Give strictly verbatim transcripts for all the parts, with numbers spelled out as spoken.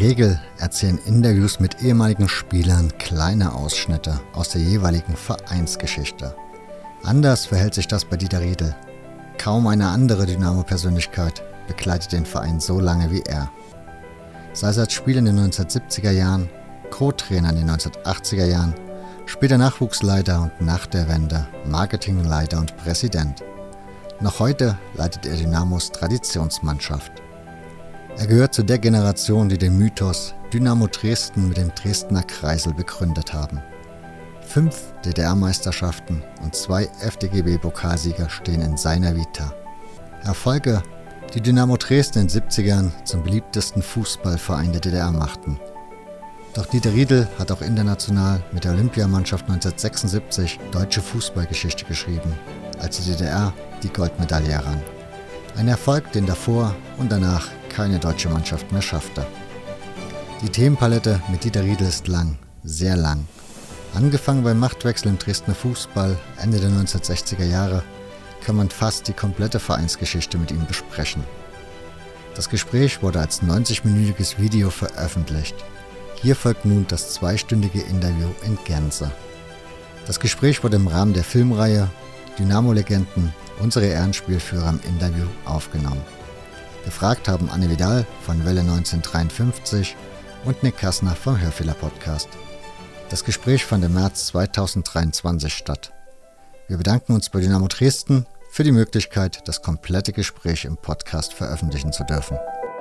Regel erzählen Interviews mit ehemaligen Spielern kleine Ausschnitte aus der jeweiligen Vereinsgeschichte. Anders verhält sich das bei Dieter Riedl. Kaum eine andere Dynamo-Persönlichkeit begleitet den Verein so lange wie er. Sei es als Spieler in den neunzehnhundertsiebziger Jahren, Co-Trainer in den neunzehnhundertachtziger Jahren, später Nachwuchsleiter und nach der Wende Marketingleiter und Präsident. Noch heute leitet er Dynamos Traditionsmannschaft. Er gehört zu der Generation, die den Mythos Dynamo Dresden mit dem Dresdner Kreisel begründet haben. Fünf D D R-Meisterschaften und zwei F D G B-Pokalsieger stehen in seiner Vita. Erfolge, die Dynamo Dresden in den siebzigern zum beliebtesten Fußballverein der D D R machten. Doch Dieter Riedl hat auch international mit der Olympiamannschaft neunzehnhundertsechsundsiebzig deutsche Fußballgeschichte geschrieben, als die D D R die Goldmedaille errang. Ein Erfolg, den davor und danach keine deutsche Mannschaft mehr schaffte. Die Themenpalette mit Dieter Riedl ist lang, sehr lang. Angefangen beim Machtwechsel im Dresdner Fußball Ende der neunzehnhundertsechziger Jahre kann man fast die komplette Vereinsgeschichte mit ihm besprechen. Das Gespräch wurde als neunzig-minütiges Video veröffentlicht. Hier folgt nun das zweistündige Interview in Gänze. Das Gespräch wurde im Rahmen der Filmreihe Dynamo-Legenden, unsere Ehrenspielführer im Interview aufgenommen. Gefragt haben Anne Vidal von Welle neunzehnhundertdreiundfünfzig und Nick Kassner vom Hörfehler-Podcast. Das Gespräch fand im März zweitausenddreiundzwanzig statt. Wir bedanken uns bei Dynamo Dresden für die Möglichkeit, das komplette Gespräch im Podcast veröffentlichen zu dürfen.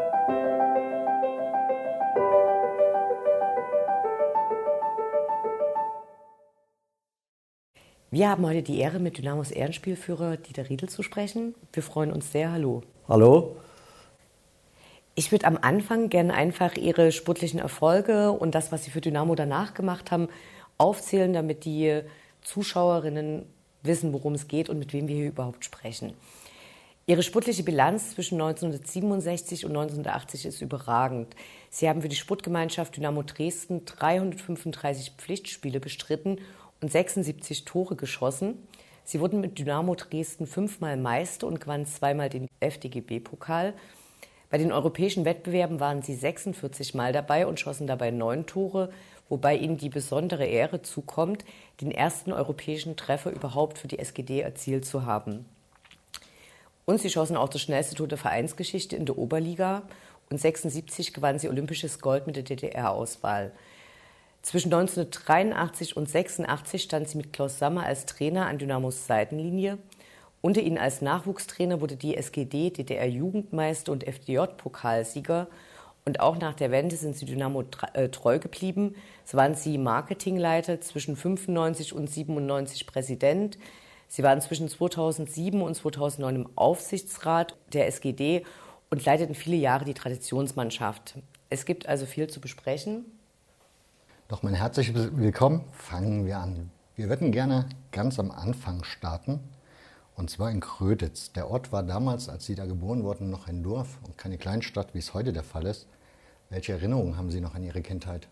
Wir haben heute die Ehre, mit Dynamos Ehrenspielführer Dieter Riedl zu sprechen. Wir freuen uns sehr. Hallo. Hallo. Ich würde am Anfang gerne einfach Ihre sportlichen Erfolge und das, was Sie für Dynamo danach gemacht haben, aufzählen, damit die Zuschauerinnen wissen, worum es geht und mit wem wir hier überhaupt sprechen. Ihre sportliche Bilanz zwischen neunzehnhundertsiebenundsechzig und neunzehnhundertachtzig ist überragend. Sie haben für die Sportgemeinschaft Dynamo Dresden dreihundertfünfunddreißig Pflichtspiele bestritten und sechsundsiebzig Tore geschossen. Sie wurden mit Dynamo Dresden fünfmal Meister und gewannen zweimal den F D G B-Pokal. Bei den europäischen Wettbewerben waren sie sechsundvierzig Mal dabei und schossen dabei neun Tore, wobei ihnen die besondere Ehre zukommt, den ersten europäischen Treffer überhaupt für die S G D erzielt zu haben. Und sie schossen auch das schnellste Tor der Vereinsgeschichte in der Oberliga und sechsundsiebzig gewannen sie olympisches Gold mit der D D R-Auswahl. Zwischen neunzehnhundertdreiundachtzig und sechsundachtzig stand sie mit Klaus Sammer als Trainer an Dynamos Seitenlinie. Unter ihnen als Nachwuchstrainer wurde die S G D, D D R-Jugendmeister und F D J-Pokalsieger. Und auch nach der Wende sind sie Dynamo treu geblieben. So waren sie Marketingleiter, zwischen fünfundneunzig und siebenundneunzig Präsident. Sie waren zwischen zweitausendsieben und zweitausendneun im Aufsichtsrat der S G D und leiteten viele Jahre die Traditionsmannschaft. Es gibt also viel zu besprechen. Doch mein herzliches Willkommen, fangen wir an. Wir würden gerne ganz am Anfang starten. Und zwar in Gröditz. Der Ort war damals, als Sie da geboren wurden, noch ein Dorf und keine Kleinstadt, wie es heute der Fall ist. Welche Erinnerungen haben Sie noch an Ihre Kindheit?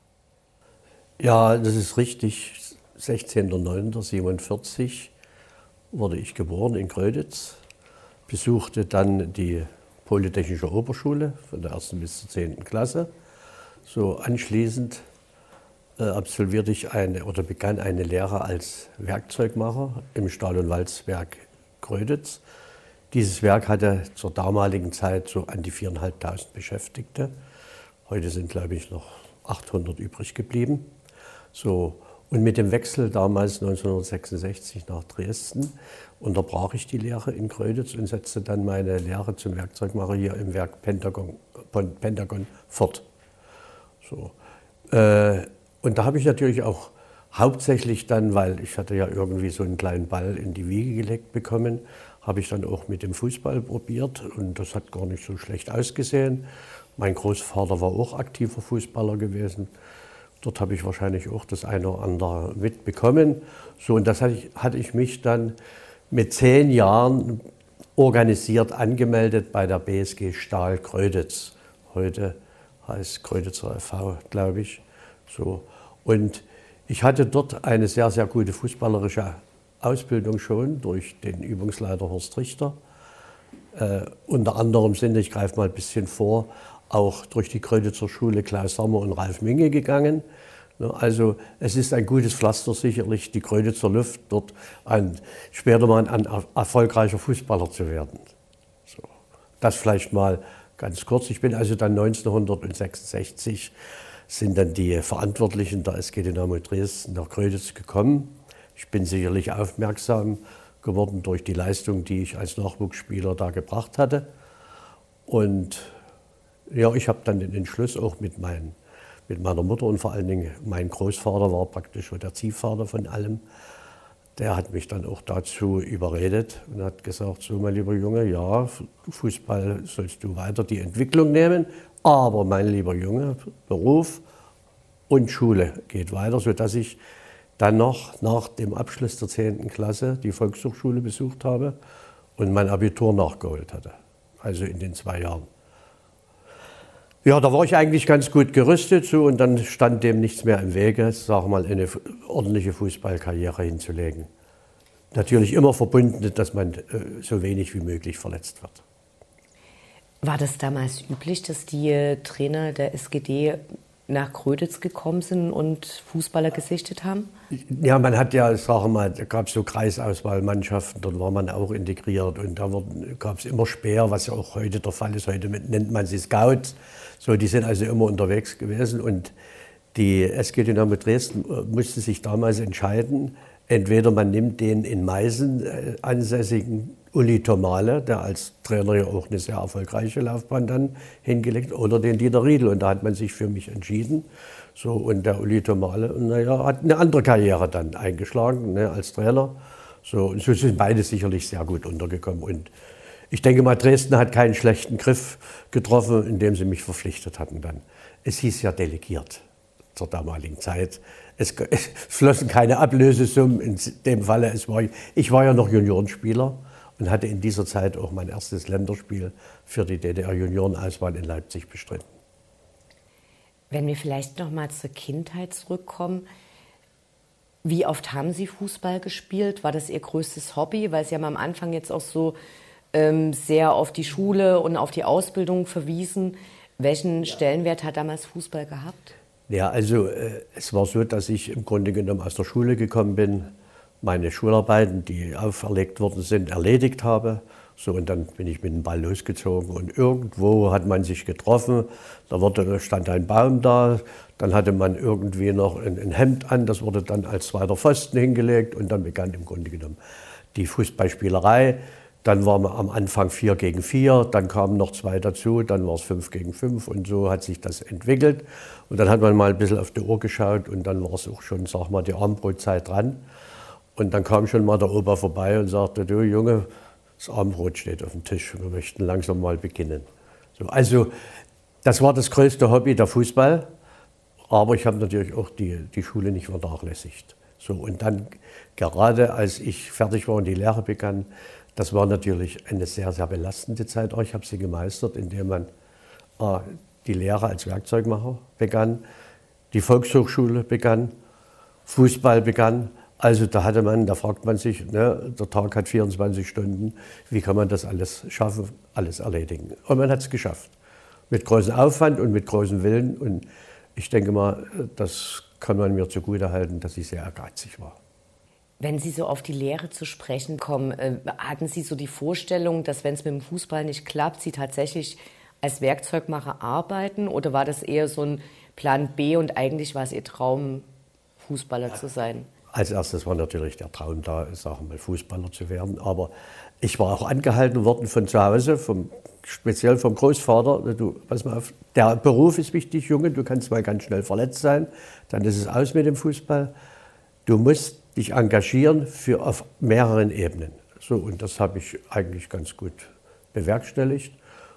Ja, das ist richtig. sechzehnter neunter siebenundvierzig wurde ich geboren in Gröditz, besuchte dann die Polytechnische Oberschule von der ersten bis zur zehnten Klasse. So anschließend äh, absolvierte ich eine oder begann eine Lehre als Werkzeugmacher im Stahl- und Walzwerk Gröditz. Dieses Werk hatte zur damaligen Zeit so an die viertausendfünfhundert Beschäftigte. Heute sind, glaube ich, noch achthundert übrig geblieben. So, und mit dem Wechsel damals neunzehnhundertsechsundsechzig nach Dresden unterbrach ich die Lehre in Gröditz und setzte dann meine Lehre zum Werkzeugmacher hier im Werk Pentagon, Pentagon fort. So, äh, und da habe ich natürlich auch hauptsächlich dann, weil ich hatte ja irgendwie so einen kleinen Ball in die Wiege gelegt bekommen, habe ich dann auch mit dem Fußball probiert und das hat gar nicht so schlecht ausgesehen. Mein Großvater war auch aktiver Fußballer gewesen. Dort habe ich wahrscheinlich auch das eine oder andere mitbekommen. So, und das hatte ich, hatte ich mich dann mit zehn Jahren organisiert angemeldet bei der B S G Stahl Gröditz. Heute heißt Gröditzer e V, glaube ich. So. Und ich hatte dort eine sehr, sehr gute fußballerische Ausbildung schon durch den Übungsleiter Horst Richter. Äh, unter anderem sind, ich greife mal ein bisschen vor, auch durch die Gröditzer Schule Klaus Sammer und Ralf Minge gegangen. Also es ist ein gutes Pflaster sicherlich, die Gröditzer Luft, dort ein, später mal ein erfolgreicher Fußballer zu werden. So. Das vielleicht mal ganz kurz. Ich bin also dann neunzehnhundertsechsundsechzig, sind dann die Verantwortlichen der S G Dynamo Dresden nach Gröditz gekommen. Ich bin sicherlich aufmerksam geworden durch die Leistung, die ich als Nachwuchsspieler da gebracht hatte. Und ja, ich habe dann den Entschluss auch mit, mein, mit meiner Mutter und vor allen Dingen mein Großvater war praktisch so der Ziehvater von allem. Der hat mich dann auch dazu überredet und hat gesagt, so mein lieber Junge, ja, Fußball sollst du weiter die Entwicklung nehmen, aber mein lieber Junge, Beruf und Schule geht weiter, sodass ich dann noch nach dem Abschluss der zehnten Klasse die Volkshochschule besucht habe und mein Abitur nachgeholt hatte, also in den zwei Jahren. Ja, da war ich eigentlich ganz gut gerüstet so, und dann stand dem nichts mehr im Wege, sag mal, eine ordentliche Fußballkarriere hinzulegen. Natürlich immer verbunden, dass man äh, so wenig wie möglich verletzt wird. War das damals üblich, dass die Trainer der S G D nach Gröditz gekommen sind und Fußballer gesichtet haben? Ja, man hat ja, sagen mal, da gab es so Kreisauswahlmannschaften, dort war man auch integriert und da gab es immer Späher, was ja auch heute der Fall ist. Heute nennt man sie Scouts. So, die sind also immer unterwegs gewesen und die S G Dynamo Dresden musste sich damals entscheiden, entweder man nimmt den in Meißen äh, ansässigen Uli Tomale, der als Trainer ja auch eine sehr erfolgreiche Laufbahn dann hingelegt, oder den Dieter Riedl. Und da hat man sich für mich entschieden. So, und der Uli Tomale, naja, hat eine andere Karriere dann eingeschlagen, ne, als Trainer. So, und so sind beide sicherlich sehr gut untergekommen. Und ich denke mal, Dresden hat keinen schlechten Griff getroffen, indem sie mich verpflichtet hatten dann. Es hieß ja delegiert zur damaligen Zeit. Es, es flossen keine Ablösesummen in dem Falle. Es war, ich war ja noch Juniorenspieler und hatte in dieser Zeit auch mein erstes Länderspiel für die D D R-Juniorenauswahl in Leipzig bestritten. Wenn wir vielleicht noch mal zur Kindheit zurückkommen, wie oft haben Sie Fußball gespielt? War das Ihr größtes Hobby? Weil Sie haben am Anfang jetzt auch so ähm, sehr auf die Schule und auf die Ausbildung verwiesen. Welchen Stellenwert hat damals Fußball gehabt? Ja, also äh, es war so, dass ich im Grunde genommen aus der Schule gekommen bin, meine Schularbeiten, die auferlegt worden sind, erledigt habe. So, und dann bin ich mit dem Ball losgezogen und irgendwo hat man sich getroffen, da wurde, stand ein Baum da, dann hatte man irgendwie noch ein, ein Hemd an, das wurde dann als zweiter Pfosten hingelegt und dann begann im Grunde genommen die Fußballspielerei. Dann waren wir am Anfang vier gegen vier, dann kamen noch zwei dazu, dann war es fünf gegen fünf und so hat sich das entwickelt. Und dann hat man mal ein bisschen auf die Uhr geschaut und dann war es auch schon, sag mal, die Abendbrotzeit dran. Und dann kam schon mal der Opa vorbei und sagte, du Junge, das Abendbrot steht auf dem Tisch, wir möchten langsam mal beginnen. So, also das war das größte Hobby, der Fußball, aber ich habe natürlich auch die, die Schule nicht vernachlässigt. So, und dann gerade als ich fertig war und die Lehre begann, das war natürlich eine sehr, sehr belastende Zeit. Ich habe sie gemeistert, indem man äh, die Lehre als Werkzeugmacher begann, die Volkshochschule begann, Fußball begann. Also da hatte man, da fragt man sich, ne, der Tag hat vierundzwanzig Stunden, wie kann man das alles schaffen, alles erledigen? Und man hat es geschafft. Mit großem Aufwand und mit großem Willen. Und ich denke mal, das kann man mir zugutehalten, dass ich sehr ehrgeizig war. Wenn Sie so auf die Lehre zu sprechen kommen, äh, hatten Sie so die Vorstellung, dass wenn es mit dem Fußball nicht klappt, Sie tatsächlich als Werkzeugmacher arbeiten? Oder war das eher so ein Plan B und eigentlich war es Ihr Traum, Fußballer zu sein? Als erstes war natürlich der Traum da, sagen wir mal, Fußballer zu werden. Aber ich war auch angehalten worden von zu Hause, vom, speziell vom Großvater. Du, pass mal auf, der Beruf ist wichtig, Junge. Du kannst mal ganz schnell verletzt sein, dann ist es aus mit dem Fußball. Du musst dich engagieren für auf mehreren Ebenen. So, und das habe ich eigentlich ganz gut bewerkstelligt.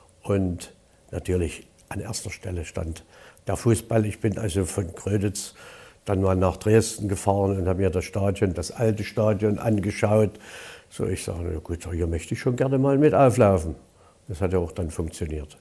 Und natürlich an erster Stelle stand der Fußball. Ich bin also von Gröditz dann mal nach Dresden gefahren und habe mir das Stadion, das alte Stadion angeschaut. So, ich sage, na gut, hier möchte ich schon gerne mal mit auflaufen. Das hat ja auch dann funktioniert.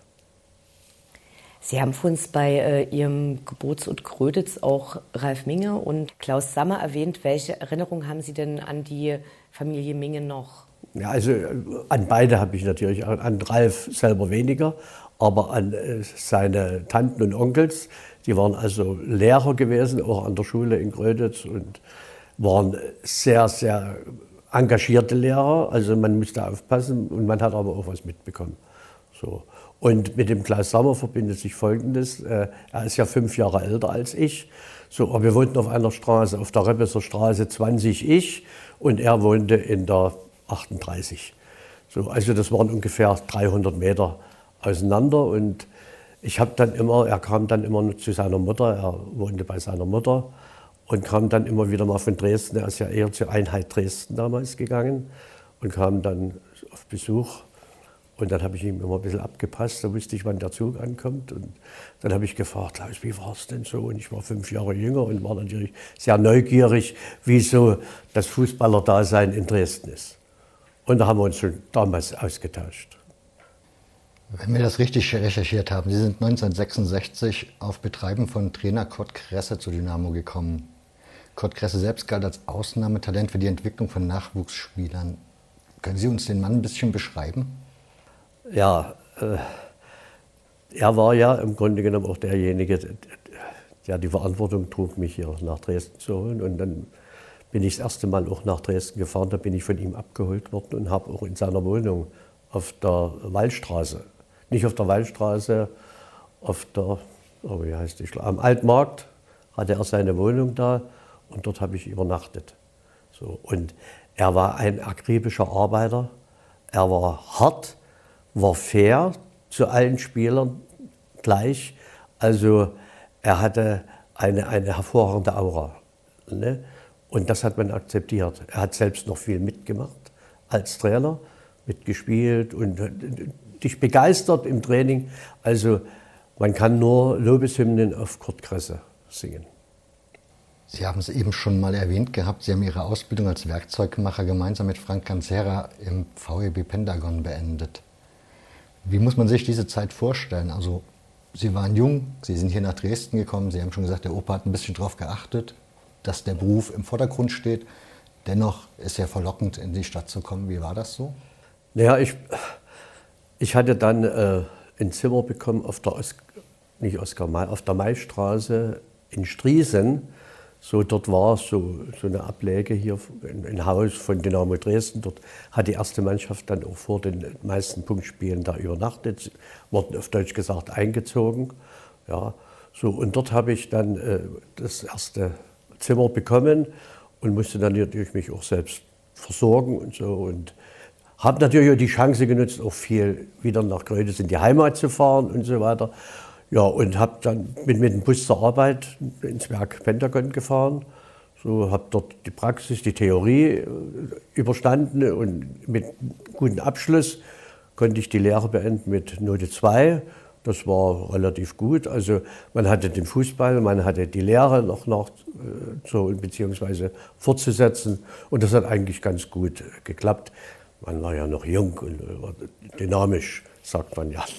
Sie haben für uns bei äh, Ihrem Geburtsort Gröditz auch Ralf Minge und Klaus Sammer erwähnt. Welche Erinnerungen haben Sie denn an die Familie Minge noch? Ja, also an beide habe ich natürlich, an Ralf selber weniger, aber an seine Tanten und Onkels, die waren also Lehrer gewesen, auch an der Schule in Gröditz und waren sehr, sehr engagierte Lehrer. Also man musste aufpassen und man hat aber auch was mitbekommen. So. Und mit dem Klaus Sammer verbindet sich Folgendes, er ist ja fünf Jahre älter als ich. So, aber wir wohnten auf einer Straße, auf der Reppeser Straße zwanzig ich und er wohnte in der achtunddreißig. So, also das waren ungefähr dreihundert Meter auseinander und ich habe dann immer, er kam dann immer zu seiner Mutter, er wohnte bei seiner Mutter und kam dann immer wieder mal von Dresden, er ist ja eher zur Einheit Dresden damals gegangen und kam dann auf Besuch. Und dann habe ich ihm immer ein bisschen abgepasst, da wusste ich, wann der Zug ankommt. Und dann habe ich gefragt, Klaus, wie war es denn so? Und ich war fünf Jahre jünger und war natürlich sehr neugierig, wie so das Fußballerdasein in Dresden ist. Und da haben wir uns schon damals ausgetauscht. Wenn wir das richtig recherchiert haben, Sie sind neunzehnhundertsechsundsechzig auf Betreiben von Trainer Kurt Kresse zu Dynamo gekommen. Kurt Kresse selbst galt als Ausnahmetalent für die Entwicklung von Nachwuchsspielern. Können Sie uns den Mann ein bisschen beschreiben? Ja, äh, er war ja im Grunde genommen auch derjenige, der die Verantwortung trug, mich hier nach Dresden zu holen. Und dann bin ich das erste Mal auch nach Dresden gefahren, da bin ich von ihm abgeholt worden und habe auch in seiner Wohnung auf der Wallstraße, nicht auf der Wallstraße, auf der, oh, wie heißt die, am Altmarkt hatte er seine Wohnung da und dort habe ich übernachtet. So, und er war ein akribischer Arbeiter, er war hart, war fair zu allen Spielern gleich. Also er hatte eine, eine hervorragende Aura. Ne? Und das hat man akzeptiert. Er hat selbst noch viel mitgemacht als Trainer, mitgespielt und dich begeistert im Training. Also man kann nur Lobeshymnen auf Kurt Kresse singen. Sie haben es eben schon mal erwähnt gehabt, Sie haben Ihre Ausbildung als Werkzeugmacher gemeinsam mit Frank Canzera im V E B Pentagon beendet. Wie muss man sich diese Zeit vorstellen? Also Sie waren jung, Sie sind hier nach Dresden gekommen, Sie haben schon gesagt, der Opa hat ein bisschen darauf geachtet, dass der Beruf im Vordergrund steht. Dennoch ist er verlockend, in die Stadt zu kommen. Wie war das so? Naja, ich, ich hatte dann äh, ein Zimmer bekommen auf der, Os nicht Oskar May, auf der Maistraße in Striesen. So, dort war so, so eine Ablege hier, ein, ein Haus von Dynamo Dresden. Dort hat die erste Mannschaft dann auch vor den meisten Punktspielen da übernachtet, wurden auf Deutsch gesagt eingezogen. Ja, so, und dort habe ich dann äh, das erste Zimmer bekommen und musste dann natürlich mich auch selbst versorgen und so. Und habe natürlich auch die Chance genutzt, auch viel wieder nach Gröditz in die Heimat zu fahren und so weiter. Ja, und habe dann mit, mit dem Bus zur Arbeit ins Werk Pentagon gefahren. So, habe dort die Praxis, die Theorie überstanden und mit gutem Abschluss konnte ich die Lehre beenden mit Note zwei. Das war relativ gut. Also man hatte den Fußball, man hatte die Lehre noch, noch so, beziehungsweise fortzusetzen. Und das hat eigentlich ganz gut geklappt. Man war ja noch jung und dynamisch, sagt man ja.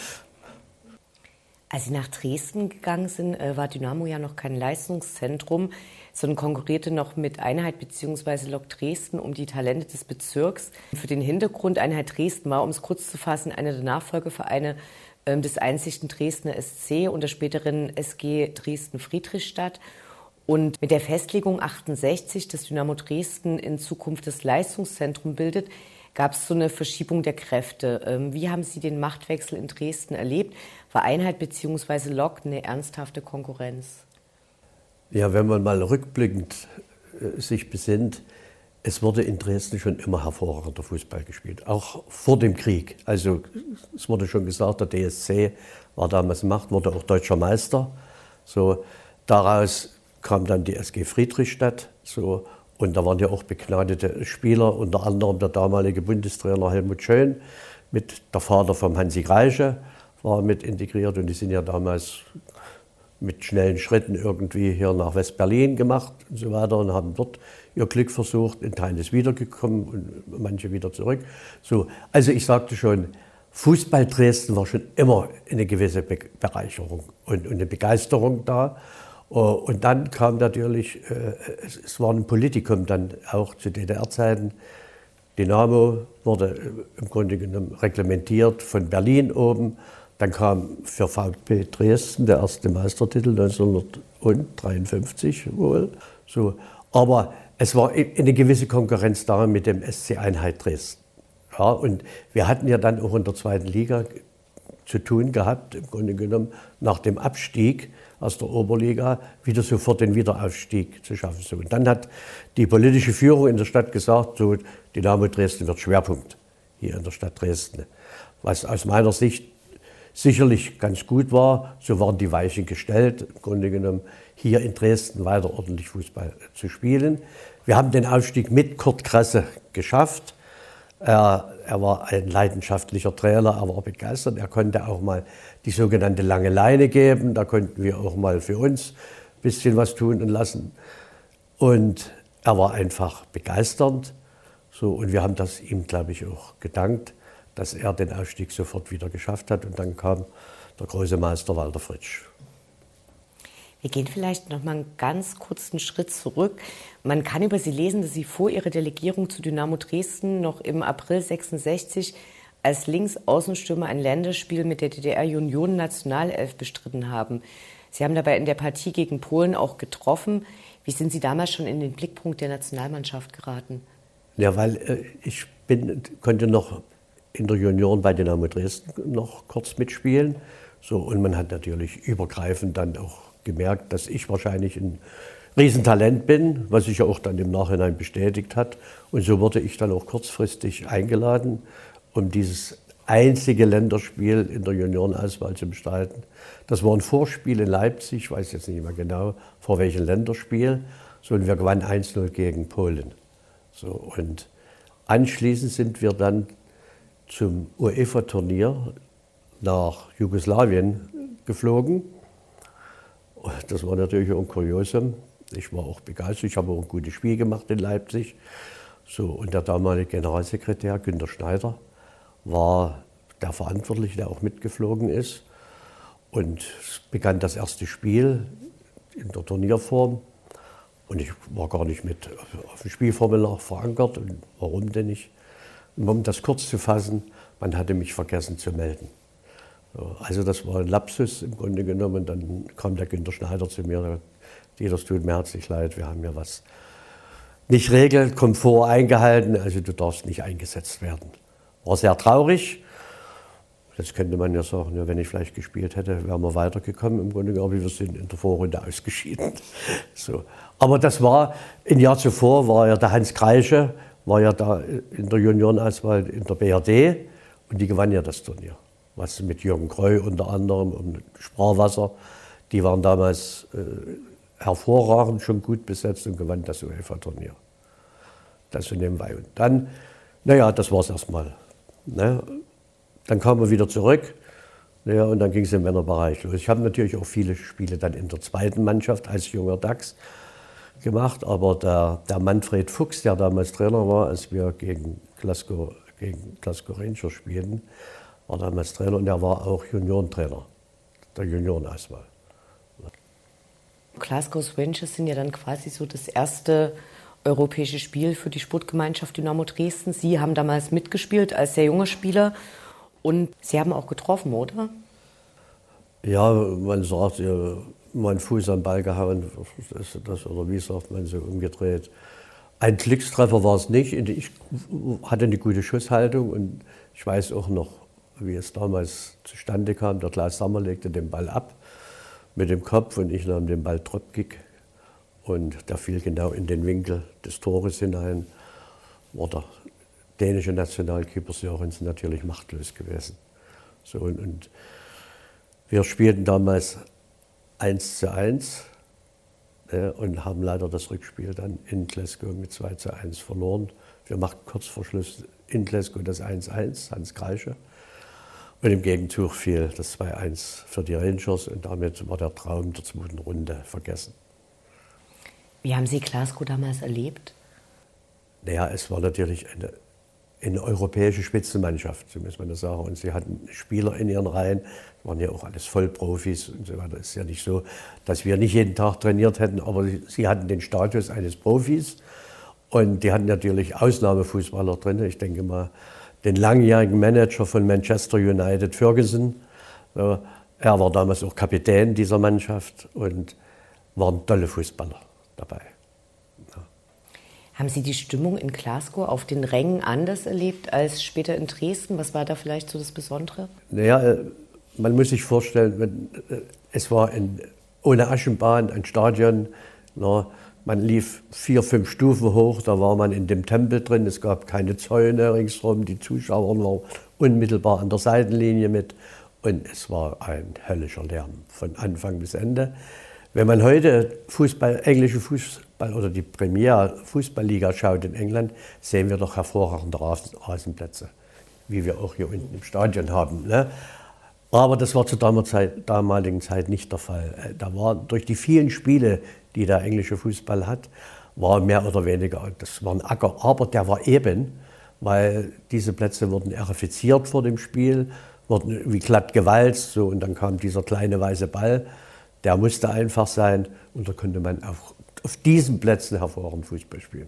Als Sie nach Dresden gegangen sind, war Dynamo ja noch kein Leistungszentrum, sondern konkurrierte noch mit Einheit bzw. Lok Dresden um die Talente des Bezirks. Für den Hintergrund, Einheit Dresden war, um es kurz zu fassen, einer der Nachfolgevereine des einzigen Dresdner S C und der späteren S G Dresden-Friedrichstadt. Und mit der Festlegung achtundsechzig, dass Dynamo Dresden in Zukunft das Leistungszentrum bildet, gab es so eine Verschiebung der Kräfte. Wie haben Sie den Machtwechsel in Dresden erlebt? War Einheit bzw. Lok eine ernsthafte Konkurrenz? Ja, wenn man mal rückblickend äh, sich besinnt, es wurde in Dresden schon immer hervorragender Fußball gespielt, auch vor dem Krieg. Also es wurde schon gesagt, der D S C war damals Macht, wurde auch deutscher Meister. So, daraus kam dann die S G Friedrichstadt. So, und da waren ja auch begnadete Spieler, unter anderem der damalige Bundestrainer Helmut Schön, mit der Vater von Hansi Greiche war mit integriert und die sind ja damals mit schnellen Schritten irgendwie hier nach West-Berlin gemacht und so weiter und haben dort ihr Glück versucht. Ein Teil ist wiedergekommen und manche wieder zurück. So, also ich sagte schon, Fußball Dresden war schon immer eine gewisse Be Bereicherung und, und eine Begeisterung da. Und dann kam natürlich, es war ein Politikum dann auch zu D D R-Zeiten, Dynamo wurde im Grunde genommen reglementiert von Berlin oben. Dann kam für VfB Dresden der erste Meistertitel neunzehnhundertdreiundfünfzig wohl. So. Aber es war eine gewisse Konkurrenz da mit dem S C Einheit Dresden. Ja, und wir hatten ja dann auch in der zweiten Liga zu tun gehabt, im Grunde genommen nach dem Abstieg aus der Oberliga wieder sofort den Wiederaufstieg zu schaffen. So, und dann hat die politische Führung in der Stadt gesagt, so, Dynamo Dresden wird Schwerpunkt hier in der Stadt Dresden. Was aus meiner Sicht sicherlich ganz gut war, so waren die Weichen gestellt, im Grunde genommen hier in Dresden weiter ordentlich Fußball zu spielen. Wir haben den Aufstieg mit Kurt Kresse geschafft. Er, er war ein leidenschaftlicher Trainer, er war begeistert. Er konnte auch mal die sogenannte lange Leine geben. Da konnten wir auch mal für uns ein bisschen was tun und lassen. Und er war einfach begeisternd. So, und wir haben das ihm, glaube ich, auch gedankt, dass er den Aufstieg sofort wieder geschafft hat. Und dann kam der große Meister Walter Fritsch. Wir gehen vielleicht noch mal einen ganz kurzen Schritt zurück. Man kann über Sie lesen, dass Sie vor Ihrer Delegierung zu Dynamo Dresden noch im April sechsundsechzig als Linksaußenstürmer ein Länderspiel mit der D D R-Junioren-Nationalelf bestritten haben. Sie haben dabei in der Partie gegen Polen auch getroffen. Wie sind Sie damals schon in den Blickpunkt der Nationalmannschaft geraten? Ja, weil äh, ich bin, konnte noch in der Junioren bei Dynamo Dresden noch kurz mitspielen. So, und man hat natürlich übergreifend dann auch gemerkt, dass ich wahrscheinlich ein Riesentalent bin, was sich ja auch dann im Nachhinein bestätigt hat. Und so wurde ich dann auch kurzfristig eingeladen, um dieses einzige Länderspiel in der Juniorenauswahl zu bestreiten. Das war ein Vorspiel in Leipzig, ich weiß jetzt nicht mehr genau, vor welchem Länderspiel. So, und wir gewannen eins null gegen Polen. So, und anschließend sind wir dann zum UEFA-Turnier nach Jugoslawien geflogen. Das war natürlich auch ein Kuriosum. Ich war auch begeistert. Ich habe auch ein gutes Spiel gemacht in Leipzig. So, und der damalige Generalsekretär Günter Schneider war der Verantwortliche, der auch mitgeflogen ist. Und es begann das erste Spiel in der Turnierform. Und ich war gar nicht mit auf dem Spielformular verankert. Und warum denn nicht? Um das kurz zu fassen, man hatte mich vergessen zu melden. Also das war ein Lapsus im Grunde genommen. Dann kam der Günter Schneider zu mir, das tut mir herzlich leid, wir haben ja was nicht Regelkomfort eingehalten, also du darfst nicht eingesetzt werden. War sehr traurig. Jetzt könnte man ja sagen, ja, wenn ich vielleicht gespielt hätte, wären wir weitergekommen im Grunde genommen, aber wir sind in der Vorrunde ausgeschieden. So. Aber das war, ein Jahr zuvor war ja der Hans Kreische, war ja da in der Juniorenauswahl in der B R D und die gewann ja das Turnier. Was mit Jürgen Kreu unter anderem und Sparwasser, die waren damals äh, hervorragend, schon gut besetzt und gewann das UEFA-Turnier. Das so nebenbei. Und dann, naja, das war es erstmal. Ne? Dann kamen wir wieder zurück, naja, und dann ging es im Männerbereich los. Ich habe natürlich auch viele Spiele dann in der zweiten Mannschaft als junger Dachs gemacht, aber der, der Manfred Fuchs, der damals Trainer war, als wir gegen Glasgow, gegen Glasgow Rangers spielten, war damals Trainer und er war auch Juniorentrainer der Juniorenauswahl. Glasgow Rangers sind ja dann quasi so das erste europäische Spiel für die Sportgemeinschaft Dynamo Dresden. Sie haben damals mitgespielt als sehr junger Spieler und Sie haben auch getroffen, oder? Ja, man sagt, ja, meinen Fuß am Ball gehauen, das, das, oder wie sagt man so umgedreht. Ein Glückstreffer war es nicht. Ich hatte eine gute Schusshaltung und ich weiß auch noch, wie es damals zustande kam. Der Klaus Sammer legte den Ball ab mit dem Kopf und ich nahm den Ball Dropkick und der fiel genau in den Winkel des Tores hinein. War der dänische Nationalkeeper Sørensen natürlich machtlos gewesen. So, und, und wir spielten damals eins zu eins äh, und haben leider das Rückspiel dann in Glasgow mit zwei zu eins verloren. Wir machten kurz vor Schluss in Glasgow das eins eins, Hans Kreische. Und im Gegenzug fiel das zwei eins für die Rangers und damit war der Traum der zweiten Runde vergessen. Wie haben Sie Glasgow damals erlebt? Naja, es war natürlich eine, eine europäische Spitzenmannschaft, so muss man das sagen. Und sie hatten Spieler in ihren Reihen, waren ja auch alles Vollprofis und so weiter. Es ist ja nicht so, dass wir nicht jeden Tag trainiert hätten, aber sie, sie hatten den Status eines Profis. Und die hatten natürlich Ausnahmefußballer drin. Ich denke mal, den langjährigen Manager von Manchester United, Ferguson. Er war damals auch Kapitän dieser Mannschaft und waren tolle Fußballer dabei. Ja. Haben Sie die Stimmung in Glasgow auf den Rängen anders erlebt als später in Dresden? Was war da vielleicht so das Besondere? Naja, man muss sich vorstellen, wenn, es war ein, ohne Aschenbahn ein Stadion. Na, man lief vier, fünf Stufen hoch, da war man in dem Tempel drin. Es gab keine Zäune ringsherum, die Zuschauer waren unmittelbar an der Seitenlinie mit. Und es war ein höllischer Lärm von Anfang bis Ende. Wenn man heute Fußball, englische Fußball oder die Premier Fußballliga schaut in England, sehen wir doch hervorragende Rasenplätze, wie wir auch hier unten im Stadion haben. Ne? Aber das war zur damaligen Zeit nicht der Fall. Da war durch die vielen Spiele, die der englische Fußball hat, war mehr oder weniger, das war ein Acker, aber der war eben, weil diese Plätze wurden erifiziert vor dem Spiel, wurden wie glatt gewalzt, so, und dann kam dieser kleine weiße Ball, der musste einfach sein und da konnte man auf, auf diesen Plätzen hervorragend Fußball spielen.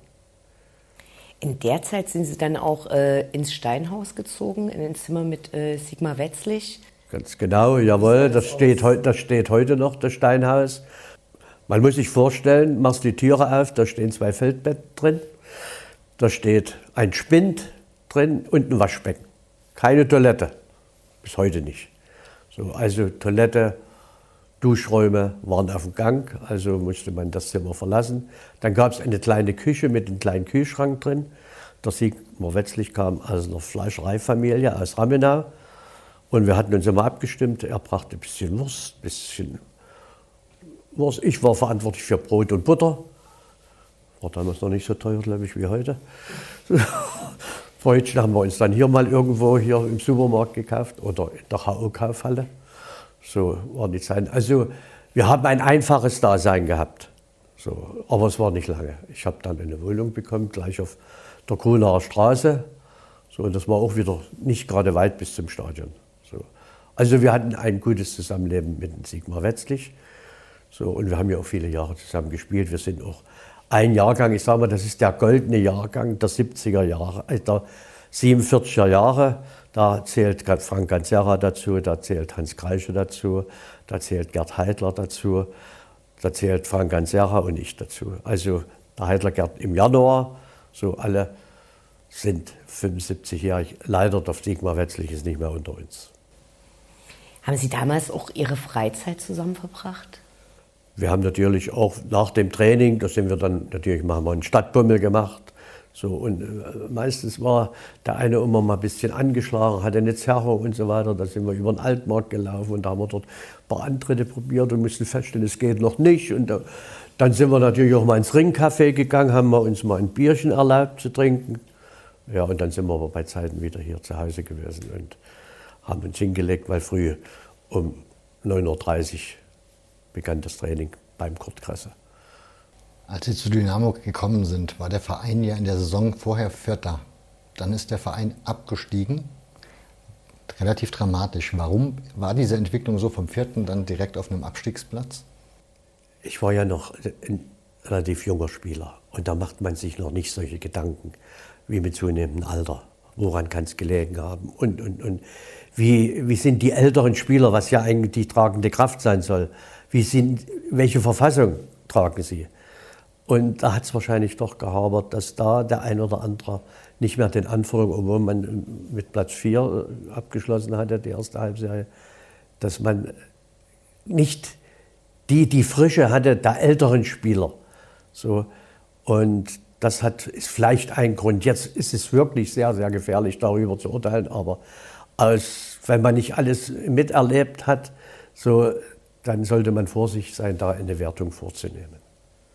In der Zeit sind Sie dann auch äh, ins Steinhaus gezogen, in ein Zimmer mit äh, Sigmar Wetzlich? Ganz genau, jawohl, das steht, das steht heute noch, das Steinhaus. Man muss sich vorstellen, machst die Türe auf, da stehen zwei Feldbetten drin, da steht ein Spind drin und ein Waschbecken. Keine Toilette, bis heute nicht. So, also Toilette, Duschräume waren auf dem Gang, also musste man das Zimmer verlassen. Dann gab es eine kleine Küche mit einem kleinen Kühlschrank drin. Der Sigmar Wetzlich kam aus einer Fleischereifamilie aus Ramenau. Und wir hatten uns immer abgestimmt, er brachte ein bisschen Wurst, ein bisschen Wurst. Ich war verantwortlich für Brot und Butter. War damals noch nicht so teuer, glaube ich, wie heute. Brötchen haben wir uns dann hier mal irgendwo hier im Supermarkt gekauft oder in der H O-Kaufhalle. So waren die Zeiten. Also wir haben ein einfaches Dasein gehabt. So, aber es war nicht lange. Ich habe dann eine Wohnung bekommen, gleich auf der Grunacher Straße. So, und das war auch wieder nicht gerade weit bis zum Stadion. So. Also wir hatten ein gutes Zusammenleben mit dem Sigmar Wetzlich. So, und wir haben ja auch viele Jahre zusammen gespielt. Wir sind auch ein Jahrgang, ich sage mal, das ist der goldene Jahrgang der siebziger Jahre, äh, der siebenundvierziger Jahre. Da zählt Frank Ganzerra dazu, da zählt Hans Kreische dazu, da zählt Gerd Heidler dazu, da zählt Frank Ganzerra und ich dazu. Also der Heidler Gerd im Januar, so alle sind fünfundsiebzigjährig. Leider der Sigmar Wetzlich ist nicht mehr unter uns. Haben Sie damals auch Ihre Freizeit zusammen verbracht? Wir haben natürlich auch nach dem Training, da sind wir dann natürlich mal einen Stadtbummel gemacht. So, und äh, meistens war der eine immer mal ein bisschen angeschlagen, hatte eine Zerrung und so weiter. Da sind wir über den Altmarkt gelaufen und da haben wir dort ein paar Antritte probiert und mussten feststellen, es geht noch nicht. Und da, dann sind wir natürlich auch mal ins Ringcafé gegangen, haben wir uns mal ein Bierchen erlaubt zu trinken. Ja, und dann sind wir aber bei Zeiten wieder hier zu Hause gewesen und haben uns hingelegt, weil früh um neun Uhr dreißig begann das Training beim Kurt Kresse. Als Sie zu Dynamo gekommen sind, war der Verein ja in der Saison vorher Vierter. Dann ist der Verein abgestiegen. Relativ dramatisch. Warum war diese Entwicklung so vom Vierten dann direkt auf einem Abstiegsplatz? Ich war ja noch ein relativ junger Spieler und da macht man sich noch nicht solche Gedanken wie mit zunehmendem Alter. Woran kann es gelegen haben? Und, und, und wie, wie sind die älteren Spieler, was ja eigentlich die tragende Kraft sein soll? Wie sind, welche Verfassung tragen sie? Und da hat es wahrscheinlich doch gehabert, dass da der ein oder andere nicht mehr den Anforderungen, obwohl man mit Platz vier abgeschlossen hatte, die erste Halbserie, dass man nicht die, die Frische hatte der älteren Spieler. So, und das hat, ist vielleicht ein Grund. Jetzt ist es wirklich sehr, sehr gefährlich, darüber zu urteilen, aber als, wenn man nicht alles miterlebt hat, so, dann sollte man vorsichtig sein, da eine Wertung vorzunehmen.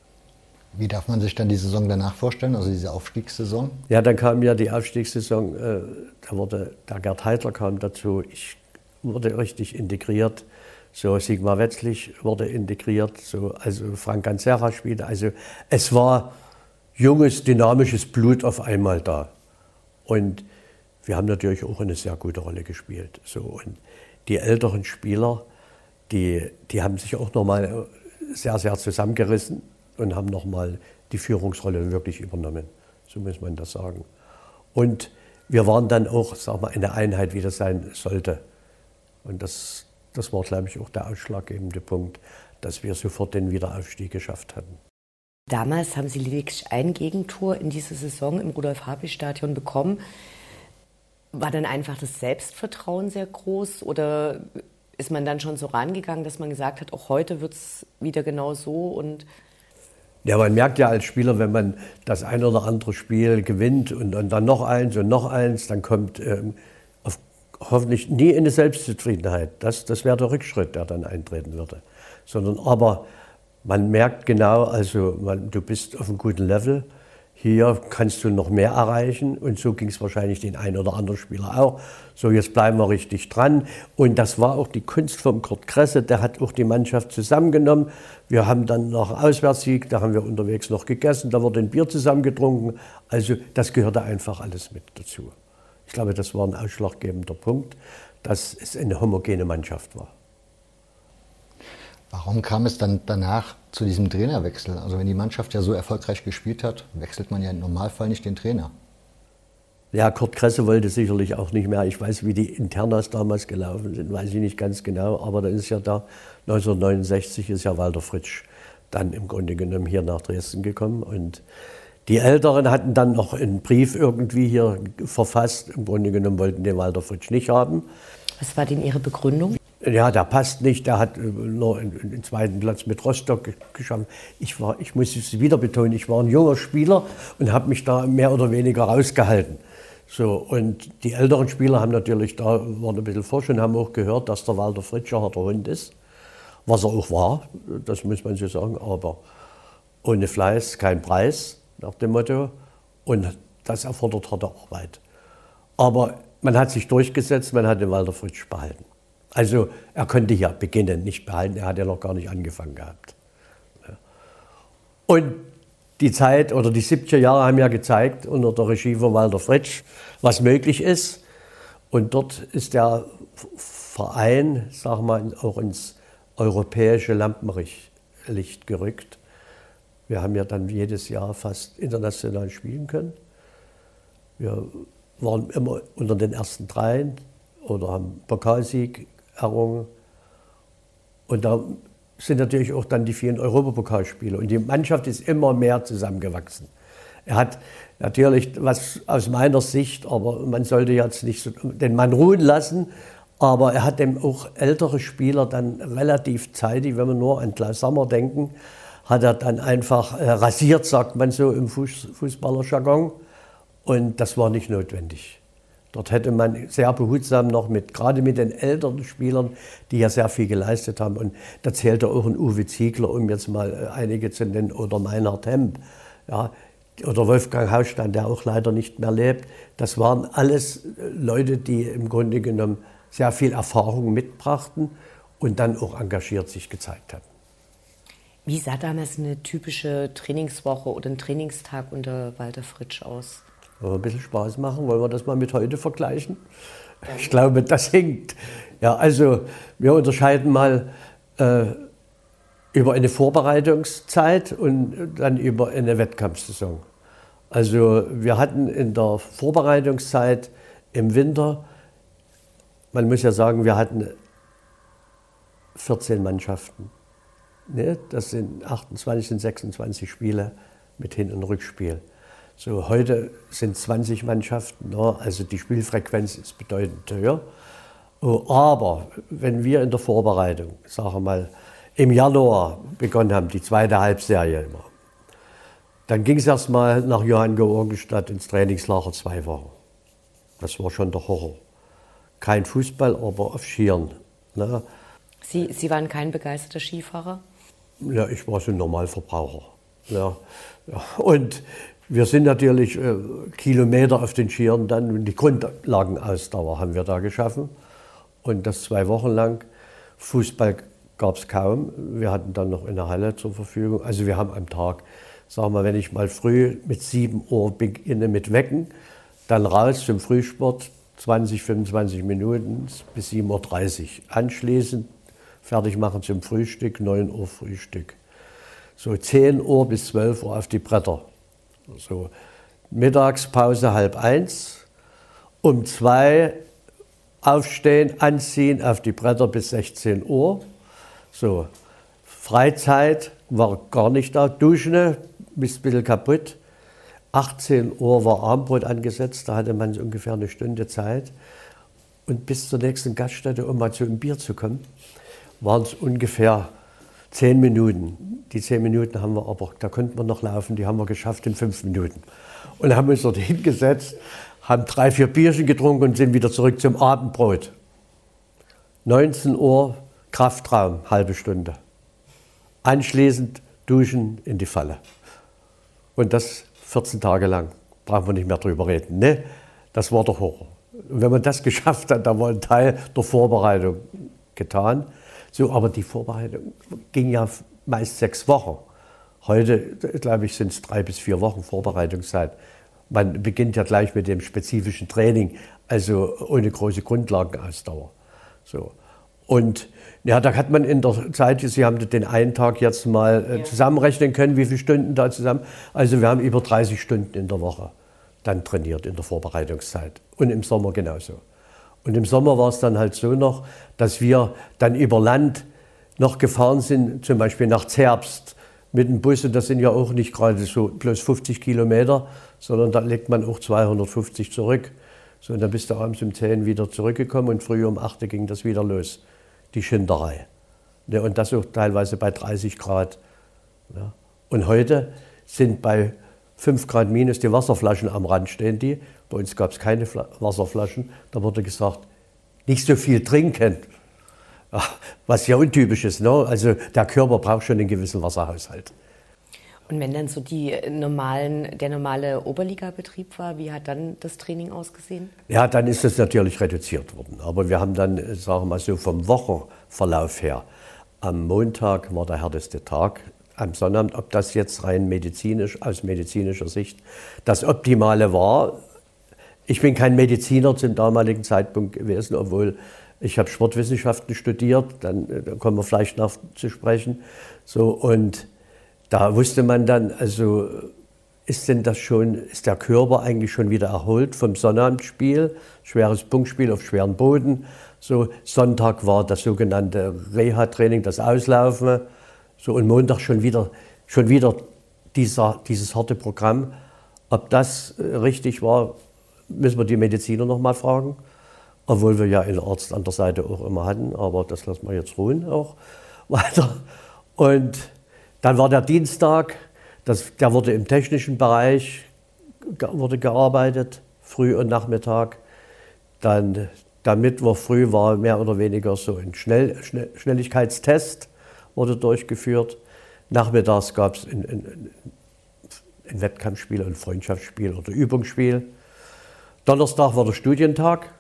Wie darf man sich dann die Saison danach vorstellen, also diese Aufstiegssaison? Ja, dann kam ja die Aufstiegssaison, äh, da wurde, der Gerd Heidler kam dazu, ich wurde richtig integriert, so Sigmar Wetzlich wurde integriert, so, also Frank Ganzerra spielte, also es war junges, dynamisches Blut auf einmal da. Und wir haben natürlich auch eine sehr gute Rolle gespielt. So, und die älteren Spieler, die, die haben sich auch nochmal sehr, sehr zusammengerissen und haben nochmal die Führungsrolle wirklich übernommen. so muss man das sagen. Und wir waren dann auch, sag mal, eine Einheit, wie das sein sollte. Und das, das war, glaube ich, auch der ausschlaggebende Punkt, dass wir sofort den Wiederaufstieg geschafft hatten. Damals haben Sie lediglich ein Gegentor in dieser Saison im Rudolf-Habich-Stadion bekommen. War dann einfach das Selbstvertrauen sehr groß oder ist man dann schon so rangegangen, dass man gesagt hat, auch heute wird es wieder genau so? Und ja, man merkt ja als Spieler, wenn man das ein oder andere Spiel gewinnt und, und dann noch eins und noch eins, dann kommt ähm, auf, hoffentlich nie eine Selbstzufriedenheit. Das, das wäre der Rückschritt, der dann eintreten würde. Sondern aber man merkt genau, also man, du bist auf einem guten Level, hier kannst du noch mehr erreichen und so ging es wahrscheinlich den einen oder anderen Spieler auch. So, jetzt bleiben wir richtig dran und das war auch die Kunst vom Kurt Kresse, der hat auch die Mannschaft zusammengenommen. Wir haben dann noch einen Auswärtssieg, da haben wir unterwegs noch gegessen, da wurde ein Bier zusammen getrunken, also das gehörte einfach alles mit dazu. Ich glaube, das war ein ausschlaggebender Punkt, dass es eine homogene Mannschaft war. Warum kam es dann danach zu diesem Trainerwechsel? Also wenn die Mannschaft ja so erfolgreich gespielt hat, wechselt man ja im Normalfall nicht den Trainer. Ja, Kurt Kresse wollte sicherlich auch nicht mehr. Ich weiß, wie die Internas damals gelaufen sind, weiß ich nicht ganz genau. Aber dann ist ja da, neunzehnhundertneunundsechzig ist ja Walter Fritsch dann im Grunde genommen hier nach Dresden gekommen. Und die Älteren hatten dann noch einen Brief irgendwie hier verfasst. Im Grunde genommen wollten den Walter Fritsch nicht haben. Was war denn Ihre Begründung? Ja, der passt nicht, der hat nur den zweiten Platz mit Rostock geschaffen. Ich, war, ich muss es wieder betonen, ich war ein junger Spieler und habe mich da mehr oder weniger rausgehalten. So, und die älteren Spieler haben natürlich da, waren ein bisschen forsch und haben auch gehört, dass der Walter Fritsch ein harter Hund ist. Was er auch war, das muss man so sagen, aber ohne Fleiß kein Preis, nach dem Motto. Und das erfordert harte Arbeit. Aber man hat sich durchgesetzt, man hat den Walter Fritsch behalten. Also er konnte ja beginnen, nicht behalten, er hat ja noch gar nicht angefangen gehabt. Und die Zeit oder die siebziger Jahre haben ja gezeigt, unter der Regie von Walter Fritsch, was möglich ist. Und dort ist der Verein, sag mal, auch ins europäische Lampenlicht gerückt. Wir haben ja dann jedes Jahr fast international spielen können. Wir waren immer unter den ersten dreien oder haben Pokalsieg errungen. Und da sind natürlich auch dann die vielen Europapokalspiele. Und die Mannschaft ist immer mehr zusammengewachsen. Er hat natürlich, was aus meiner Sicht, aber man sollte jetzt nicht so den Mann ruhen lassen, aber er hat dem auch ältere Spieler dann relativ zeitig, wenn wir nur an Klaus Sammer denken, hat er dann einfach äh, rasiert, sagt man so im Fuß, Fußballerjargon. Und das war nicht notwendig. Dort hätte man sehr behutsam noch mit, gerade mit den älteren Spielern, die ja sehr viel geleistet haben. Und da zählte auch ein Uwe Ziegler, um jetzt mal einige zu nennen, oder Meinhard Hemp, ja, oder Wolfgang Hausstein, der auch leider nicht mehr lebt. Das waren alles Leute, die im Grunde genommen sehr viel Erfahrung mitbrachten und dann auch engagiert sich gezeigt haben. Wie sah damals eine typische Trainingswoche oder ein Trainingstag unter Walter Fritsch aus? Wollen wir ein bisschen Spaß machen? Wollen wir das mal mit heute vergleichen? Ich glaube, das hinkt. Ja, also wir unterscheiden mal äh, über eine Vorbereitungszeit und dann über eine Wettkampfsaison. Also wir hatten in der Vorbereitungszeit im Winter, man muss ja sagen, wir hatten vierzehn Mannschaften. Ne? Das sind achtundzwanzig, sind sechsundzwanzig Spiele mit Hin- und Rückspiel. So, heute sind zwanzig Mannschaften, ja, also die Spielfrequenz ist bedeutend höher. Aber wenn wir in der Vorbereitung, sagen wir mal, im Januar begonnen haben, die zweite Halbserie immer, dann ging es erstmal nach Johanngeorgenstadt ins Trainingslager zwei Wochen. Das war schon der Horror. Kein Fußball, aber auf Skiern. Ne? Sie, Sie waren kein begeisterter Skifahrer? Ja, ich war so ein Normalverbraucher. Ja. Ja. Und wir sind natürlich äh, Kilometer auf den Skiern dann, die Grundlagenausdauer haben wir da geschaffen. Und das zwei Wochen lang. Fußball gab es kaum. Wir hatten dann noch eine Halle zur Verfügung. Also wir haben am Tag, sagen wir mal, wenn ich mal früh mit sieben Uhr beginne mit Wecken, dann raus zum Frühsport, zwanzig, fünfundzwanzig Minuten bis sieben Uhr dreißig. Anschließend fertig machen zum Frühstück, neun Uhr Frühstück. So zehn Uhr bis zwölf Uhr auf die Bretter. So, Mittagspause halb eins, um zwei aufstehen, anziehen, auf die Bretter bis sechzehn Uhr. So, Freizeit war gar nicht da, duschen, bist ein bisschen kaputt. achtzehn Uhr war Abendbrot angesetzt, da hatte man so ungefähr eine Stunde Zeit. Und bis zur nächsten Gaststätte, um mal zu einem Bier zu kommen, waren es ungefähr zehn Minuten. Die zehn Minuten haben wir aber, da konnten wir noch laufen, die haben wir geschafft in fünf Minuten. Und haben uns dort hingesetzt, haben drei, vier Bierchen getrunken und sind wieder zurück zum Abendbrot. neunzehn Uhr Kraftraum, halbe Stunde. Anschließend duschen in die Falle. Und das vierzehn Tage lang. Brauchen wir nicht mehr drüber reden. Ne? Das war der Horror. Und wenn man das geschafft hat, dann war ein Teil der Vorbereitung getan. So, aber die Vorbereitung ging ja meist sechs Wochen. Heute, glaube ich, sind es drei bis vier Wochen Vorbereitungszeit. Man beginnt ja gleich mit dem spezifischen Training, also ohne große Grundlagenausdauer. So. Und ja, da hat man in der Zeit, Sie haben den einen Tag jetzt mal äh, zusammenrechnen können, wie viele Stunden da zusammen. Also wir haben über dreißig Stunden in der Woche dann trainiert in der Vorbereitungszeit. Und im Sommer genauso. Und im Sommer war es dann halt so noch, dass wir dann über Land noch gefahren sind, zum Beispiel nach Zerbst mit dem Bus. Und das sind ja auch nicht gerade so bloß fünfzig Kilometer, sondern da legt man auch zweihundertfünfzig zurück. So, und dann bist du abends um zehn wieder zurückgekommen und früh um acht ging das wieder los, die Schinderei. Ja, und das auch teilweise bei dreißig Grad. Ja. Und heute sind bei fünf Grad minus die Wasserflaschen am Rand stehen die. Bei uns gab es keine Fla- Wasserflaschen. Da wurde gesagt, nicht so viel trinken. Ja, was ja untypisch ist. Ne? Also der Körper braucht schon einen gewissen Wasserhaushalt. Und wenn dann so die normalen, der normale Oberligabetrieb war, wie hat dann das Training ausgesehen? Ja, dann ist es natürlich reduziert worden. Aber wir haben dann, sagen wir mal so, vom Wochenverlauf her, am Montag war der härteste Tag, am Sonnabend, ob das jetzt rein medizinisch, aus medizinischer Sicht das Optimale war. Ich bin kein Mediziner zum damaligen Zeitpunkt gewesen, obwohl ich habe Sportwissenschaften studiert, dann, dann kommen wir vielleicht noch zu sprechen. So, und da wusste man dann, also ist denn das schon, ist der Körper eigentlich schon wieder erholt vom Sonnabendspiel, schweres Punktspiel auf schweren Boden. So, Sonntag war das sogenannte Reha-Training, das Auslaufen. So, und Montag schon wieder, schon wieder dieser, dieses harte Programm. Ob das richtig war, müssen wir die Mediziner noch mal fragen. Obwohl wir ja einen Arzt an der Seite auch immer hatten, aber das lassen wir jetzt ruhen auch weiter. Und dann war der Dienstag, das, der wurde im technischen Bereich wurde gearbeitet, früh und Nachmittag. Dann der Mittwoch früh war mehr oder weniger so ein Schnell, Schnell, Schnelligkeitstest, wurde durchgeführt. Nachmittags gab es ein, ein, ein Wettkampfspiel, ein Freundschaftsspiel oder Übungsspiel. Donnerstag war der Studientag.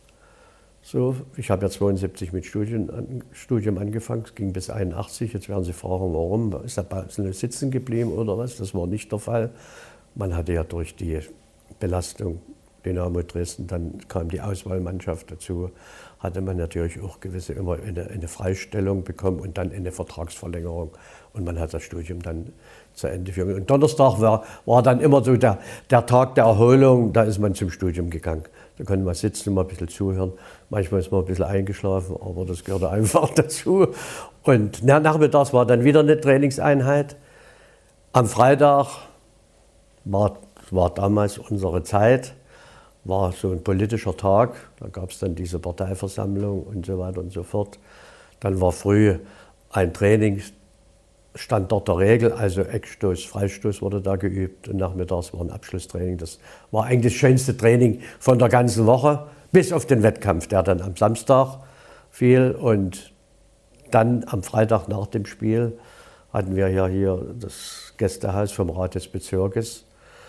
So, ich habe ja zweiundsiebzig mit Studien, Studium angefangen, es ging bis einundachtzig. Jetzt werden Sie fragen, warum? Ist er bei uns sitzen geblieben oder was? Das war nicht der Fall. Man hatte ja durch die Belastung Dynamo Dresden, dann kam die Auswahlmannschaft dazu, hatte man natürlich auch gewisse immer eine, eine Freistellung bekommen und dann eine Vertragsverlängerung. Und man hat das Studium dann zu Ende geführt. Und Donnerstag war, war dann immer so der, der Tag der Erholung, da ist man zum Studium gegangen. Da konnte man sitzen und mal ein bisschen zuhören. Manchmal ist man ein bisschen eingeschlafen, aber das gehörte einfach dazu. Und na, nachmittags war dann wieder eine Trainingseinheit. Am Freitag war, war damals unsere Zeit, war so ein politischer Tag. Da gab es dann diese Parteiversammlung und so weiter und so fort. Dann war früh ein Training, stand dort der Regel, also Eckstoß, Freistoß wurde da geübt und nachmittags war ein Abschlusstraining. Das war eigentlich das schönste Training von der ganzen Woche, bis auf den Wettkampf, der dann am Samstag fiel. Und dann am Freitag nach dem Spiel hatten wir ja hier das Gästehaus vom Rat des Bezirkes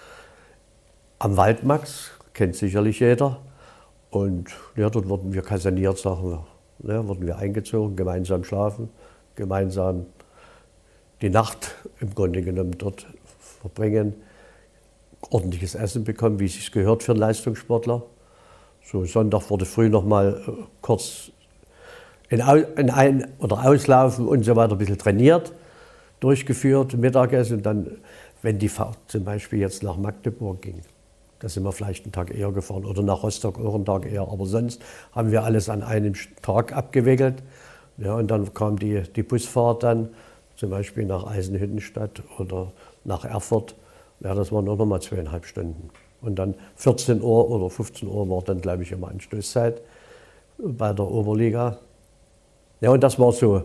am Waldmax, kennt sicherlich jeder. Und ja, dort wurden wir kaserniert, sagen wir. Ja, wurden wir eingezogen, gemeinsam schlafen, gemeinsam die Nacht im Grunde genommen dort verbringen, ordentliches Essen bekommen, wie es sich gehört für einen Leistungssportler. So Sonntag wurde früh noch mal kurz in, in ein- oder Auslaufen und so weiter ein bisschen trainiert, durchgeführt, Mittagessen und dann, wenn die Fahrt zum Beispiel jetzt nach Magdeburg ging, Da sind wir vielleicht einen Tag eher gefahren oder nach Rostock auch einen Tag eher. Aber sonst haben wir alles an einem Tag abgewickelt. Ja, und dann kam die, die Busfahrt dann, zum Beispiel nach Eisenhüttenstadt oder nach Erfurt. Ja, das waren auch noch mal zweieinhalb Stunden. Und dann vierzehn Uhr oder fünfzehn Uhr war dann, glaube ich, immer Anstoßzeit bei der Oberliga. Ja, und das war so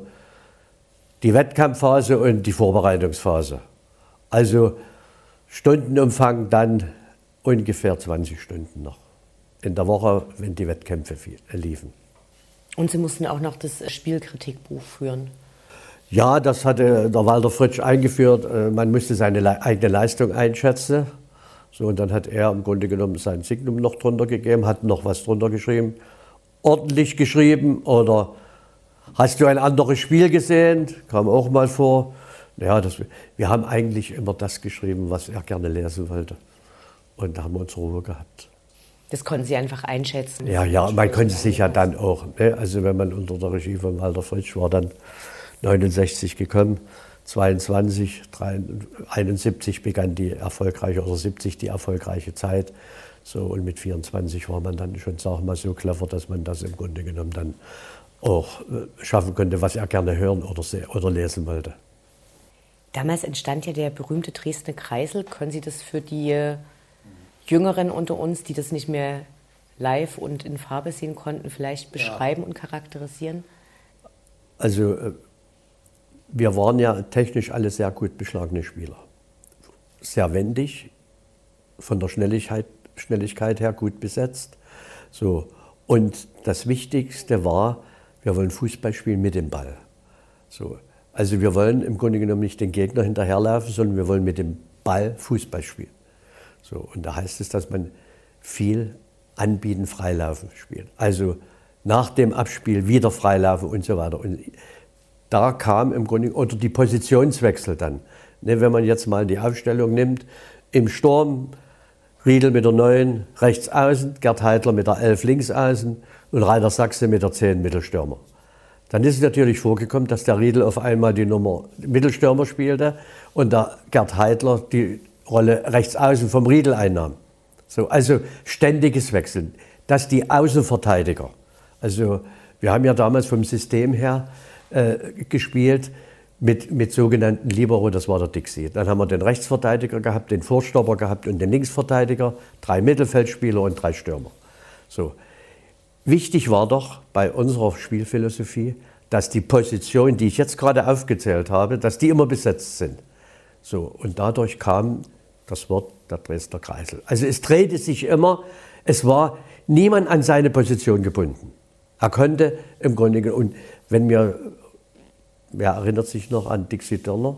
die Wettkampfphase und die Vorbereitungsphase. Also Stundenumfang dann ungefähr zwanzig Stunden noch in der Woche, wenn die Wettkämpfe liefen. Und Sie mussten auch noch das Spielkritikbuch führen? Ja, das hatte der Walter Fritsch eingeführt. Man musste seine eigene Leistung einschätzen. So, und dann hat er im Grunde genommen sein Signum noch drunter gegeben, hat noch was drunter geschrieben. Ordentlich geschrieben oder hast du ein anderes Spiel gesehen? Kam auch mal vor. Ja, das, wir haben eigentlich immer das geschrieben, was er gerne lesen wollte. Und da haben wir unsere Ruhe gehabt. Das konnten Sie einfach einschätzen? Ja, ja, man konnte sich ja dann auch, ne? Also wenn man unter der Regie von Walter Fritsch war, dann neunundsechzig gekommen, zweiundzwanzig, einundsiebzig begann die erfolgreiche, oder siebzig die erfolgreiche Zeit. So, und mit vierundzwanzig war man dann schon, sag mal, so clever, dass man das im Grunde genommen dann auch schaffen konnte, was er gerne hören oder, oder lesen wollte. Damals entstand ja der berühmte Dresdner Kreisel. Können Sie das für die Jüngeren unter uns, die das nicht mehr live und in Farbe sehen konnten, vielleicht beschreiben ja. und charakterisieren? Also wir waren ja technisch alle sehr gut beschlagene Spieler. Sehr wendig, von der Schnelligkeit, Schnelligkeit her gut besetzt. So. Und das Wichtigste war, wir wollen Fußball spielen mit dem Ball. So. Also wir wollen im Grunde genommen nicht den Gegner hinterherlaufen, sondern wir wollen mit dem Ball Fußball spielen. So. Und da heißt es, dass man viel anbieten, freilaufen spielt. Also nach dem Abspiel wieder freilaufen und so weiter. Und da kam im Grunde, oder die Positionswechsel dann. Ne, wenn man jetzt mal die Aufstellung nimmt, im Sturm Riedl mit der neun rechts außen, Gerd Heidler mit der elf links außen und Rainer Sachse mit der zehn Mittelstürmer. Dann ist es natürlich vorgekommen, dass der Riedl auf einmal die Nummer Mittelstürmer spielte und der Gerd Heidler die Rolle rechts außen vom Riedl einnahm. So, also ständiges Wechseln. Dass die Außenverteidiger, also wir haben ja damals vom System her äh, gespielt mit, mit sogenannten Libero, das war der Dixie. Dann haben wir den Rechtsverteidiger gehabt, den Vorstopper gehabt und den Linksverteidiger, drei Mittelfeldspieler und drei Stürmer. So. Wichtig war doch bei unserer Spielphilosophie, dass die Positionen, die ich jetzt gerade aufgezählt habe, dass die immer besetzt sind. So, und dadurch kam das Wort der Dresdner Kreisel. Also es drehte sich immer, es war niemand an seine Position gebunden. Er konnte im Grunde genommen, und wenn mir, wer erinnert sich noch an Dixie Dörner,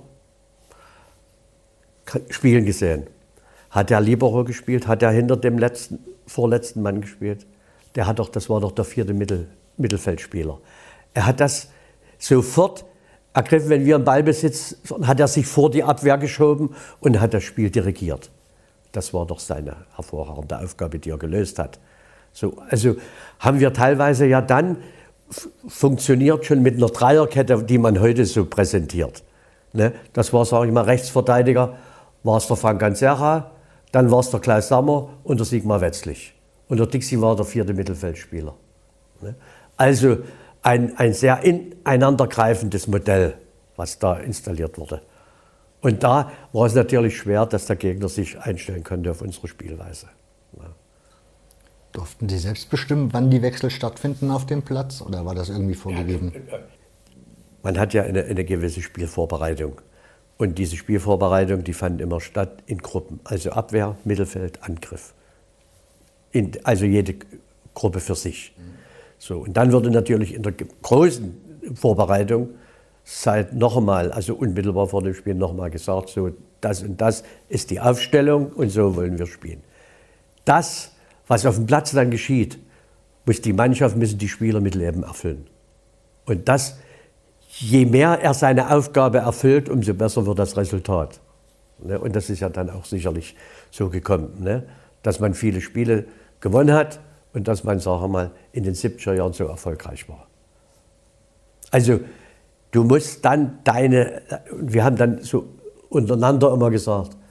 spielen gesehen. Hat er Libero gespielt, hat er hinter dem letzten, vorletzten Mann gespielt. Der hat doch, das war doch der vierte Mittel, Mittelfeldspieler. Er hat das sofort ergriffen, wenn wir im Ballbesitz, hat er sich vor die Abwehr geschoben und hat das Spiel dirigiert. Das war doch seine hervorragende Aufgabe, die er gelöst hat. So, also haben wir teilweise ja dann funktioniert schon mit einer Dreierkette, die man heute so präsentiert. Ne? Das war, sage ich mal, Rechtsverteidiger, war es der Frank Ganserra, dann war es der Klaus Sammer und der Sigmar Wetzlich. Und der Dixie war der vierte Mittelfeldspieler. Ne? Also ein, ein sehr ineinandergreifendes Modell, was da installiert wurde. Und da war es natürlich schwer, dass der Gegner sich einstellen konnte auf unsere Spielweise. Ja. Durften Sie selbst bestimmen, wann die Wechsel stattfinden auf dem Platz, oder war das irgendwie vorgegeben? Man hat ja eine, eine gewisse Spielvorbereitung. Und diese Spielvorbereitung, die fand immer statt in Gruppen. Also Abwehr, Mittelfeld, Angriff. In, also jede Gruppe für sich. Mhm. So, und dann wurde natürlich in der großen Vorbereitung seit noch einmal, also unmittelbar vor dem Spiel noch mal gesagt, so das und das ist die Aufstellung und so wollen wir spielen. Das, was auf dem Platz dann geschieht, muss die Mannschaft, müssen die Spieler mit Leben erfüllen. Und das, je mehr er seine Aufgabe erfüllt, umso besser wird das Resultat. Und das ist ja dann auch sicherlich so gekommen, ne? Dass man viele Spiele gewonnen hat und dass man, sagen wir mal, in den siebziger Jahren so erfolgreich war. Also du musst dann deine, wir haben dann so untereinander immer gesagt,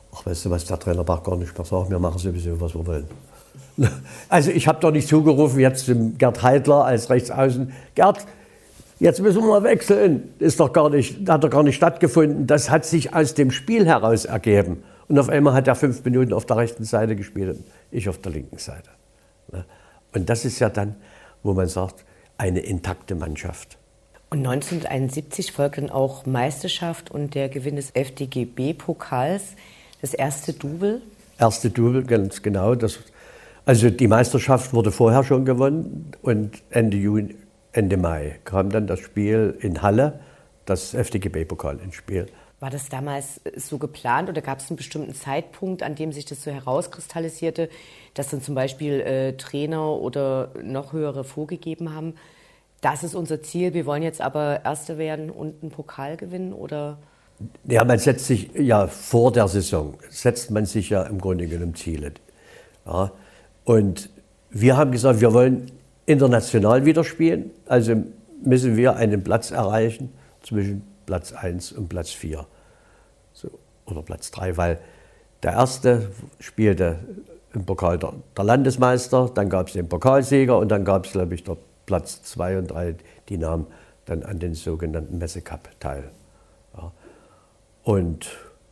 ach, weißt du was, der Trainer braucht gar nicht mehr sagen, wir machen sowieso, was wir wollen. Also ich habe doch nicht zugerufen jetzt zum Gerd Heidler als Rechtsaußen, Gerd, jetzt müssen wir mal wechseln. Ist doch gar nicht, hat doch gar nicht stattgefunden. Das hat sich aus dem Spiel heraus ergeben. Und auf einmal hat er fünf Minuten auf der rechten Seite gespielt und ich auf der linken Seite. Und das ist ja dann, wo man sagt, eine intakte Mannschaft. Und neunzehnhunderteinundsiebzig folgte dann auch Meisterschaft und der Gewinn des F D G B-Pokals, das erste Double. Erste Double, ganz genau. Das, also die Meisterschaft wurde vorher schon gewonnen und Ende Juni, Ende Mai kam dann das Spiel in Halle, das F D G B-Pokal ins Spiel. War das damals so geplant oder gab es einen bestimmten Zeitpunkt, an dem sich das so herauskristallisierte, dass dann zum Beispiel äh, Trainer oder noch höhere vorgegeben haben, das ist unser Ziel, wir wollen jetzt aber Erste werden und einen Pokal gewinnen? Oder? Ja, man setzt sich ja vor der Saison, setzt man sich ja im Grunde genommen Ziele. Ja, und wir haben gesagt, wir wollen international wieder spielen, also müssen wir einen Platz erreichen zwischen Platz eins und Platz vier. So, oder Platz drei, weil der Erste spielte im Pokal der, der Landesmeister, dann gab es den Pokalsieger und dann gab es, glaube ich, der Platz zwei und drei, die nahmen dann an den sogenannten Messe-Cup teil. Ja. Und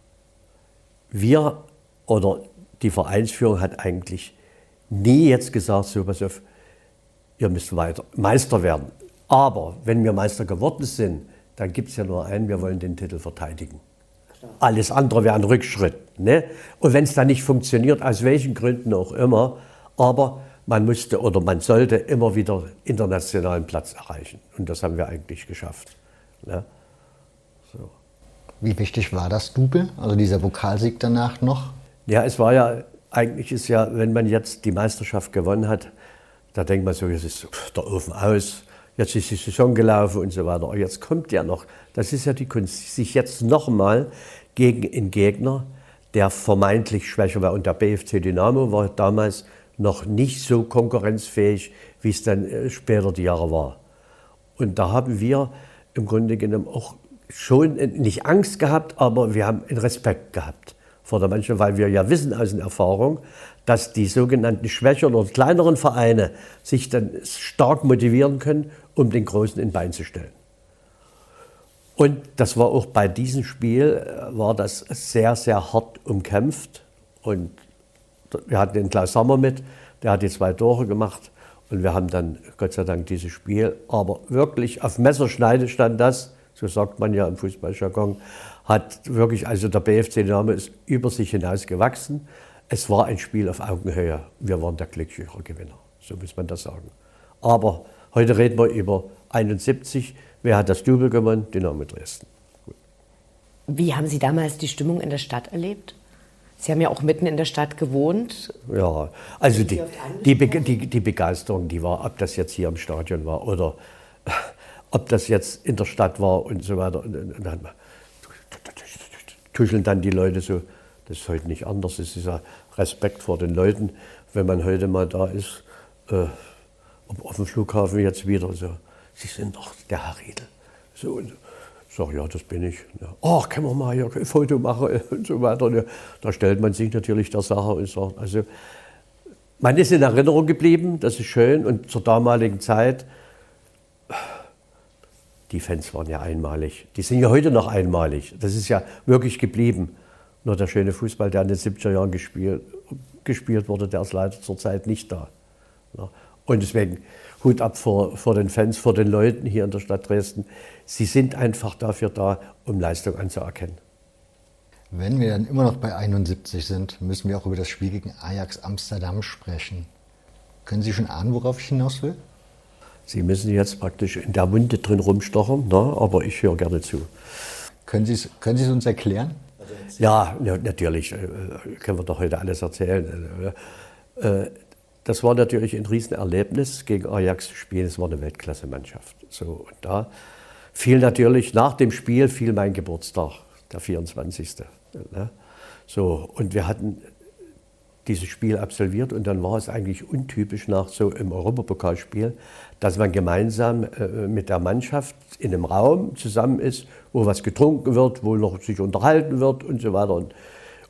wir oder die Vereinsführung hat eigentlich nie jetzt gesagt, so pass auf, ihr müsst weiter Meister werden. Aber wenn wir Meister geworden sind, dann gibt es ja nur einen, wir wollen den Titel verteidigen. Klar. Alles andere wäre ein Rückschritt. Ne? Und wenn es dann nicht funktioniert, aus welchen Gründen auch immer, aber man musste oder man sollte immer wieder internationalen Platz erreichen. Und das haben wir eigentlich geschafft. Ne? So. Wie wichtig war das Double, also dieser Pokalsieg danach noch? Ja, es war ja, eigentlich ist ja, wenn man jetzt die Meisterschaft gewonnen hat, da denkt man so, jetzt ist der Ofen aus, jetzt ist die Saison gelaufen und so weiter. Aber jetzt kommt ja noch, das ist ja die Kunst, sich jetzt nochmal gegen einen Gegner, der vermeintlich schwächer war. Und der B F C Dynamo war damals noch nicht so konkurrenzfähig, wie es dann später die Jahre war. Und da haben wir im Grunde genommen auch schon nicht Angst gehabt, aber wir haben einen Respekt gehabt vor der Mannschaft, weil wir ja wissen aus der Erfahrung, dass die sogenannten schwächeren oder kleineren Vereine sich dann stark motivieren können, um den Großen in Bein zu stellen. Und das war auch bei diesem Spiel, war das sehr, sehr hart umkämpft. Und wir hatten den Klaus Sammer mit, der hat die zwei Tore gemacht. Und wir haben dann, Gott sei Dank, dieses Spiel, aber wirklich auf Messerschneide stand das, so sagt man ja im Fußballjargon, hat wirklich, also der B F C Dynamo ist über sich hinaus gewachsen. Es war ein Spiel auf Augenhöhe. Wir waren der glücklichere Gewinner, so muss man das sagen. Aber heute reden wir über einundsiebzig. Wer hat das Double gewonnen? Dynamo Dresden. Gut. Wie haben Sie damals die Stimmung in der Stadt erlebt? Sie haben ja auch mitten in der Stadt gewohnt. Ja, also die, die, die, die Begeisterung, die war, ob das jetzt hier im Stadion war oder ob das jetzt in der Stadt war und so weiter. Und, und dann tuscheln dann die Leute so. Das ist heute nicht anders. Es ist ja Respekt vor den Leuten, wenn man heute mal da ist, äh, auf dem Flughafen jetzt wieder so. Sie sind doch der Herr Riedl. So, und ich sage, ja, das bin ich. Ja. Ach, können wir mal hier ein Foto machen und so weiter. Ja, da stellt man sich natürlich der Sache und sagt, also man ist in Erinnerung geblieben, das ist schön. Und zur damaligen Zeit, die Fans waren ja einmalig. Die sind ja heute noch einmalig. Das ist ja wirklich geblieben. Nur der schöne Fußball, der in den siebziger Jahren gespielt, gespielt wurde, der ist leider zurzeit nicht da. Und deswegen Hut ab vor, vor den Fans, vor den Leuten hier in der Stadt Dresden. Sie sind einfach dafür da, um Leistung anzuerkennen. Wenn wir dann immer noch bei einundsiebzig sind, müssen wir auch über das Spiel gegen Ajax Amsterdam sprechen. Können Sie schon ahnen, worauf ich hinaus will? Sie müssen jetzt praktisch in der Wunde drin rumstochern, ne? Aber ich höre gerne zu. Können Sie es, können Sie es uns erklären? Ja, natürlich, äh, können wir doch heute alles erzählen. Äh, das war natürlich ein Riesenerlebnis, gegen Ajax zu spielen. Es war eine Weltklasse-Mannschaft. So, und da fiel natürlich, nach dem Spiel fiel mein Geburtstag, der vierundzwanzigste Ne? So, und wir hatten dieses Spiel absolviert und dann war es eigentlich untypisch nach so im Europapokalspiel, dass man gemeinsam äh, mit der Mannschaft in einem Raum zusammen ist, wo was getrunken wird, wo noch sich unterhalten wird und so weiter. Und,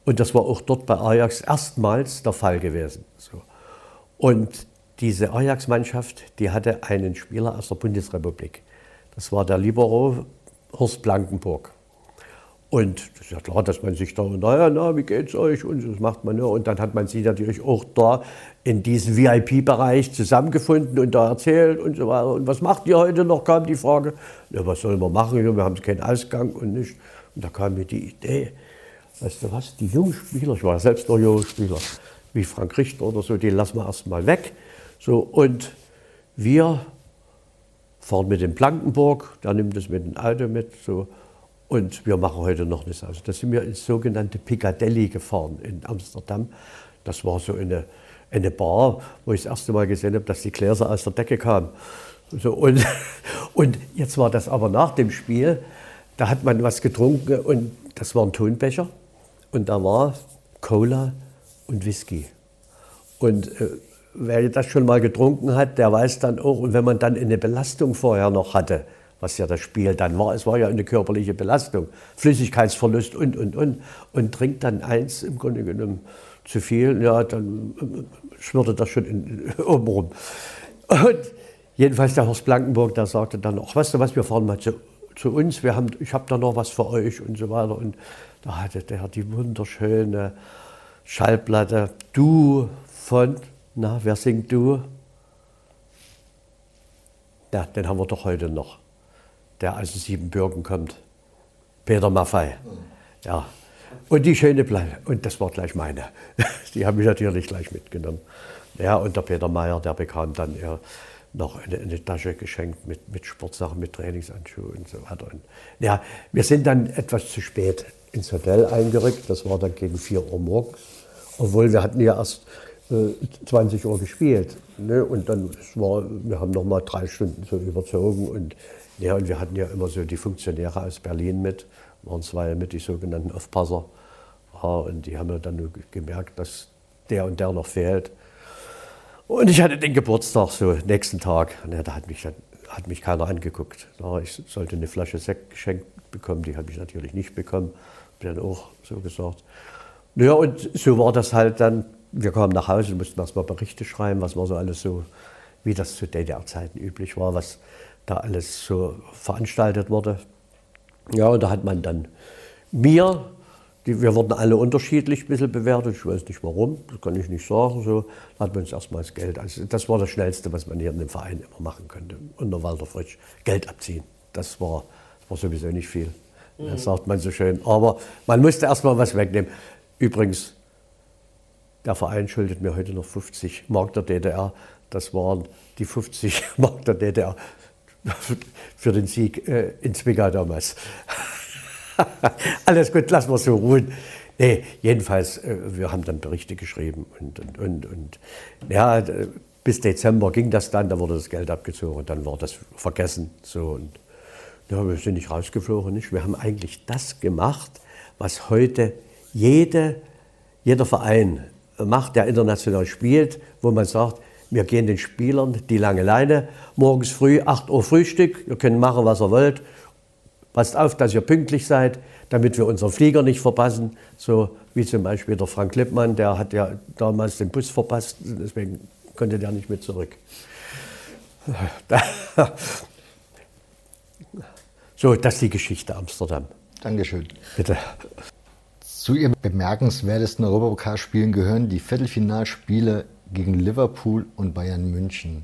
Und das war auch dort bei Ajax erstmals der Fall gewesen. So. Und diese Ajax-Mannschaft, die hatte einen Spieler aus der Bundesrepublik. Das war der Libero Horst Blankenburg. Und das ist ja klar, dass man sich da, naja, na, wie geht's euch? Und das macht man ja. Und dann hat man sich natürlich auch da in diesem V I P-Bereich zusammengefunden und da erzählt und so weiter. Und was macht ihr heute noch, kam die Frage. Ja, was sollen wir machen? Wir haben keinen Ausgang und nicht. Und da kam mir die Idee, weißt du was, die jungen Spieler, ich war ja selbst noch junger Spieler, wie Frank Richter oder so, die lassen wir erstmal weg. So, und wir fahren mit dem Blankenburg, der nimmt es mit dem Auto mit. So. Und wir machen heute noch eine Sache. Da sind wir ins sogenannte Piccadilly gefahren in Amsterdam. Das war so eine, eine Bar, wo ich das erste Mal gesehen habe, dass die Gläser aus der Decke kamen. So, und, und jetzt war das aber nach dem Spiel, da hat man was getrunken und das war ein Tonbecher. Und da war Cola und Whisky. Und äh, wer das schon mal getrunken hat, der weiß dann auch, und wenn man dann eine Belastung vorher noch hatte, was ja das Spiel dann war. Es war ja eine körperliche Belastung, Flüssigkeitsverlust und, und, und. Und trinkt dann eins im Grunde genommen zu viel, ja, dann schwirrte das schon in, oben rum. Und jedenfalls der Horst Blankenburg, der sagte dann, ach, weißt du was, wir fahren mal zu, zu uns, wir haben, ich habe da noch was für euch und so weiter. Und da hatte der die wunderschöne Schallplatte, Du von, na, wer singt Du? Ja, den haben wir doch heute noch. Der aus den Siebenbürgen kommt, Peter Maffay. Ja. Und die schöne Platte, und das war gleich meine. Die habe ich natürlich gleich mitgenommen. Ja, und der Peter Mayer, der bekam dann eher noch eine, eine Tasche geschenkt mit, mit Sportsachen, mit Trainingshandschuhen und so weiter. Und ja, wir sind dann etwas zu spät ins Hotel eingerückt. Das war dann gegen vier Uhr morgens, obwohl wir hatten ja erst äh, zwanzig Uhr gespielt. Ne? Und dann es war, wir haben noch mal drei Stunden so überzogen und ja, und wir hatten ja immer so die Funktionäre aus Berlin mit, waren zwei mit, die sogenannten Aufpasser. Ja, und die haben ja dann nur gemerkt, dass der und der noch fehlt. Und ich hatte den Geburtstag, so nächsten Tag, ja, da hat mich, hat mich keiner angeguckt. Ja, ich sollte eine Flasche Sekt geschenkt bekommen, die habe ich natürlich nicht bekommen, habe dann auch so gesagt. Ja, und so war das halt dann. Wir kamen nach Hause, mussten erstmal Berichte schreiben, was war so alles so, wie das zu D D R-Zeiten üblich war, was da alles so veranstaltet wurde. Ja, und da hat man dann mir, die, wir wurden alle unterschiedlich ein bisschen bewertet, ich weiß nicht warum, das kann ich nicht sagen, so, da hat man uns erstmal das Geld, also das war das Schnellste, was man hier in dem Verein immer machen konnte, unter Walter Fritsch, Geld abziehen, das war, das war sowieso nicht viel, mhm. Das sagt man so schön, aber man musste erstmal was wegnehmen. Übrigens, der Verein schuldet mir heute noch fünfzig Mark der D D R, das waren die fünfzig Mark der D D R, für den Sieg äh, in Zwickau damals. Alles gut, lassen wir so ruhen. Nee, jedenfalls, äh, wir haben dann Berichte geschrieben und, und, und, und ja, bis Dezember ging das dann, da wurde das Geld abgezogen und dann war das vergessen. So, und, ja, wir sind nicht rausgeflogen, nicht? Wir haben eigentlich das gemacht, was heute jede, jeder Verein macht, der international spielt, wo man sagt, wir gehen den Spielern die lange Leine, morgens früh, acht Uhr Frühstück, ihr könnt machen, was ihr wollt. Passt auf, dass ihr pünktlich seid, damit wir unseren Flieger nicht verpassen. So wie zum Beispiel der Frank Lippmann, der hat ja damals den Bus verpasst, deswegen konnte der nicht mit zurück. So, das ist die Geschichte Amsterdam. Dankeschön. Bitte. Zu Ihren bemerkenswertesten Europapokalspielen gehören die Viertelfinalspiele gegen Liverpool und Bayern München.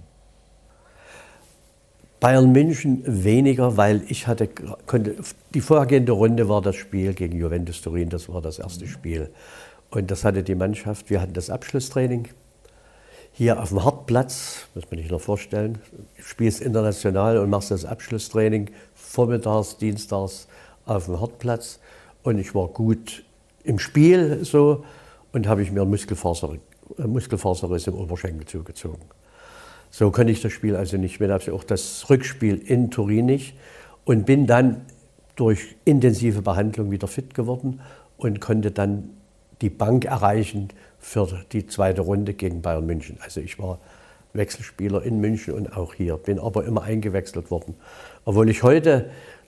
Bayern München weniger, weil ich hatte, konnte, die vorhergehende Runde war das Spiel gegen Juventus Turin, das war das erste Spiel. Und das hatte die Mannschaft, wir hatten das Abschlusstraining hier auf dem Hartplatz, muss man sich noch vorstellen. Du spielst international und machst das Abschlusstraining vormittags, dienstags auf dem Hartplatz. Und ich war gut im Spiel so und habe ich mir einen Muskelfaser, Muskelfaserriss im Oberschenkel zugezogen. So konnte ich das Spiel also nicht mehr, also auch das Rückspiel in Turin nicht und bin dann durch intensive Behandlung wieder fit geworden und konnte dann die Bank erreichen für die zweite Runde gegen Bayern München. Also ich war Wechselspieler in München und auch hier, bin aber immer eingewechselt worden. Obwohl ich heute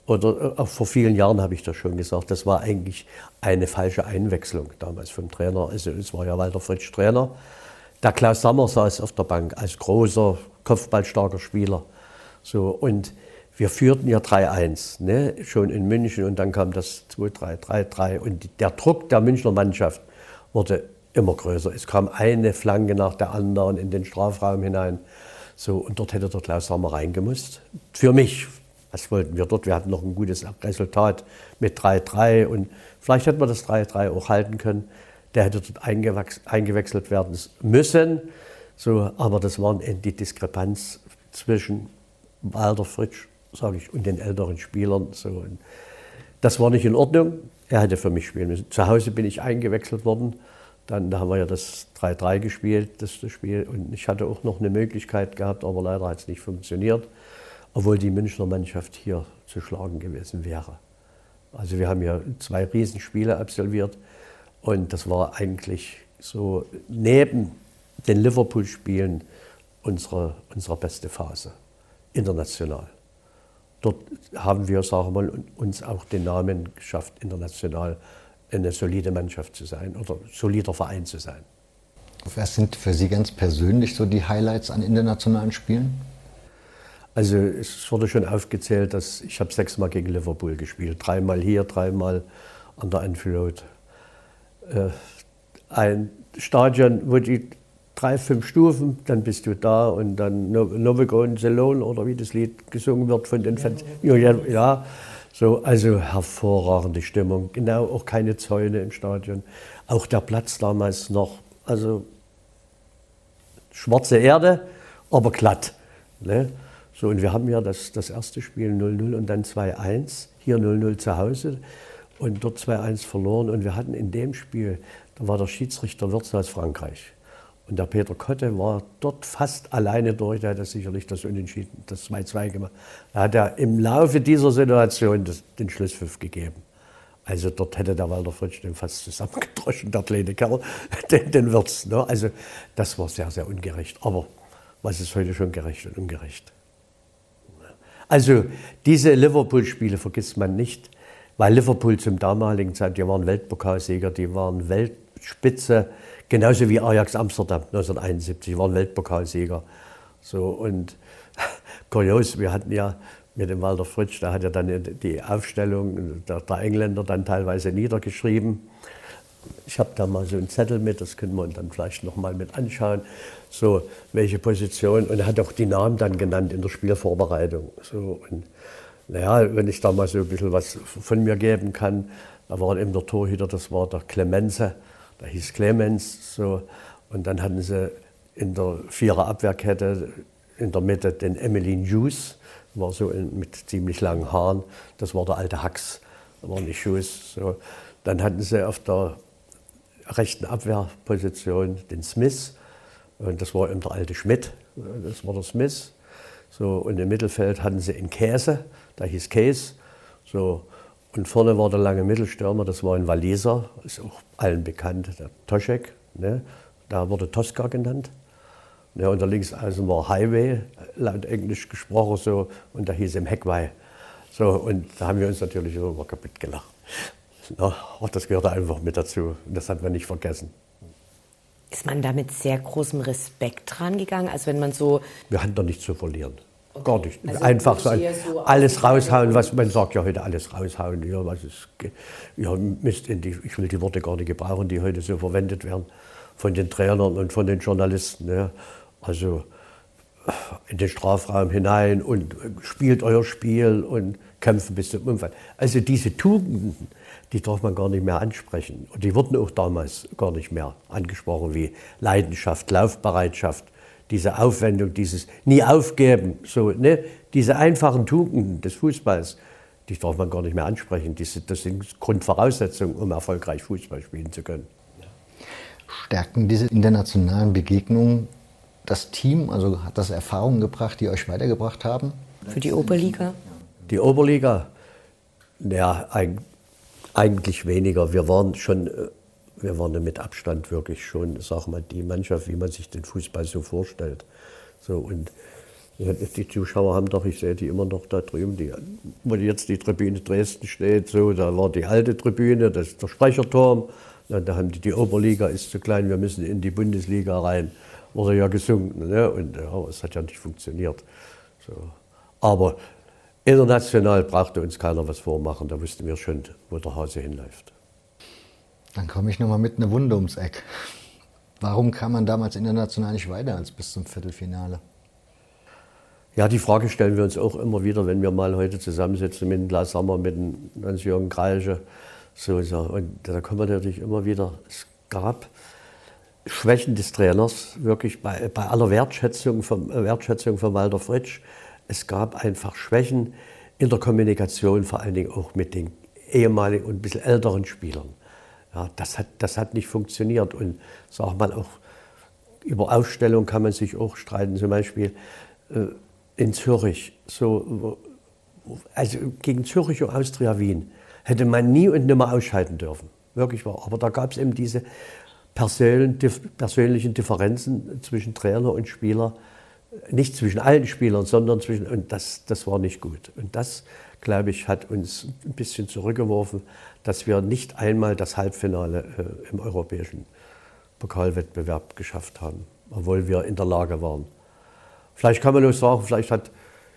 oder auch vor vielen Jahren habe ich das schon gesagt, das war eigentlich eine falsche Einwechslung damals vom Trainer. Also es war ja Walter Fritsch Trainer. Der Klaus Sammer saß auf der Bank als großer, kopfballstarker Spieler. So, und wir führten ja drei eins, ne, schon in München, und dann kam das zwei drei, drei drei, und der Druck der Münchner Mannschaft wurde immer größer. Es kam eine Flanke nach der anderen in den Strafraum hinein. So, und dort hätte der Klaus Sammer reingemusst. Für mich, was wollten wir dort? Wir hatten noch ein gutes Resultat mit drei drei, und vielleicht hätten wir das drei drei auch halten können. Der hätte dort eingewechselt werden müssen. So, aber das war die Diskrepanz zwischen Walter Fritsch, sage ich, und den älteren Spielern. So, und das war nicht in Ordnung. Er hätte für mich spielen müssen. Zu Hause bin ich eingewechselt worden. Dann da haben wir ja das drei drei gespielt, das, das Spiel. Und ich hatte auch noch eine Möglichkeit gehabt, aber leider hat es nicht funktioniert. Obwohl die Münchner Mannschaft hier zu schlagen gewesen wäre. Also wir haben ja zwei Riesenspiele absolviert. Und das war eigentlich so neben den Liverpool-Spielen unsere, unsere beste Phase, international. Dort haben wir, sagen wir mal, uns auch den Namen geschafft, international eine solide Mannschaft zu sein oder solider Verein zu sein. Was sind für Sie ganz persönlich so die Highlights an internationalen Spielen? Also es wurde schon aufgezählt, dass ich habe sechsmal gegen Liverpool gespielt. Dreimal hier, dreimal an der Anfield Road. Äh, ein Stadion, wo die drei, fünf Stufen, dann bist du da, und dann Never Going Alone, oder wie das Lied gesungen wird von den Fans. Ja, ja. So, also hervorragende Stimmung, genau, auch keine Zäune im Stadion. Auch der Platz damals noch, also schwarze Erde, aber glatt. Ne? So, und wir haben ja das, das erste Spiel null null und dann zwei eins, hier null null zu Hause und dort zwei eins verloren. Und wir hatten in dem Spiel, da war der Schiedsrichter Wirtz aus Frankreich. Und der Peter Kotte war dort fast alleine durch, der hat das sicherlich das Unentschieden, das zwei zwei gemacht. Da hat er im Laufe dieser Situation das, den Schlusspfiff gegeben. Also dort hätte der Walter Fritsch den fast zusammengedroschen, der kleine Kerl, den, den Wirtz. Ne? Also das war sehr, sehr ungerecht. Aber was ist heute schon gerecht und ungerecht? Also diese Liverpool-Spiele vergisst man nicht, weil Liverpool zum damaligen Zeit, die waren Weltpokalsieger, die waren Weltspitze, genauso wie Ajax Amsterdam neunzehnhunderteinundsiebzig, waren Weltpokalsieger. So, und kurios, wir hatten ja mit dem Walter Fritsch, der hat ja dann die Aufstellung der, der Engländer dann teilweise niedergeschrieben. Ich habe da mal so einen Zettel mit, das können wir uns dann vielleicht noch mal mit anschauen, so welche Position, und er hat auch die Namen dann genannt in der Spielvorbereitung. So, und naja, wenn ich da mal so ein bisschen was von mir geben kann, da war eben der Torhüter, das war der Clemenze, der hieß Clemens, so, und dann hatten sie in der Vierer-Abwehrkette in der Mitte den Emmeline Hughes, war so in, mit ziemlich langen Haaren, das war der alte Hax, das war nicht Hughes. So. Dann hatten sie auf der rechten Abwehrposition den Smith, und das war eben der alte Schmidt, das war der Smith. So, und im Mittelfeld hatten sie einen Käse, der hieß Case. So, und vorne war der lange Mittelstürmer, das war ein Waliser, ist auch allen bekannt, der Toschek, ne? Da wurde Tosca genannt. Ja, und der Linksaußen war Highway, laut Englisch gesprochen, so, und der hieß im Heckway. So, und da haben wir uns natürlich immer kaputt gelacht. Ja, das gehörte einfach mit dazu, und das hat man nicht vergessen. Ist man da mit sehr großem Respekt dran gegangen? Also wenn man so... Wir hatten da nichts zu verlieren. Okay. Gar nicht. Also einfach so, so alles raushauen, was man sagt ja heute, alles raushauen. Ja, was ist, ja, Mist, in die, ich will die Worte gar nicht gebrauchen, die heute so verwendet werden von den Trainern und von den Journalisten. Ja. Also in den Strafraum hinein und spielt euer Spiel und kämpfen bis zum Unfall. Also diese Tugenden, die darf man gar nicht mehr ansprechen. Und die wurden auch damals gar nicht mehr angesprochen, wie Leidenschaft, Laufbereitschaft, diese Aufwendung, dieses nie aufgeben, so, ne? Diese einfachen Tugenden des Fußballs, die darf man gar nicht mehr ansprechen. Diese, das sind Grundvoraussetzungen, um erfolgreich Fußball spielen zu können. Stärken diese internationalen Begegnungen das Team? Also hat das Erfahrungen gebracht, die euch weitergebracht haben? Für die Oberliga? Die Oberliga? Ja, eigentlich weniger. Wir waren schon, wir waren mit Abstand wirklich schon, sag mal, die Mannschaft, wie man sich den Fußball so vorstellt. So, und Ja, die Zuschauer haben doch, ich sehe die immer noch da drüben, die, wo jetzt die Tribüne Dresden steht, so, da war die alte Tribüne, das ist der Sprecherturm. Ja, da haben die, die Oberliga ist zu klein, wir müssen in die Bundesliga rein. Wurde ja gesungen, ne? Und ja, es hat ja nicht funktioniert. So. Aber international brauchte uns keiner was vormachen, da wussten wir schon, wo der Hase hinläuft. Dann komme ich nochmal mit einer Wunde ums Eck. Warum kam man damals international nicht weiter als bis zum Viertelfinale? Ja, die Frage stellen wir uns auch immer wieder, wenn wir mal heute zusammensitzen mit dem Klaus Sammer, mit dem Hans-Jürgen Kreische. So, so. Und da kommen wir natürlich immer wieder, es gab Schwächen des Trainers, wirklich bei, bei aller Wertschätzung von, Wertschätzung von Walter Fritsch. Es gab einfach Schwächen in der Kommunikation, vor allen Dingen auch mit den ehemaligen und ein bisschen älteren Spielern. Ja, das hat, das hat nicht funktioniert. Und sag mal auch, über Aufstellung kann man sich auch streiten. Zum Beispiel äh, in Zürich, so, also gegen Zürich und Austria Wien, hätte man nie und nimmer ausscheiden dürfen. Wirklich wahr. Aber da gab es eben diese persönlichen Differenzen zwischen Trainer und Spieler. Nicht zwischen allen Spielern, sondern zwischen, und das, das war nicht gut. Und das, glaube ich, hat uns ein bisschen zurückgeworfen, dass wir nicht einmal das Halbfinale äh, im europäischen Pokalwettbewerb geschafft haben, obwohl wir in der Lage waren. Vielleicht kann man nur sagen, vielleicht hat,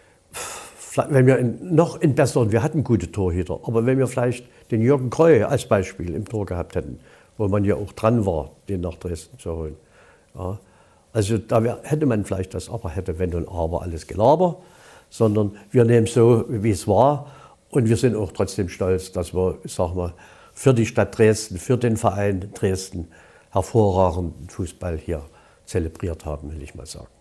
wenn wir in, noch in besseren, wir hatten gute Torhüter, aber wenn wir vielleicht den Jürgen Kreu als Beispiel im Tor gehabt hätten, wo man ja auch dran war, den nach Dresden zu holen. Ja, also da wär, hätte man vielleicht das Aber, hätte wenn und Aber alles Gelaber, sondern wir nehmen es so, wie es war und wir sind auch trotzdem stolz, dass wir, ich sag mal, für die Stadt Dresden, für den Verein Dresden hervorragenden Fußball hier zelebriert haben, will ich mal sagen.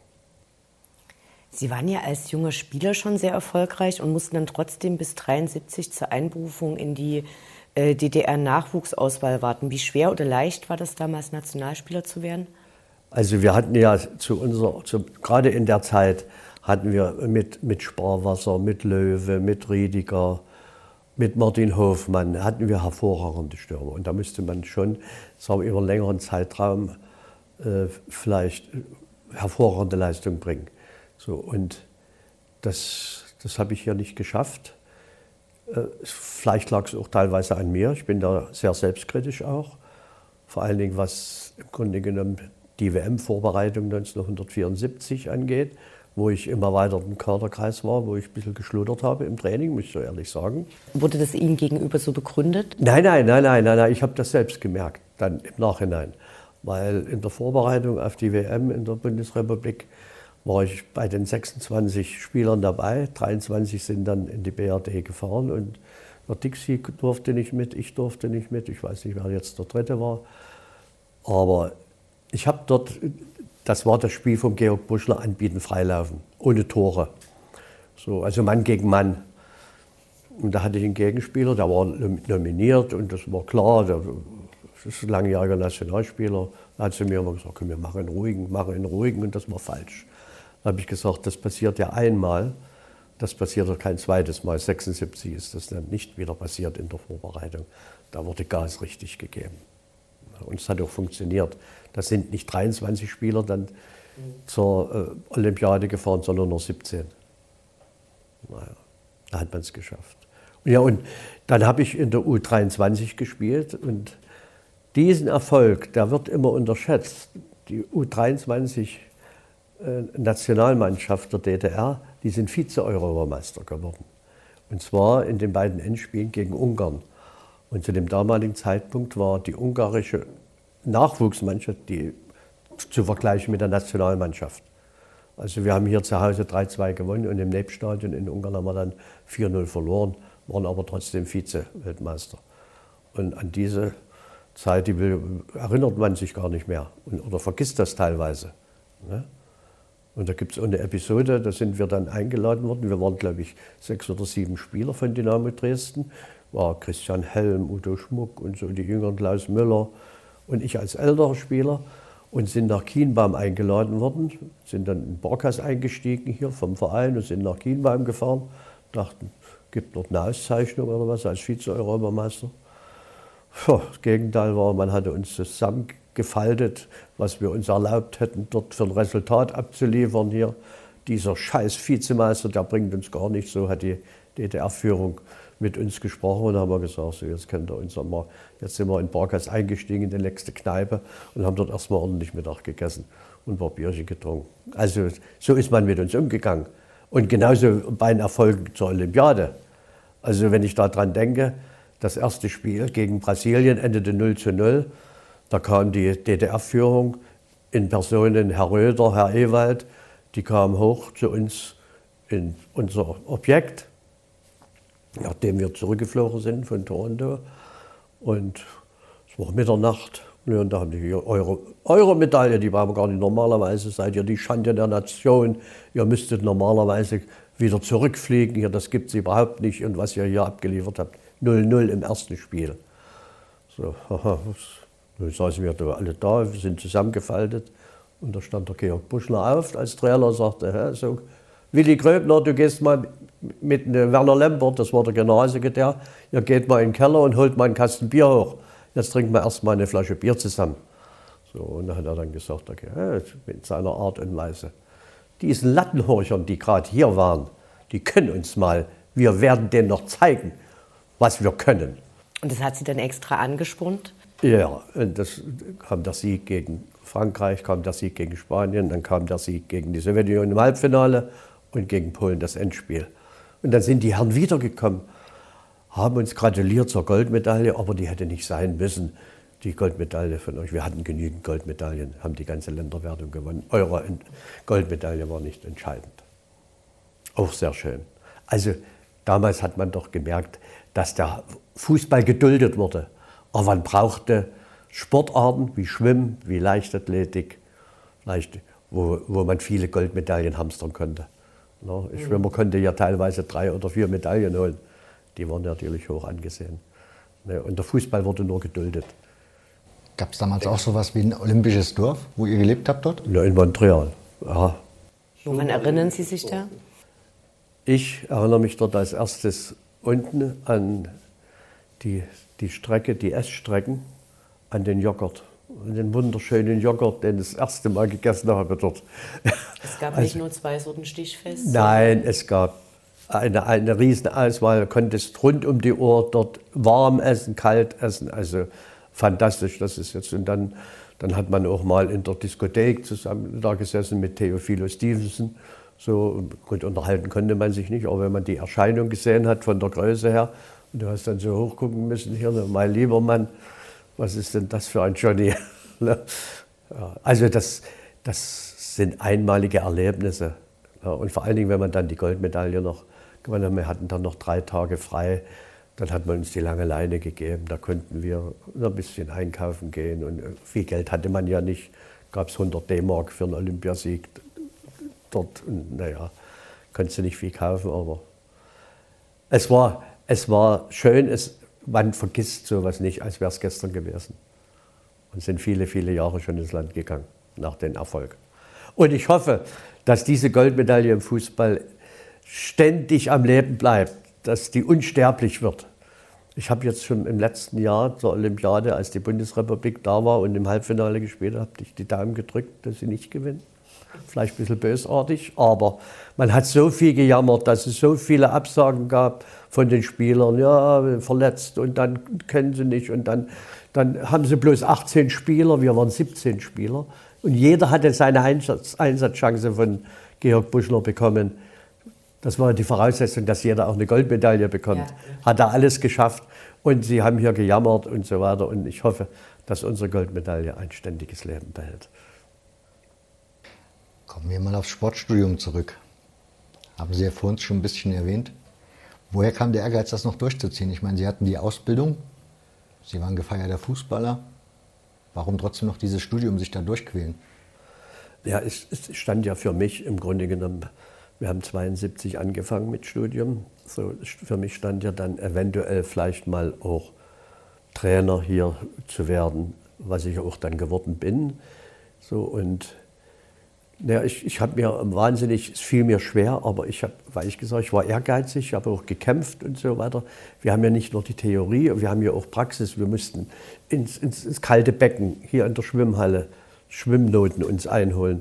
Sie waren ja als junger Spieler schon sehr erfolgreich und mussten dann trotzdem bis neunzehnhundertdreiundsiebzig zur Einberufung in die äh, D D R-Nachwuchsauswahl warten. Wie schwer oder leicht war das damals, Nationalspieler zu werden? Also wir hatten ja zu unserer, zu, gerade in der Zeit hatten wir mit, mit Sparwasser, mit Löwe, mit Riediger, mit Martin Hofmann, hatten wir hervorragende Stürmer. Und da musste man schon, sagen wir, über einen längeren Zeitraum äh, vielleicht hervorragende Leistung bringen. So, und das, das habe ich hier nicht geschafft. Äh, vielleicht lag es auch teilweise an mir. Ich bin da sehr selbstkritisch auch. Vor allen Dingen, was im Grunde genommen die W M-Vorbereitung neunzehnhundertvierundsiebzig angeht, wo ich im erweiterten Kaderkreis war, wo ich ein bisschen geschludert habe im Training, muss ich so ehrlich sagen. Wurde das Ihnen gegenüber so begründet? Nein, nein, nein, nein, nein, nein. Ich habe das selbst gemerkt, dann im Nachhinein. Weil in der Vorbereitung auf die W M in der Bundesrepublik war ich bei den sechsundzwanzig Spielern dabei. dreiundzwanzig sind dann in die B R D gefahren und der Dixie durfte nicht mit, ich durfte nicht mit. Ich weiß nicht, wer jetzt der Dritte war. Aber ich habe dort, das war das Spiel vom Georg Buschler, Anbieten, Freilaufen, ohne Tore. So, also Mann gegen Mann. Und da hatte ich einen Gegenspieler, der war nominiert und das war klar, der ist ein langjähriger Nationalspieler. Da hat sie mir immer gesagt, komm, wir machen einen ruhigen, machen einen ruhigen und das war falsch. Da habe ich gesagt, das passiert ja einmal, das passiert doch kein zweites Mal. sechsundsiebzig ist das dann nicht wieder passiert in der Vorbereitung. Da wurde Gas richtig gegeben. Und es hat auch funktioniert. Da sind nicht dreiundzwanzig Spieler dann mhm. zur äh, Olympiade gefahren, sondern nur siebzehn. Naja, da hat man es geschafft. Und ja, und dann habe ich in der U dreiundzwanzig gespielt und diesen Erfolg, der wird immer unterschätzt. Die U dreiundzwanzig äh, Nationalmannschaft der D D R, die sind Vize-Europameister geworden. Und zwar in den beiden Endspielen gegen Ungarn. Und zu dem damaligen Zeitpunkt war die ungarische Nachwuchsmannschaft die, zu vergleichen mit der Nationalmannschaft. Also wir haben hier zu Hause drei zwei gewonnen und im Nebstadion in Ungarn haben wir dann vier null verloren, waren aber trotzdem Vize-Weltmeister. Und an diese Zeit, die will, erinnert man sich gar nicht mehr und, oder vergisst das teilweise. Ne? Und da gibt es eine Episode, da sind wir dann eingeladen worden. Wir waren, glaube ich, sechs oder sieben Spieler von Dynamo Dresden. War Christian Helm, Udo Schmuck und so die Jüngeren, Klaus Müller und ich als älterer Spieler und sind nach Kienbaum eingeladen worden, sind dann in Barkas eingestiegen hier vom Verein und sind nach Kienbaum gefahren, dachten, gibt dort eine Auszeichnung oder was als Vize-Europameister. Das Gegenteil war, man hatte uns zusammengefaltet, was wir uns erlaubt hätten, dort für ein Resultat abzuliefern hier. dieser scheiß Vizemeister, der bringt uns gar nicht. So hat die D D R-Führung mit uns gesprochen und haben wir gesagt, so, jetzt könnt ihr uns mal, jetzt sind wir in Barkas eingestiegen in die nächste Kneipe und haben dort erstmal ordentlich Mittag gegessen und ein paar Bierchen getrunken. Also so ist man mit uns umgegangen. Und genauso bei den Erfolgen zur Olympiade. Also wenn ich daran denke, das erste Spiel gegen Brasilien endete null zu null. Da kam die D D R-Führung in Personen Herr Röder, Herr Ewald, die kamen hoch zu uns in unser Objekt, nachdem wir zurückgeflogen sind von Toronto. Und es war Mitternacht. Und da haben die eure, eure Medaille, die war gar nicht normalerweise, seid ihr die Schande der Nation. Ihr müsstet normalerweise wieder zurückfliegen. Hier, das gibt es überhaupt nicht. Und was ihr hier abgeliefert habt, null null im ersten Spiel. So, haha, dann saßen wir da alle da, wir sind zusammengefaltet. Und da stand der Georg Buschner auf als Trainer und sagte, hä, so, Willi Gröbner, du gehst mal mit Werner Lempert, das war der Generalsekretär, ihr geht mal in den Keller und holt mal einen Kasten Bier hoch. Jetzt trinken wir erst mal eine Flasche Bier zusammen. So, und dann hat er dann gesagt, okay, mit seiner Art und Weise. Diesen Lattenhorchern, die gerade hier waren, die können uns mal, wir werden denen noch zeigen, was wir können. Und das hat sie dann extra angespornt? Ja, und das kam der Sieg gegen Frankreich, kam der Sieg gegen Spanien, dann kam der Sieg gegen die Sowjetunion im Halbfinale und gegen Polen das Endspiel. Und dann sind die Herren wiedergekommen, haben uns gratuliert zur Goldmedaille, aber die hätte nicht sein müssen, die Goldmedaille von euch. Wir hatten genügend Goldmedaillen, haben die ganze Länderwertung gewonnen. Eure Goldmedaille war nicht entscheidend. Auch sehr schön. Also damals hat man doch gemerkt, dass der Fußball geduldet wurde. Aber man brauchte Sportarten wie Schwimmen, wie Leichtathletik, leicht, wo, wo man viele Goldmedaillen hamstern konnte. No, ein Schwimmer konnte ja teilweise drei oder vier Medaillen holen. Die waren natürlich hoch angesehen. Und der Fußball wurde nur geduldet. Gab es damals auch sowas wie ein olympisches Dorf, wo ihr gelebt habt dort? Ja, in Montreal. Ja. Woran erinnern Sie sich da? Ich erinnere mich dort als erstes unten an die, die Strecke, die Essstrecken, an den Joghurt. An den wunderschönen Joghurt, den ich das erste Mal gegessen habe dort. Es gab also nicht nur zwei Sorten Stichfest? Nein, es gab eine, eine riesen Auswahl. Du konntest rund um die Uhr dort warm essen, kalt essen. Also fantastisch, das ist jetzt. Und dann, dann hat man auch mal in der Diskothek zusammen da gesessen mit Theophilo Stevenson. So, gut, unterhalten konnte man sich nicht, aber wenn man die Erscheinung gesehen hat von der Größe her, und du hast dann so hochgucken müssen, hier, mein lieber Mann, was ist denn das für ein Johnny? Ja, also das, das sind einmalige Erlebnisse. Ja, und vor allen Dingen, wenn man dann die Goldmedaille noch gewonnen hat, wir hatten dann noch drei Tage frei, dann hat man uns die lange Leine gegeben, da konnten wir ein bisschen einkaufen gehen und viel Geld hatte man ja nicht, gab es hundert D-Mark für einen Olympiasieg dort und naja, konntest du nicht viel kaufen, aber es war, es war schön, es, man vergisst sowas nicht, als wäre es gestern gewesen. Und sind viele, viele Jahre schon ins Land gegangen nach den Erfolgen. Und ich hoffe, dass diese Goldmedaille im Fußball ständig am Leben bleibt, dass die unsterblich wird. Ich habe jetzt schon im letzten Jahr zur Olympiade, als die Bundesrepublik da war und im Halbfinale gespielt hat, habe ich die Daumen gedrückt, dass sie nicht gewinnen. Vielleicht ein bisschen bösartig, aber man hat so viel gejammert, dass es so viele Absagen gab von den Spielern. Ja, verletzt und dann können sie nicht und dann, dann haben sie bloß achtzehn Spieler, wir waren siebzehn Spieler. Und jeder hatte seine Einsatz, Einsatzchance von Georg Buschner bekommen. Das war die Voraussetzung, dass jeder auch eine Goldmedaille bekommt. Ja. Hat er alles geschafft und sie haben hier gejammert und so weiter. Und ich hoffe, dass unsere Goldmedaille ein ständiges Leben behält. Kommen wir mal aufs Sportstudium zurück. Haben Sie ja vor uns schon ein bisschen erwähnt. Woher kam der Ehrgeiz, das noch durchzuziehen? Ich meine, Sie hatten die Ausbildung, Sie waren gefeierter Fußballer. Warum trotzdem noch dieses Studium sich da durchquälen? Ja, es, es stand ja für mich im Grunde genommen, wir haben zweiundsiebzig angefangen mit Studium. So, für mich stand ja dann eventuell vielleicht mal auch Trainer hier zu werden, was ich auch dann geworden bin. So, und ja, ich, ich habe mir wahnsinnig, es fiel mir schwer, aber ich habe, weil ich gesagt, ich war ehrgeizig, ich habe auch gekämpft und so weiter. Wir haben ja nicht nur die Theorie, wir haben ja auch Praxis. Wir mussten ins, ins, ins kalte Becken hier in der Schwimmhalle Schwimmnoten uns einholen.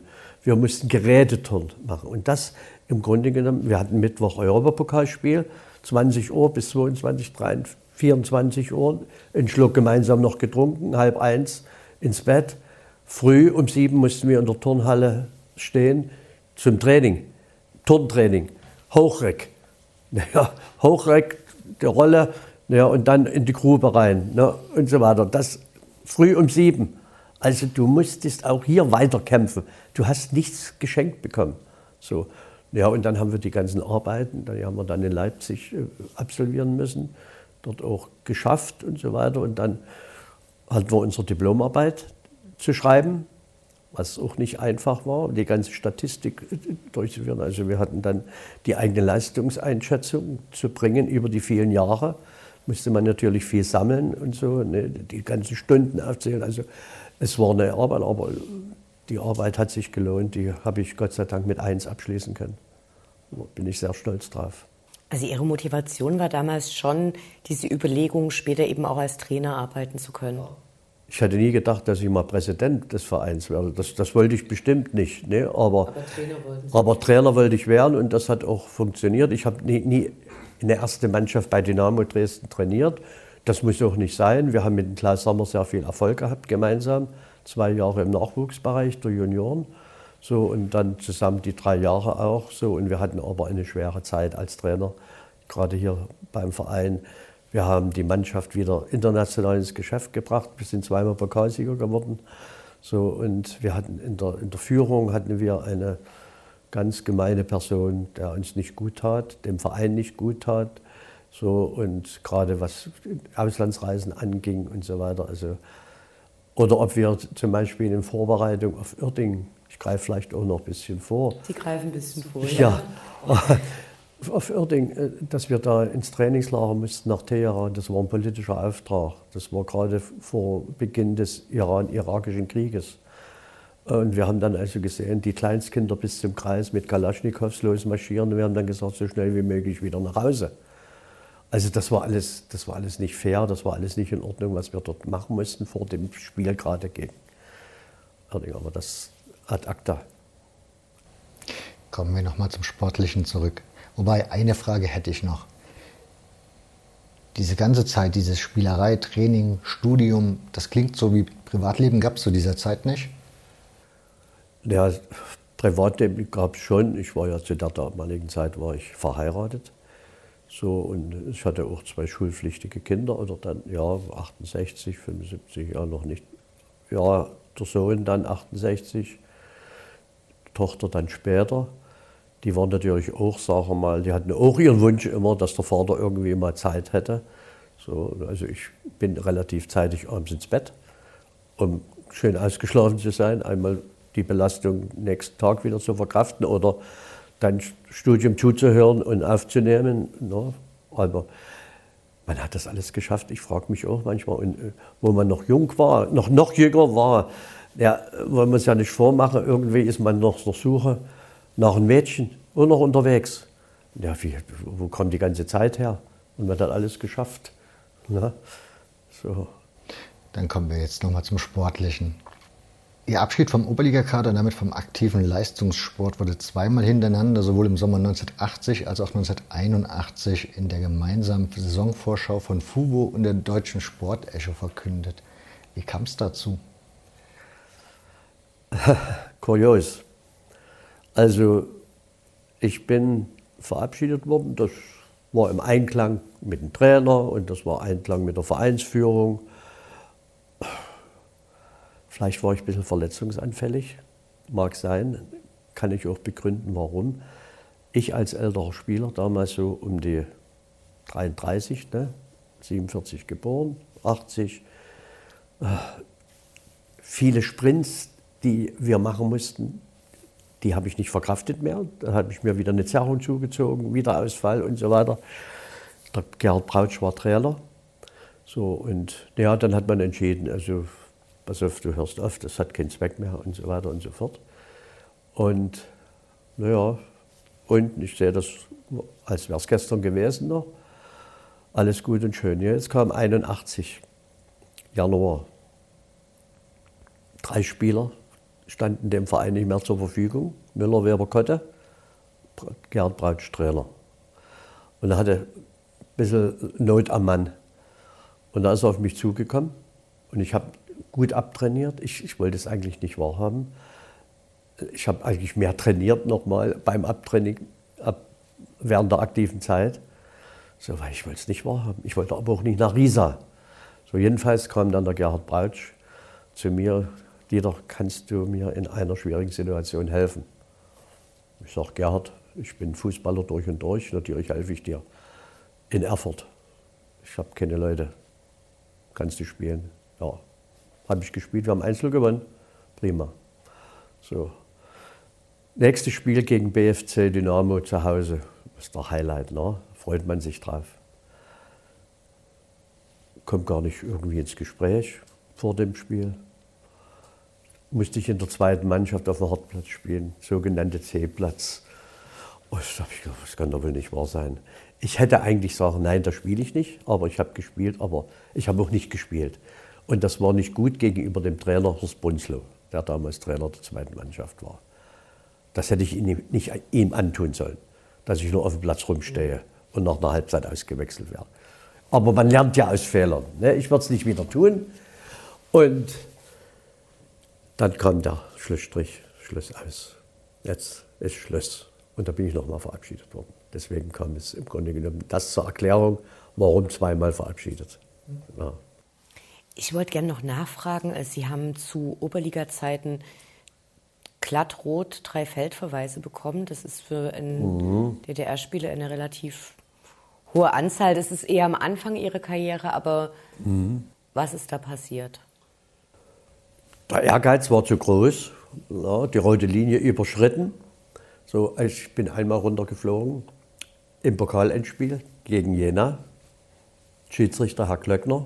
wir mussten Geräteturnen machen. Und das im Grunde genommen, wir hatten Mittwoch Europapokalspiel, zwanzig Uhr bis zweiundzwanzig, dreiundzwanzig, vierundzwanzig Uhr, einen Schluck gemeinsam noch getrunken, halb eins ins Bett. Früh um sieben mussten wir in der Turnhalle stehen zum Training, Turntraining, Hochreck. Naja, Hochreck, die Rolle, naja, und dann in die Grube rein, ne, und so weiter. Das früh um sieben. Also du musstest auch hier weiterkämpfen. Du hast nichts geschenkt bekommen. So. Ja, und dann haben wir die ganzen Arbeiten, die haben wir dann in Leipzig äh, absolvieren müssen, dort auch geschafft und so weiter. Und dann hatten wir unsere Diplomarbeit zu schreiben, was auch nicht einfach war, die ganze Statistik äh, durchzuführen. Also wir hatten dann die eigene Leistungseinschätzung zu bringen über die vielen Jahre. Musste man natürlich viel sammeln und so, ne, die ganzen Stunden aufzählen. Also es war eine Arbeit, aber die Arbeit hat sich gelohnt. Die habe ich Gott sei Dank mit eins abschließen können. Da bin ich sehr stolz drauf. Also Ihre Motivation war damals schon diese Überlegung, später eben auch als Trainer arbeiten zu können? Ich hätte nie gedacht, dass ich mal Präsident des Vereins werde. Das, das wollte ich bestimmt nicht. Ne? Aber, aber, Trainer wollten Sie aber Trainer wollte ich werden und das hat auch funktioniert. Ich habe nie, nie in der ersten Mannschaft bei Dynamo Dresden trainiert. Das muss auch nicht sein. Wir haben mit dem Klaus Sommer sehr viel Erfolg gehabt gemeinsam. Zwei Jahre im Nachwuchsbereich der Junioren. So, und dann zusammen die drei Jahre auch. So, und wir hatten aber eine schwere Zeit als Trainer, gerade hier beim Verein. Wir haben die Mannschaft wieder international ins Geschäft gebracht. Wir sind zweimal Pokalsieger geworden. So, und wir hatten in der, in der Führung hatten wir eine ganz gemeine Person, der uns nicht gut tat, dem Verein nicht gut tat. So, und gerade was Auslandsreisen anging und so weiter. Also, oder ob wir zum Beispiel in Vorbereitung auf Uerdingen, ich greife vielleicht auch noch ein bisschen vor. Sie greifen ein bisschen vor, ja. Ja, auf Uerdingen, dass wir da ins Trainingslager mussten nach Teheran, das war ein politischer Auftrag. Das war gerade vor Beginn des Iran-Irakischen Krieges. Und wir haben dann also gesehen, die Kleinstkinder bis zum Kreis mit Kalaschnikows losmarschieren. Wir haben dann gesagt, so schnell wie möglich wieder nach Hause. Also das war alles, das war alles nicht fair, das war alles nicht in Ordnung, was wir dort machen mussten vor dem Spiel gerade gegen Uerdingen. Aber das ad acta. Kommen wir nochmal zum Sportlichen zurück. Wobei, eine Frage hätte ich noch. Diese ganze Zeit, diese Spielerei, Training, Studium, das klingt so wie Privatleben, gab es zu dieser Zeit nicht? Ja, Privatleben gab es schon. Ich war ja zu der damaligen Zeit war ich verheiratet. So, und ich hatte auch zwei schulpflichtige Kinder, oder dann, ja, achtundsechzig, fünfundsiebzig, ja, noch nicht. Ja, der Sohn dann achtundsechzig, die Tochter dann später. Die waren natürlich auch, sagen wir mal, die hatten auch ihren Wunsch immer, dass der Vater irgendwie mal Zeit hätte. So, also ich bin relativ zeitig abends ins Bett, um schön ausgeschlafen zu sein, einmal die Belastung nächsten Tag wieder zu verkraften oder dann Studium zuzuhören und aufzunehmen. Ne? Aber man hat das alles geschafft. Ich frage mich auch manchmal, und, wo man noch jung war, noch, noch jünger war, ja, wollen wir es ja nicht vormachen, irgendwie ist man noch auf der Suche nach einem Mädchen und noch unterwegs. Ja, wie, wo kommt die ganze Zeit her? Und man hat alles geschafft. Ne? So. Dann kommen wir jetzt nochmal zum Sportlichen. Ihr Abschied vom Oberligakader und damit vom aktiven Leistungssport wurde zweimal hintereinander, sowohl im Sommer neunzehnhundertachtzig als auch neunzehnhunderteinundachtzig in der gemeinsamen Saisonvorschau von FUBO und der Deutschen Sportecho verkündet. Wie kam es dazu? Kurios. Also ich bin verabschiedet worden, das war im Einklang mit dem Trainer und das war Einklang mit der Vereinsführung. Vielleicht war ich ein bisschen verletzungsanfällig, mag sein, kann ich auch begründen, warum. Ich als älterer Spieler, damals so um die dreiunddreißig, ne, siebenundvierzig geboren, achtzig, äh, viele Sprints, die wir machen mussten, die habe ich nicht verkraftet mehr. Dann habe ich mir wieder eine Zerrung zugezogen, Wiederausfall und so weiter. Der Gerhard Brautsch war Trainer. So, und ja, dann hat man entschieden, also pass auf, du hörst auf, das hat keinen Zweck mehr und so weiter und so fort. Und naja, und ich sehe das, als wäre es gestern gewesen noch, alles gut und schön. Ja, jetzt kam einundachtzig, Januar. Drei Spieler standen dem Verein nicht mehr zur Verfügung. Müller, Weber, Kotte, Gerhard Brautsch Trainer. Und er hatte ein bisschen Not am Mann. Und da ist er auf mich zugekommen und ich habe gut abtrainiert. Ich, ich wollte es eigentlich nicht wahrhaben. Ich habe eigentlich mehr trainiert nochmal beim Abtraining ab, während der aktiven Zeit. So, weil ich wollte es nicht wahrhaben. Ich wollte aber auch nicht nach Riesa. So, jedenfalls kam dann der Gerhard Brautsch zu mir: Dieter, kannst du mir in einer schwierigen Situation helfen? Ich sage: Gerhard, ich bin Fußballer durch und durch, natürlich helfe ich dir. In Erfurt. Ich habe keine Leute. Kannst du spielen? Ja. Habe ich gespielt, wir haben Einzel gewonnen. Prima. So. Nächstes Spiel gegen B F C Dynamo zu Hause. Das ist der Highlight, ne? Freut man sich drauf. Kommt gar nicht irgendwie ins Gespräch vor dem Spiel. Musste ich in der zweiten Mannschaft auf dem Hartplatz spielen, sogenannte C-Platz. Oh, das habe ich gedacht, das kann doch wohl nicht wahr sein. Ich hätte eigentlich sagen, nein, da spiele ich nicht, aber ich habe gespielt, aber ich habe auch nicht gespielt. Und das war nicht gut gegenüber dem Trainer Horst Bunzlow, der damals Trainer der zweiten Mannschaft war. Das hätte ich ihm nicht ihm antun sollen, dass ich nur auf dem Platz rumstehe und nach einer Halbzeit ausgewechselt werde. Aber man lernt ja aus Fehlern. Ne? Ich würde es nicht wieder tun. Und dann kam der Schlussstrich, Schluss aus. Jetzt ist Schluss. Und da bin ich nochmal verabschiedet worden. Deswegen kam es im Grunde genommen das zur Erklärung, warum zweimal verabschiedet. Ja. Ich wollte gerne noch nachfragen, Sie haben zu Oberliga-Zeiten glattrot drei Feldverweise bekommen. Das ist für einen mhm. D D R-Spieler eine relativ hohe Anzahl. Das ist eher am Anfang Ihrer Karriere, aber mhm. was ist da passiert? Der Ehrgeiz war zu groß, ja, die rote Linie überschritten. So, ich bin einmal runtergeflogen im Pokalendspiel gegen Jena. Schiedsrichter Herr Klöckner.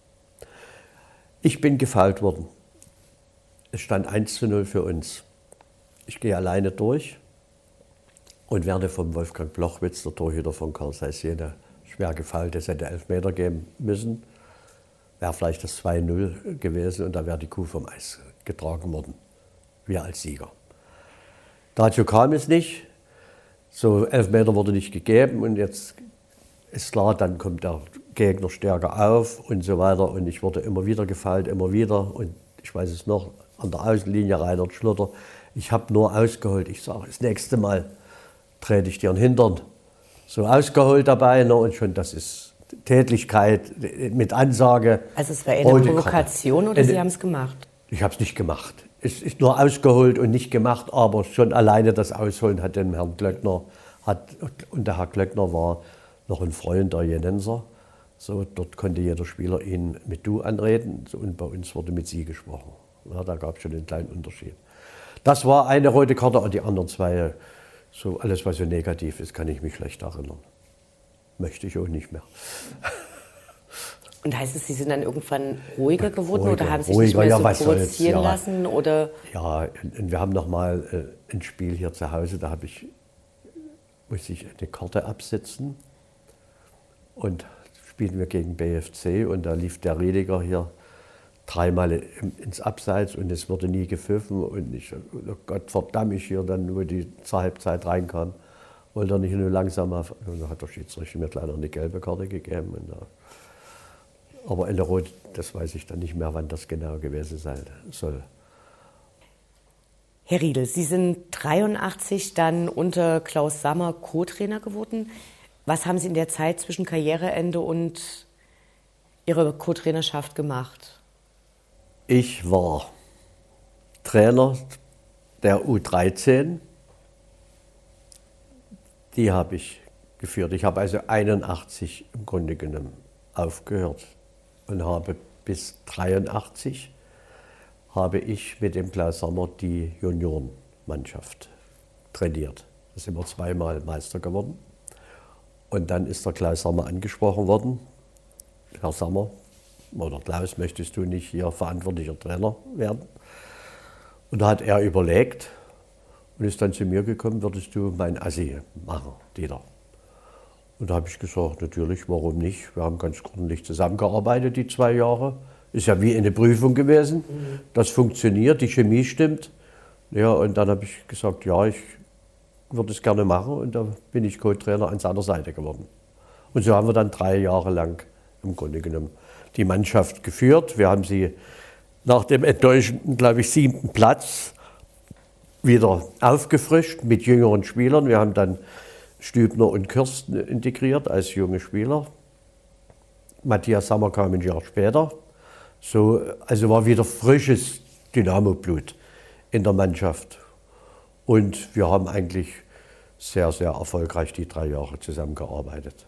Ich bin gefoult worden. Es stand eins zu null für uns. Ich gehe alleine durch und werde vom Wolfgang Blochwitz, der Torhüter von Carl Zeiss Jena, schwer gefoult. Es hätte Elfmeter geben müssen. Wäre vielleicht das zwei null gewesen und da wäre die Kuh vom Eis getragen worden. Wir als Sieger. Dazu kam es nicht. So Elfmeter wurde nicht gegeben und jetzt ist klar, dann kommt der Gegner stärker auf und so weiter. Und ich wurde immer wieder gefallen, immer wieder. Und ich weiß es noch, an der Außenlinie Reinhard Schlutter. Ich habe nur ausgeholt. Ich sage, das nächste Mal trete ich dir in den Hintern. So ausgeholt dabei, ne? Und schon das ist Tätlichkeit mit Ansage. Also es war eher eine Provokation oder Sie haben es gemacht? Ich habe es nicht gemacht. Es ist nur ausgeholt und nicht gemacht, aber schon alleine das Ausholen hat den Herrn Klöckner, hat, und der Herr Klöckner war noch ein Freund der Jenenser. So, dort konnte jeder Spieler ihn mit Du anreden und bei uns wurde mit Sie gesprochen. Ja, da gab es schon einen kleinen Unterschied. Das war eine rote Karte und die anderen zwei, so alles was so negativ ist, kann ich mich schlecht erinnern. Möchte ich auch nicht mehr. Und heißt es, Sie sind dann irgendwann ruhiger geworden ruhiger, oder haben sich ruhiger, nicht mehr ja, so provozieren ja. lassen? Oder? Ja, und wir haben noch mal äh, ein Spiel hier zu Hause, da habe ich, muss ich eine Karte absetzen und spielen wir gegen B F C und da lief der Rediger hier dreimal ins Abseits und es wurde nie gepfiffen und ich, oh Gott verdammt ich hier dann, wo die zur Halbzeit reinkam, wollte er nicht nur langsamer, und dann hat der Schiedsrichter mir leider eine gelbe Karte gegeben. Und da, aber eine rote, das weiß ich dann nicht mehr, wann das genau gewesen sein soll. Herr Riedl, Sie sind dreiundachtzig dann unter Klaus Sammer Co-Trainer geworden. Was haben Sie in der Zeit zwischen Karriereende und Ihrer Co-Trainerschaft gemacht? Ich war Trainer der U dreizehn. Die habe ich geführt. Ich habe also einundachtzig im Grunde genommen aufgehört und habe bis dreiundachtzig habe ich mit dem Klaus Sammer die Juniorenmannschaft trainiert. Da sind wir zweimal Meister geworden. Und dann ist der Klaus Sammer angesprochen worden. Herr Sammer, oder Klaus, möchtest du nicht hier verantwortlicher Trainer werden? Und da hat er überlegt und ist dann zu mir gekommen, würdest du mein Assi machen, Dieter? Und da habe ich gesagt, natürlich, warum nicht? Wir haben ganz ordentlich zusammengearbeitet, die zwei Jahre. Ist ja wie eine Prüfung gewesen. Mhm. Das funktioniert, die Chemie stimmt. Ja, und dann habe ich gesagt, ja, ich würde es gerne machen und da bin ich Co-Trainer an seiner Seite geworden. Und so haben wir dann drei Jahre lang im Grunde genommen die Mannschaft geführt. Wir haben sie nach dem enttäuschenden, glaube ich, siebten Platz wieder aufgefrischt mit jüngeren Spielern. Wir haben dann Stübner und Kürsten integriert als junge Spieler. Matthias Sammer kam ein Jahr später. So, also war wieder frisches Dynamo-Blut in der Mannschaft. Und wir haben eigentlich sehr, sehr erfolgreich die drei Jahre zusammengearbeitet.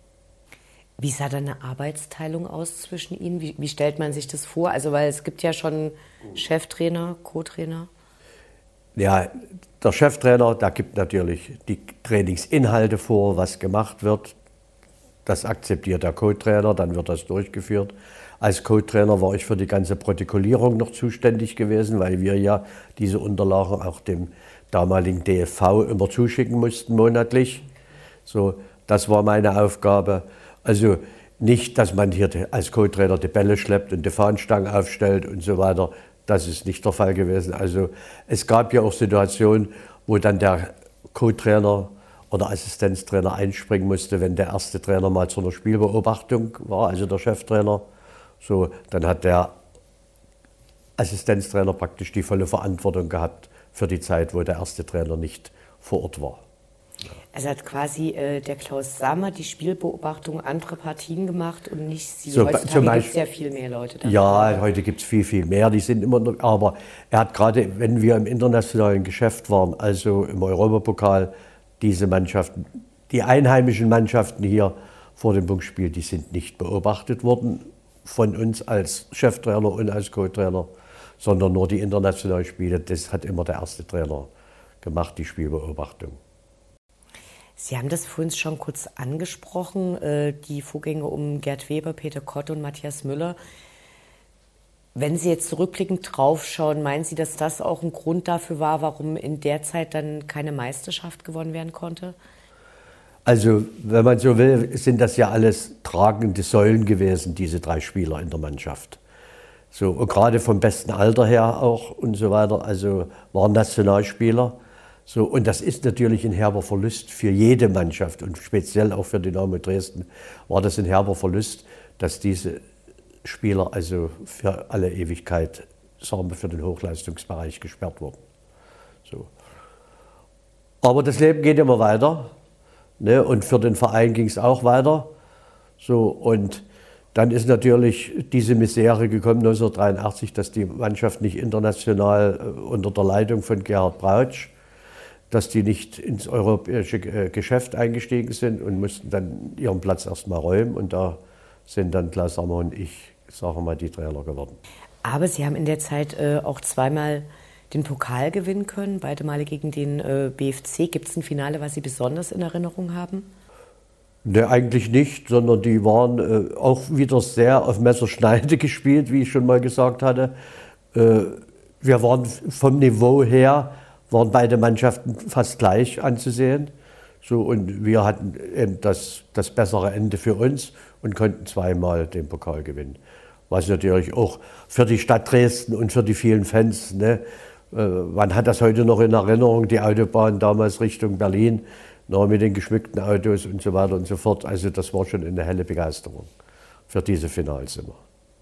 Wie sah da eine Arbeitsteilung aus zwischen Ihnen? Wie, wie stellt man sich das vor? Also, weil es gibt ja schon Cheftrainer, Co-Trainer. Ja, der Cheftrainer, der gibt natürlich die Trainingsinhalte vor, was gemacht wird. Das akzeptiert der Co-Trainer, dann wird das durchgeführt. Als Co-Trainer war ich für die ganze Protokollierung noch zuständig gewesen, weil wir ja diese Unterlagen auch dem damaligen D F V immer zuschicken mussten, monatlich. So, das war meine Aufgabe. Also nicht, dass man hier als Co-Trainer die Bälle schleppt und die Fahnenstangen aufstellt und so weiter. Das ist nicht der Fall gewesen. Also es gab ja auch Situationen, wo dann der Co-Trainer oder Assistenztrainer einspringen musste, wenn der erste Trainer mal zu einer Spielbeobachtung war, also der Cheftrainer. So, dann hat der Assistenztrainer praktisch die volle Verantwortung gehabt für die Zeit, wo der erste Trainer nicht vor Ort war. Also hat quasi äh, der Klaus Sammer die Spielbeobachtung anderer Partien gemacht und nicht Sie. So, Heutzutage gibt es ja viel mehr Leute. Dafür. Ja, heute gibt es viel, viel mehr. Die sind immer noch, aber er hat gerade, wenn wir im internationalen Geschäft waren, also im Europapokal, diese Mannschaften, die einheimischen Mannschaften hier vor dem Punktspiel, die sind nicht beobachtet worden von uns als Cheftrainer und als Co-Trainer, sondern nur die internationalen Spiele. Das hat immer der erste Trainer gemacht, die Spielbeobachtung. Sie haben das vorhin schon kurz angesprochen, äh, die Vorgänge um Gerd Weber, Peter Kott und Matthias Müller. Wenn Sie jetzt zurückblickend draufschauen, meinen Sie, dass das auch ein Grund dafür war, warum in der Zeit dann keine Meisterschaft gewonnen werden konnte? Also, wenn man so will, sind das ja alles tragende Säulen gewesen, diese drei Spieler in der Mannschaft. So, und gerade vom besten Alter her auch und so weiter, also waren Nationalspieler. So, und das ist natürlich ein herber Verlust für jede Mannschaft und speziell auch für Dynamo Dresden war das ein herber Verlust, dass diese Spieler also für alle Ewigkeit, sagen wir, für den Hochleistungsbereich gesperrt wurden. So. Aber das Leben geht immer weiter, ne? Und für den Verein ging es auch weiter. So, und dann ist natürlich diese Misere gekommen neunzehnhundertdreiundachtzig, dass die Mannschaft nicht international äh, unter der Leitung von Gerhard Brautsch, dass die nicht ins europäische Geschäft eingestiegen sind und mussten dann ihren Platz erstmal räumen. Und da sind dann Klaus Sammer und ich, sagen wir mal, die Trainer geworden. Aber Sie haben in der Zeit äh, auch zweimal den Pokal gewinnen können, beide Male gegen den äh, B F C. Gibt es ein Finale, was Sie besonders in Erinnerung haben? Ne, eigentlich nicht, sondern die waren äh, auch wieder sehr auf Messerschneide gespielt, wie ich schon mal gesagt hatte. Äh, wir waren vom Niveau her, waren beide Mannschaften fast gleich anzusehen. So, und wir hatten eben das, das bessere Ende für uns und konnten zweimal den Pokal gewinnen. Was natürlich auch für die Stadt Dresden und für die vielen Fans, ne, äh, man hat das heute noch in Erinnerung, die Autobahn damals Richtung Berlin, noch mit den geschmückten Autos und so weiter und so fort. Also das war schon eine helle Begeisterung für diese Finals immer.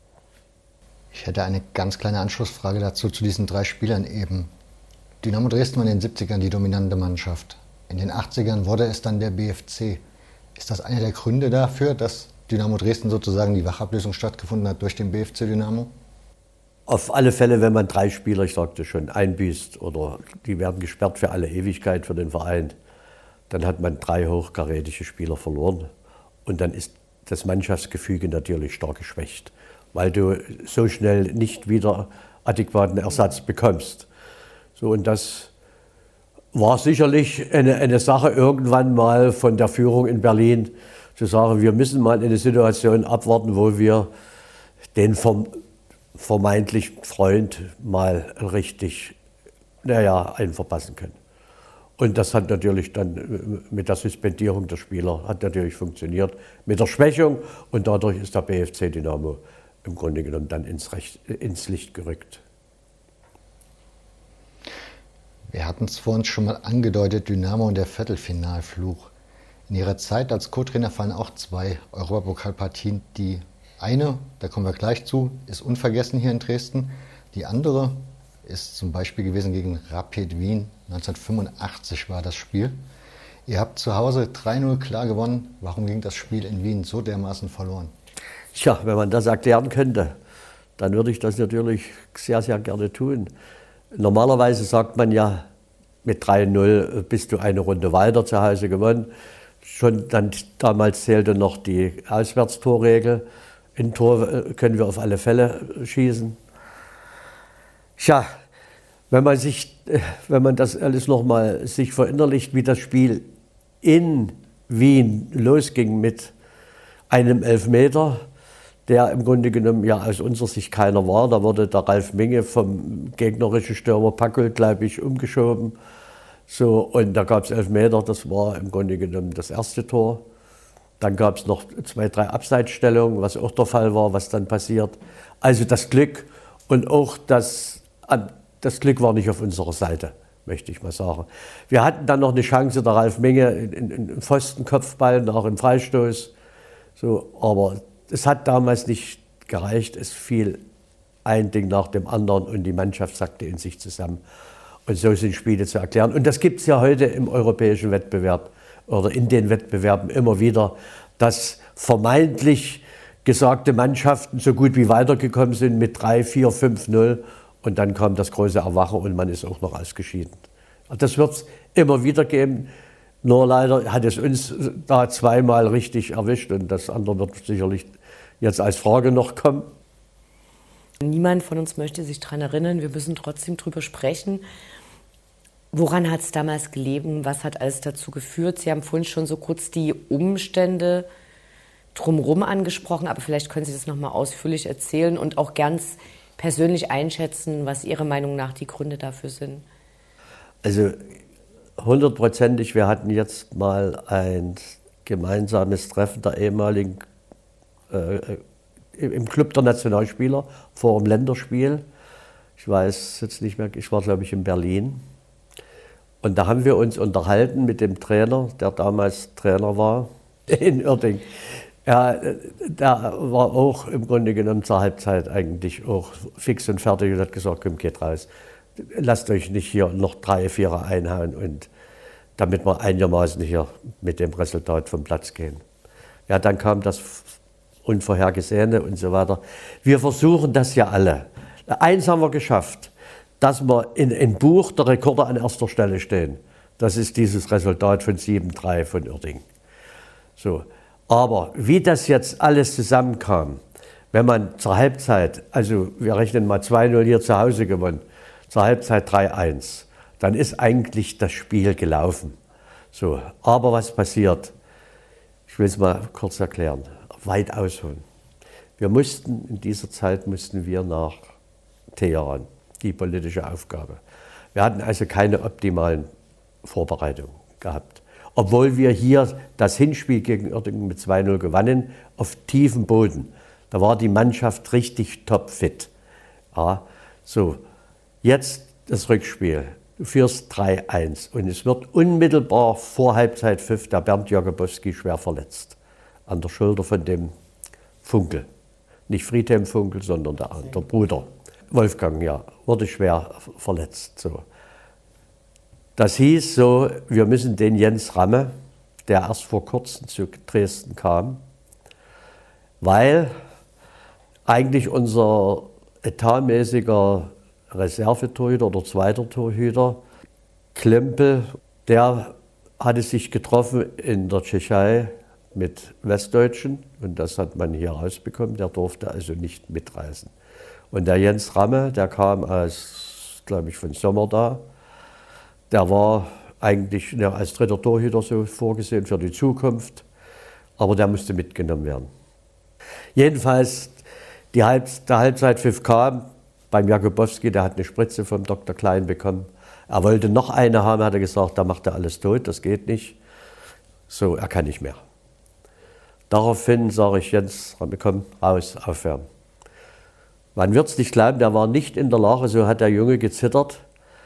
Ich hätte eine ganz kleine Anschlussfrage dazu, zu diesen drei Spielern eben. Dynamo Dresden war in den siebzigern die dominante Mannschaft. In den achtzigern wurde es dann der B F C. Ist das einer der Gründe dafür, dass Dynamo Dresden sozusagen die Wachablösung stattgefunden hat durch den B F C Dynamo? Auf alle Fälle, wenn man drei Spieler, ich sagte schon, einbüßt oder die werden gesperrt für alle Ewigkeit für den Verein, dann hat man drei hochkarätige Spieler verloren. Und dann ist das Mannschaftsgefüge natürlich stark geschwächt, weil du so schnell nicht wieder adäquaten Ersatz bekommst. So, und das war sicherlich eine, eine Sache irgendwann mal von der Führung in Berlin, zu sagen, wir müssen mal eine Situation abwarten, wo wir den vom, vermeintlichen Freund mal richtig, naja, einen verpassen können. Und das hat natürlich dann mit der Suspendierung der Spieler hat natürlich funktioniert, mit der Schwächung, und dadurch ist der B F C Dynamo im Grunde genommen dann ins, Recht, ins Licht gerückt. Wir hatten es vorhin schon mal angedeutet, Dynamo und der Viertelfinalfluch. In ihrer Zeit als Co-Trainer fallen auch zwei Europapokalpartien. Die eine, da kommen wir gleich zu, ist unvergessen hier in Dresden. Die andere ist zum Beispiel gewesen gegen Rapid Wien. neunzehnhundertfünfundachtzig war das Spiel. Ihr habt zu Hause drei null klar gewonnen. Warum ging das Spiel in Wien so dermaßen verloren? Tja, wenn man das erklären könnte, dann würde ich das natürlich sehr, sehr gerne tun. Normalerweise sagt man ja, mit drei null bist du eine Runde weiter, zu Hause gewonnen. Schon dann, damals zählte noch die Auswärtstorregel. Ein Tor können wir auf alle Fälle schießen. Tja, wenn man, sich, wenn man das alles nochmal sich verinnerlicht, wie das Spiel in Wien losging mit einem Elfmeter, der im Grunde genommen ja aus unserer Sicht keiner war. Da wurde der Ralf Minge vom gegnerischen Stürmer Packel, glaube ich, umgeschoben. So, und da gab es Elfmeter, das war im Grunde genommen das erste Tor. Dann gab es noch zwei, drei Abseitsstellungen, was auch der Fall war, was dann passiert. Also das Glück und auch das, das Glück war nicht auf unserer Seite, möchte ich mal sagen. Wir hatten dann noch eine Chance, der Ralf Minge, einen Pfostenkopfball nach einem Freistoß. So, aber es hat damals nicht gereicht. Es fiel ein Ding nach dem anderen und die Mannschaft sackte in sich zusammen. Und so sind Spiele zu erklären. Und das gibt es ja heute im europäischen Wettbewerb oder in den Wettbewerben immer wieder, dass vermeintlich gesagte Mannschaften so gut wie weitergekommen sind mit drei, vier, fünf null. Und dann kam das große Erwachen und man ist auch noch ausgeschieden. Das wird es immer wieder geben. Nur leider hat es uns da zweimal richtig erwischt und das andere wird sicherlich jetzt als Frage noch kommen. Niemand von uns möchte sich daran erinnern, wir müssen trotzdem drüber sprechen. Woran hat es damals gelegen? Was hat alles dazu geführt? Sie haben vorhin schon so kurz die Umstände drumherum angesprochen, aber vielleicht können Sie das nochmal ausführlich erzählen und auch ganz persönlich einschätzen, was Ihrer Meinung nach die Gründe dafür sind. Also hundertprozentig, wir hatten jetzt mal ein gemeinsames Treffen der ehemaligen äh, im Club der Nationalspieler vor dem Länderspiel. Ich weiß jetzt nicht mehr, ich war glaube ich in Berlin. Und da haben wir uns unterhalten mit dem Trainer, der damals Trainer war in Uerdingen. Ja, der war auch im Grunde genommen zur Halbzeit eigentlich auch fix und fertig und hat gesagt, komm, geht raus. Lasst euch nicht hier noch drei, Vierer einhauen, und damit wir einigermaßen hier mit dem Resultat vom Platz gehen. Ja, dann kam das Unvorhergesehene und so weiter. Wir versuchen das ja alle. Eins haben wir geschafft, dass wir in ein Buch der Rekorde an erster Stelle stehen. Das ist dieses Resultat von sieben drei von Uerdingen. So. Aber wie das jetzt alles zusammenkam, wenn man zur Halbzeit, also wir rechnen mal zwei null hier zu Hause gewonnen, zur Halbzeit drei eins, dann ist eigentlich das Spiel gelaufen. So, aber was passiert? Ich will es mal kurz erklären, weit ausholen. Wir mussten, in dieser Zeit mussten wir nach Teheran, die politische Aufgabe. Wir hatten also keine optimalen Vorbereitungen gehabt. Obwohl wir hier das Hinspiel gegen Uerdingen mit zwei null gewannen, auf tiefem Boden. Da war die Mannschaft richtig topfit. Ja, so, jetzt das Rückspiel. Du führst drei eins und es wird unmittelbar vor Halbzeitpfiff der Bernd Jakubowski schwer verletzt. An der Schulter von dem Funkel. Nicht Friedhelm Funkel, sondern der, der Bruder. Wolfgang, ja, wurde schwer verletzt. So. Das hieß so, wir müssen den Jens Ramme, der erst vor kurzem zu Dresden kam, weil eigentlich unser etatmäßiger Reservetorhüter oder zweiter Torhüter, Klempel, der hatte sich getroffen in der Tschechei mit Westdeutschen und das hat man hier rausbekommen, der durfte also nicht mitreisen. Und der Jens Ramme, der kam aus, glaube ich, von Sommer da, der war eigentlich ja, als dritter Torhüter so vorgesehen für die Zukunft, aber der musste mitgenommen werden. Jedenfalls, die Halb der Halbzeitpfiff kam, beim Jakubowski, der hat eine Spritze vom Doktor Klein bekommen. Er wollte noch eine haben, hat er gesagt, da macht er alles tot, das geht nicht. So, er kann nicht mehr. Daraufhin sage ich, Jens, komm, raus, aufwärmen. Man wird es nicht glauben, der war nicht in der Lage, so hat der Junge gezittert,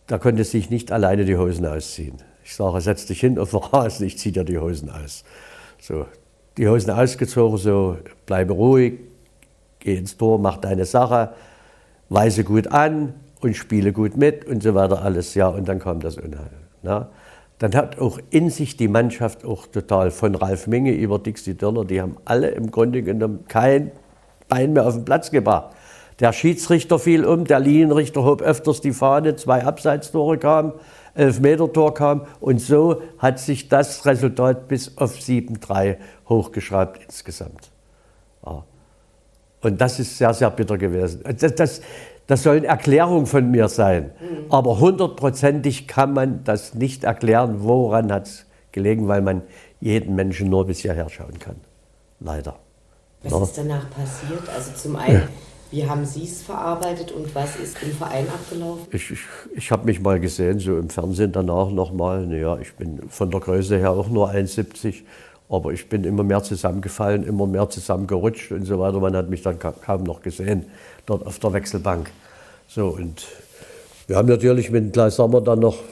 der konnte sich nicht alleine die Hosen ausziehen. Ich sage, setz dich hin auf den Rasen, ich ziehe dir die Hosen aus. So, die Hosen ausgezogen, so, bleibe ruhig, geh ins Tor, mach deine Sache, weise gut an und spiele gut mit und so weiter alles. Ja, und dann kam das Unheil. Na? Dann hat auch in sich die Mannschaft auch total, von Ralf Minge über Dixie Dörner, die haben alle im Grunde genommen kein Bein mehr auf den Platz gebracht. Der Schiedsrichter fiel um, der Linienrichter hob öfters die Fahne, zwei Abseitstore kamen, Elfmeter-Tor kam und so hat sich das Resultat bis auf sieben drei hochgeschraubt insgesamt. Ja. Und das ist sehr, sehr bitter gewesen. Das, das, das soll eine Erklärung von mir sein, mhm. aber hundertprozentig kann man das nicht erklären, woran hat es gelegen, weil man jeden Menschen nur bis hierher schauen kann. Leider. Was ja. ist danach passiert? Also zum einen, ja. Wie haben Sie es verarbeitet und was ist im Verein abgelaufen? Ich, ich, ich habe mich mal gesehen, so im Fernsehen danach nochmal. Naja, ich bin von der Größe her auch nur eins Komma siebzig, aber ich bin immer mehr zusammengefallen, immer mehr zusammengerutscht und so weiter. Man hat mich dann kaum noch gesehen, dort auf der Wechselbank. So, und wir haben natürlich mit Klaus Sammer dann noch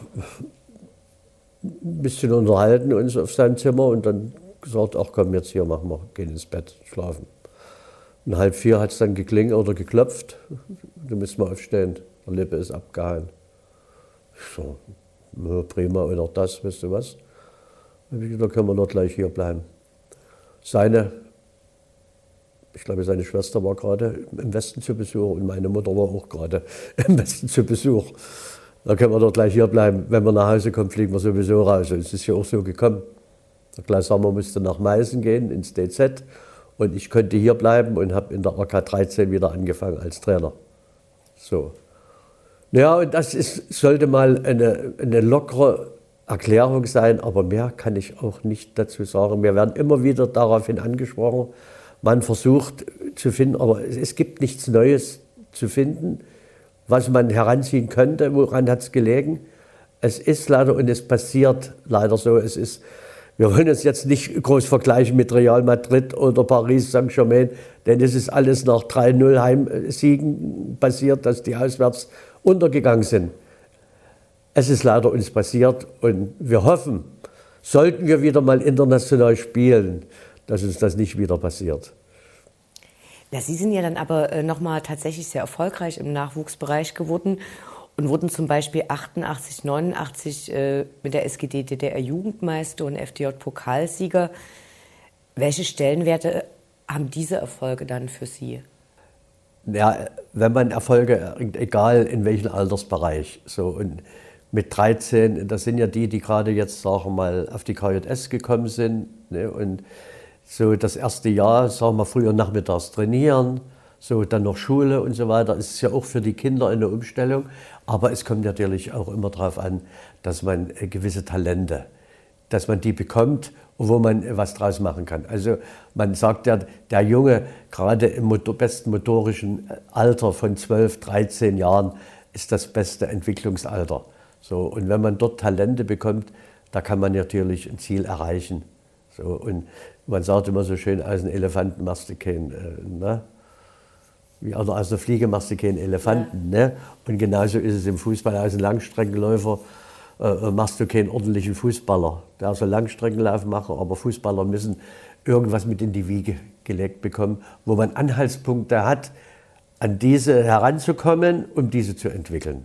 ein bisschen unterhalten, uns auf seinem Zimmer und dann gesagt, ach komm, jetzt hier machen wir, gehen ins Bett, schlafen. Um halb vier hat es dann geklingelt oder geklopft. Du musst mal aufstehen, der Lippe ist abgehauen. Ich so, ja, prima, oder das, weißt du was? Da können wir doch gleich hier bleiben. Seine, ich glaube, seine Schwester war gerade im Westen zu Besuch und meine Mutter war auch gerade im Westen zu Besuch. Da können wir doch gleich hier bleiben. Wenn wir nach Hause kommen, fliegen wir sowieso raus. Und es ist ja auch so gekommen. Der Klaus Sammer musste nach Meißen gehen, ins D Z. Und ich konnte hier bleiben und habe in der A K dreizehn wieder angefangen als Trainer. So. Ja, und das ist, sollte mal eine, eine lockere Erklärung sein, aber mehr kann ich auch nicht dazu sagen. Wir werden immer wieder daraufhin angesprochen. Man versucht zu finden, aber es gibt nichts Neues zu finden, was man heranziehen könnte. Woran hat es gelegen? Es ist leider und es passiert leider so. Es ist, wir wollen uns jetzt nicht groß vergleichen mit Real Madrid oder Paris Saint-Germain, denn es ist alles nach drei null Heimsiegen passiert, dass die auswärts untergegangen sind. Es ist leider uns passiert und wir hoffen, sollten wir wieder mal international spielen, dass uns das nicht wieder passiert. Ja, Sie sind ja dann aber äh, nochmal tatsächlich sehr erfolgreich im Nachwuchsbereich geworden und wurden zum Beispiel achtundachtzig, neunundachtzig äh, mit der S G D D D R Jugendmeister und F D J-Pokalsieger. Welche Stellenwerte haben diese Erfolge dann für Sie? Ja, wenn man Erfolge, egal in welchem Altersbereich, so und mit dreizehn, das sind ja die, die gerade jetzt, sagen wir mal, auf die K J S gekommen sind, ne, und so das erste Jahr, sagen wir früher nachmittags trainieren, so dann noch Schule und so weiter. Es ist ja auch für die Kinder eine Umstellung, aber es kommt natürlich auch immer darauf an, dass man gewisse Talente, dass man die bekommt und wo man was draus machen kann. Also man sagt ja, der Junge, gerade im motor, besten motorischen Alter von zwölf, dreizehn Jahren, ist das beste Entwicklungsalter. So, und wenn man dort Talente bekommt, da kann man natürlich ein Ziel erreichen. So, und man sagt immer so schön, aus einem Elefanten machst du keinen, äh, ne? Wie, oder aus einer Fliege machst du keinen Elefanten. Ja. Ne? Und genauso ist es im Fußball, aus einem Langstreckenläufer äh, machst du keinen ordentlichen Fußballer. Der soll Langstreckenlauf machen, aber Fußballer müssen irgendwas mit in die Wiege gelegt bekommen, wo man Anhaltspunkte hat, an diese heranzukommen, um diese zu entwickeln.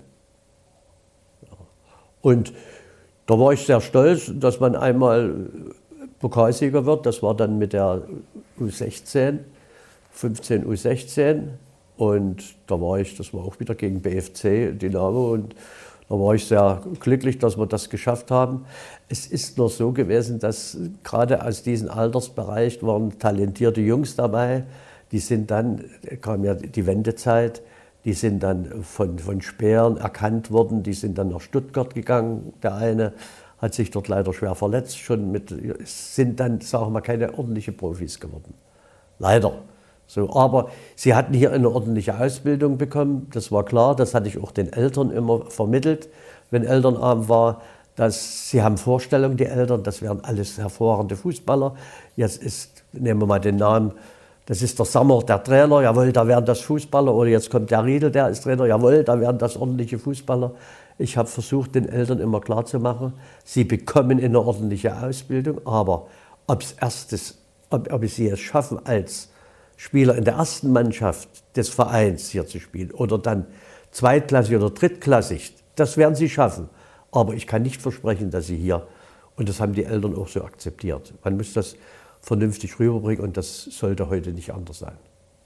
Und da war ich sehr stolz, dass man einmal Pokalsieger wird. Das war dann mit der U sechzehn, fünfzehn U sechzehn. Und da war ich, das war auch wieder gegen B F C Dynamo. Und da war ich sehr glücklich, dass wir das geschafft haben. Es ist nur so gewesen, dass gerade aus diesem Altersbereich waren talentierte Jungs dabei. Die sind dann, kam ja die Wendezeit, die sind dann von, von Speeren erkannt worden, die sind dann nach Stuttgart gegangen. Der eine hat sich dort leider schwer verletzt, schon mit, sind dann, sagen wir mal, keine ordentlichen Profis geworden. Leider. So, aber sie hatten hier eine ordentliche Ausbildung bekommen, das war klar, das hatte ich auch den Eltern immer vermittelt, wenn Elternabend war, dass sie haben Vorstellungen, die Eltern, das wären alles hervorragende Fußballer. Jetzt ist, nehmen wir mal den Namen, das ist der Sammer, der Trainer, jawohl, da wären das Fußballer, oder jetzt kommt der Riedel, der ist Trainer, jawohl, da wären das ordentliche Fußballer. Ich habe versucht, den Eltern immer klarzumachen, sie bekommen eine ordentliche Ausbildung, aber ob's erstes, ob, ob sie es schaffen, als Spieler in der ersten Mannschaft des Vereins hier zu spielen oder dann zweitklassig oder drittklassig, das werden sie schaffen. Aber ich kann nicht versprechen, dass sie hier, und das haben die Eltern auch so akzeptiert. Man muss das vernünftig rüberbringen und das sollte heute nicht anders sein.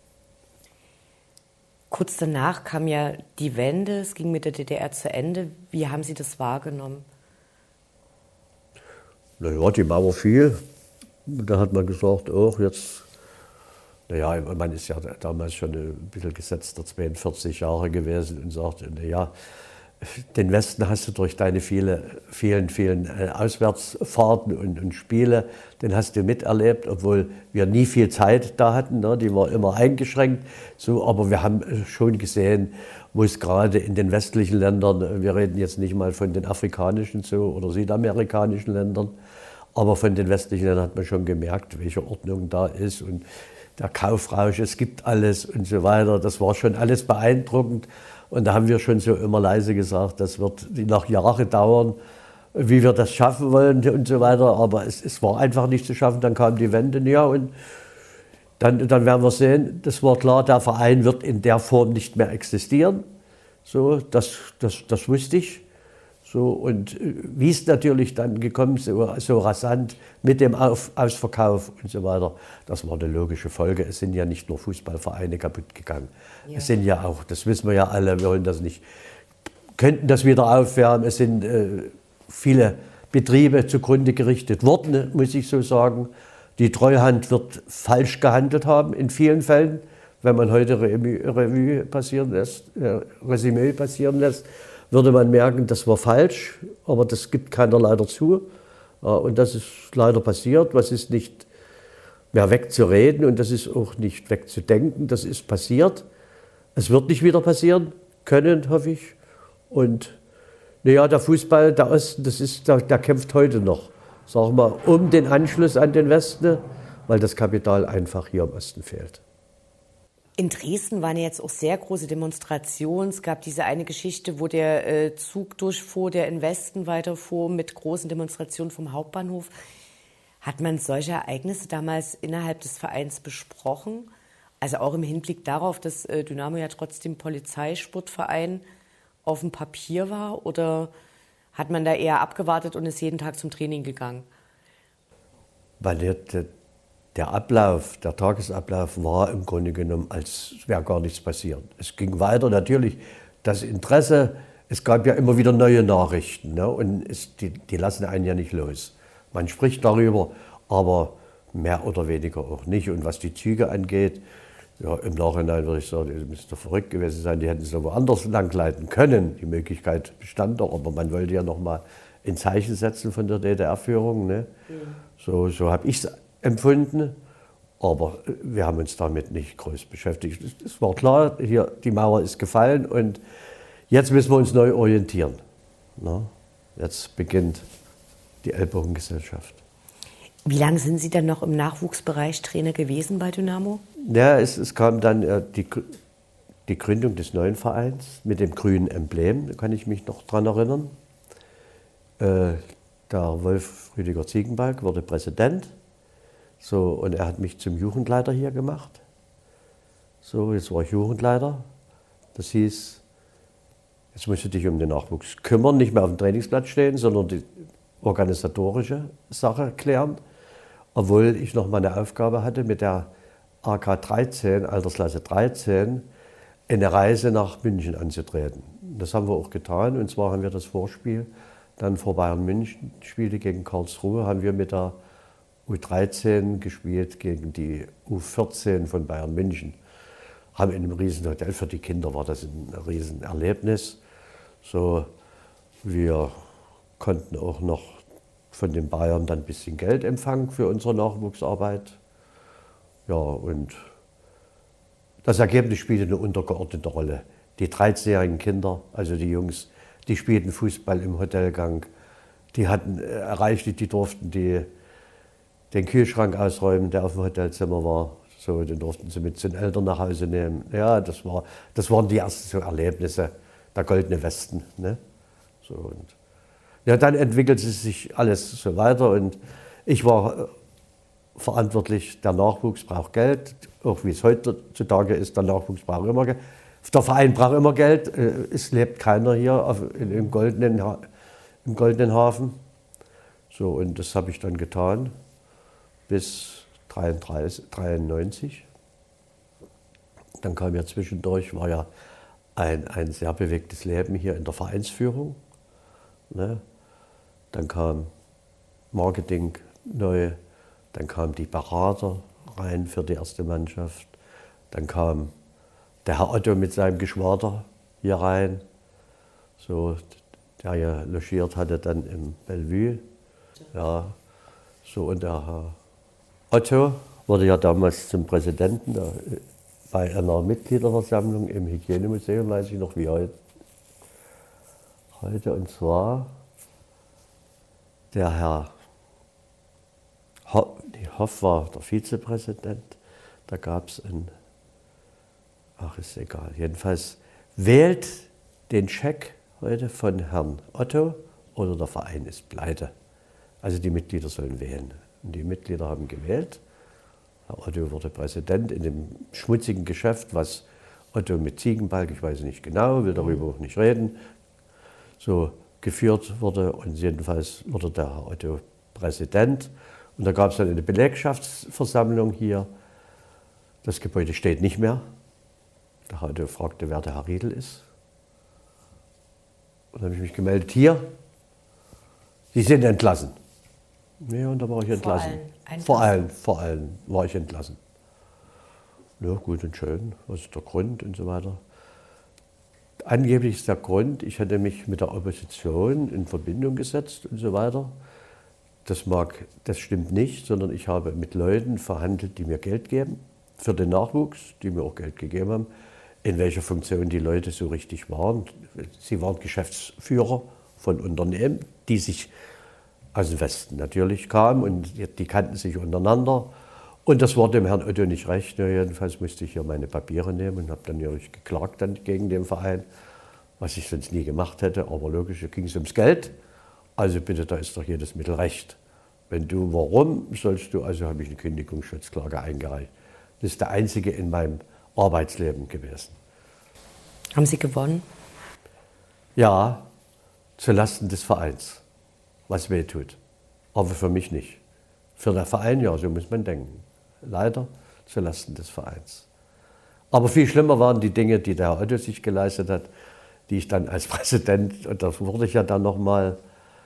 Kurz danach kam ja die Wende, es ging mit der D D R zu Ende. Wie haben Sie das wahrgenommen? Naja, die Mauer fiel. Da hat man gesagt, oh, jetzt, naja, man ist ja damals schon ein bisschen gesetzter, zweiundvierzig Jahre gewesen und sagte, naja, den Westen hast du durch deine viele, vielen, vielen Auswärtsfahrten und, und Spiele, den hast du miterlebt, obwohl wir nie viel Zeit da hatten, ne? Die war immer eingeschränkt. So, aber wir haben schon gesehen, wo es gerade in den westlichen Ländern, wir reden jetzt nicht mal von den afrikanischen so, oder südamerikanischen Ländern, aber von den westlichen Ländern hat man schon gemerkt, welche Ordnung da ist und der Kaufrausch, es gibt alles und so weiter. Das war schon alles beeindruckend. Und da haben wir schon so immer leise gesagt, das wird noch Jahre dauern, wie wir das schaffen wollen und so weiter. Aber es, es war einfach nicht zu schaffen. Dann kam die Wende näher und dann, dann werden wir sehen, das war klar, der Verein wird in der Form nicht mehr existieren. So, das, das, das wusste ich. So, und wie es natürlich dann gekommen ist, so, so rasant mit dem Auf, Ausverkauf und so weiter, das war eine logische Folge. Es sind ja nicht nur Fußballvereine kaputt gegangen. Ja. Es sind ja auch, das wissen wir ja alle, wir wollen das nicht, könnten das wieder aufwärmen. Es sind äh, viele Betriebe zugrunde gerichtet worden, muss ich so sagen. Die Treuhand wird falsch gehandelt haben in vielen Fällen, wenn man heute Revue, Revue passieren lässt, äh, Resümee passieren lässt. Würde man merken, das war falsch, aber das gibt keiner leider zu. Und das ist leider passiert. Was ist nicht mehr wegzureden und das ist auch nicht wegzudenken. Das ist passiert. Es wird nicht wieder passieren können, hoffe ich. Und naja, der Fußball, der Osten, das ist, der, der kämpft heute noch, sagen wir, um den Anschluss an den Westen, weil das Kapital einfach hier im Osten fehlt. In Dresden waren ja jetzt auch sehr große Demonstrationen. Es gab diese eine Geschichte, wo der äh, Zug durchfuhr, der in Westen weiterfuhr, mit großen Demonstrationen vom Hauptbahnhof. Hat man solche Ereignisse damals innerhalb des Vereins besprochen? Also auch im Hinblick darauf, dass äh, Dynamo ja trotzdem Polizeisportverein auf dem Papier war? Oder hat man da eher abgewartet und ist jeden Tag zum Training gegangen? Weil der, der Ablauf, der Tagesablauf war im Grunde genommen, als wäre gar nichts passiert. Es ging weiter, natürlich das Interesse, es gab ja immer wieder neue Nachrichten, ne? Und es, die, die lassen einen ja nicht los. Man spricht darüber, aber mehr oder weniger auch nicht. Und was die Züge angeht, ja, im Nachhinein würde ich sagen, das müsste verrückt gewesen sein, die hätten es noch woanders langleiten können. Die Möglichkeit bestand doch, aber man wollte ja noch mal ein Zeichen setzen von der D D R-Führung. Ne? Mhm. So, so habe ich es empfunden, aber wir haben uns damit nicht groß beschäftigt. Es war klar, hier, die Mauer ist gefallen und jetzt müssen wir uns neu orientieren. Na? Jetzt beginnt die Ellbogengesellschaft. Wie lange sind Sie dann noch im Nachwuchsbereich Trainer gewesen bei Dynamo? Ja, es, es kam dann äh, die, die Gründung des neuen Vereins mit dem grünen Emblem, da kann ich mich noch dran erinnern. Äh, der Wolf Rüdiger Ziegenbalg wurde Präsident, so, und er hat mich zum Jugendleiter hier gemacht. So, jetzt war ich Jugendleiter. Das hieß, jetzt musst du dich um den Nachwuchs kümmern, nicht mehr auf dem Trainingsplatz stehen, sondern die organisatorische Sache klären. Obwohl ich noch mal eine Aufgabe hatte, mit der A K dreizehn, Altersklasse dreizehn, eine Reise nach München anzutreten. Das haben wir auch getan. Und zwar haben wir das Vorspiel dann vor Bayern München spielte gegen Karlsruhe, haben wir mit der U dreizehn gespielt gegen die U vierzehn von Bayern München. Haben in einem riesen Hotel, für die Kinder war das ein Riesenerlebnis. So, wir konnten auch noch von den Bayern dann ein bisschen Geld empfangen für unsere Nachwuchsarbeit. Ja, und das Ergebnis spielte eine untergeordnete Rolle. Die dreizehnjährigen Kinder, also die Jungs, die spielten Fußball im Hotelgang. Die hatten erreicht, die durften die, den Kühlschrank ausräumen, der auf dem Hotelzimmer war. So, den durften sie mit zu den Eltern nach Hause nehmen. Ja, das, war, das waren die ersten so Erlebnisse, der goldene Westen. Ne? So, und ja, dann entwickelte sich alles so weiter und ich war verantwortlich, der Nachwuchs braucht Geld, auch wie es heutzutage ist, der Nachwuchs braucht immer Geld. Der Verein braucht immer Geld, es lebt keiner hier auf, im, goldenen, im goldenen Hafen. So, und das habe ich dann getan bis dreiundneunzig. Dann kam ja zwischendurch, war ja ein, ein sehr bewegtes Leben hier in der Vereinsführung. Ne? Dann kam Marketing neu, dann kamen die Berater rein für die erste Mannschaft, dann kam der Herr Otto mit seinem Geschwader hier rein, so, der ja logiert hatte dann im Bellevue. Ja, so, und der Herr Otto wurde ja damals zum Präsidenten der, bei einer Mitgliederversammlung im Hygienemuseum, weiß ich noch wie heute. heute und zwar der Herr Hoff, nee, Hoff war der Vizepräsident, da gab es ein, ach ist egal, jedenfalls wählt den Scheck heute von Herrn Otto oder der Verein ist pleite. Also die Mitglieder sollen wählen. Und die Mitglieder haben gewählt. Herr Otto wurde Präsident in dem schmutzigen Geschäft, was Otto mit Ziegenbalg, ich weiß nicht genau, will darüber auch nicht reden, so geführt wurde. Und jedenfalls wurde der Herr Otto Präsident. Und da gab es dann eine Belegschaftsversammlung hier. Das Gebäude steht nicht mehr. Der Herr Otto fragte, wer der Herr Riedel ist. Und dann habe ich mich gemeldet, hier, Sie sind entlassen. Ja, und da war ich entlassen. Vor allen, vor allen, vor allen war ich entlassen. Ja, gut und schön, was ist der Grund und so weiter. Angeblich ist der Grund, ich hatte mich mit der Opposition in Verbindung gesetzt und so weiter. Das mag, das stimmt nicht, sondern ich habe mit Leuten verhandelt, die mir Geld geben, für den Nachwuchs, die mir auch Geld gegeben haben, in welcher Funktion die Leute so richtig waren. Sie waren Geschäftsführer von Unternehmen, die sich aus dem Westen natürlich kamen und die kannten sich untereinander. Und das war dem Herrn Otto nicht recht. Ja, jedenfalls musste ich hier meine Papiere nehmen und habe dann natürlich geklagt dann gegen den Verein, was ich sonst nie gemacht hätte. Aber logisch, da ging es ums Geld. Also bitte, da ist doch jedes Mittel recht. Wenn du, warum sollst du, also habe ich eine Kündigungsschutzklage eingereicht. Das ist der einzige in meinem Arbeitsleben gewesen. Haben Sie gewonnen? Ja, zulasten des Vereins, was weh tut. Aber für mich nicht. Für den Verein, ja, so muss man denken. Leider zulasten des Vereins. Aber viel schlimmer waren die Dinge, die der Herr Otto sich geleistet hat, die ich dann als Präsident, und das wurde ich ja dann nochmal,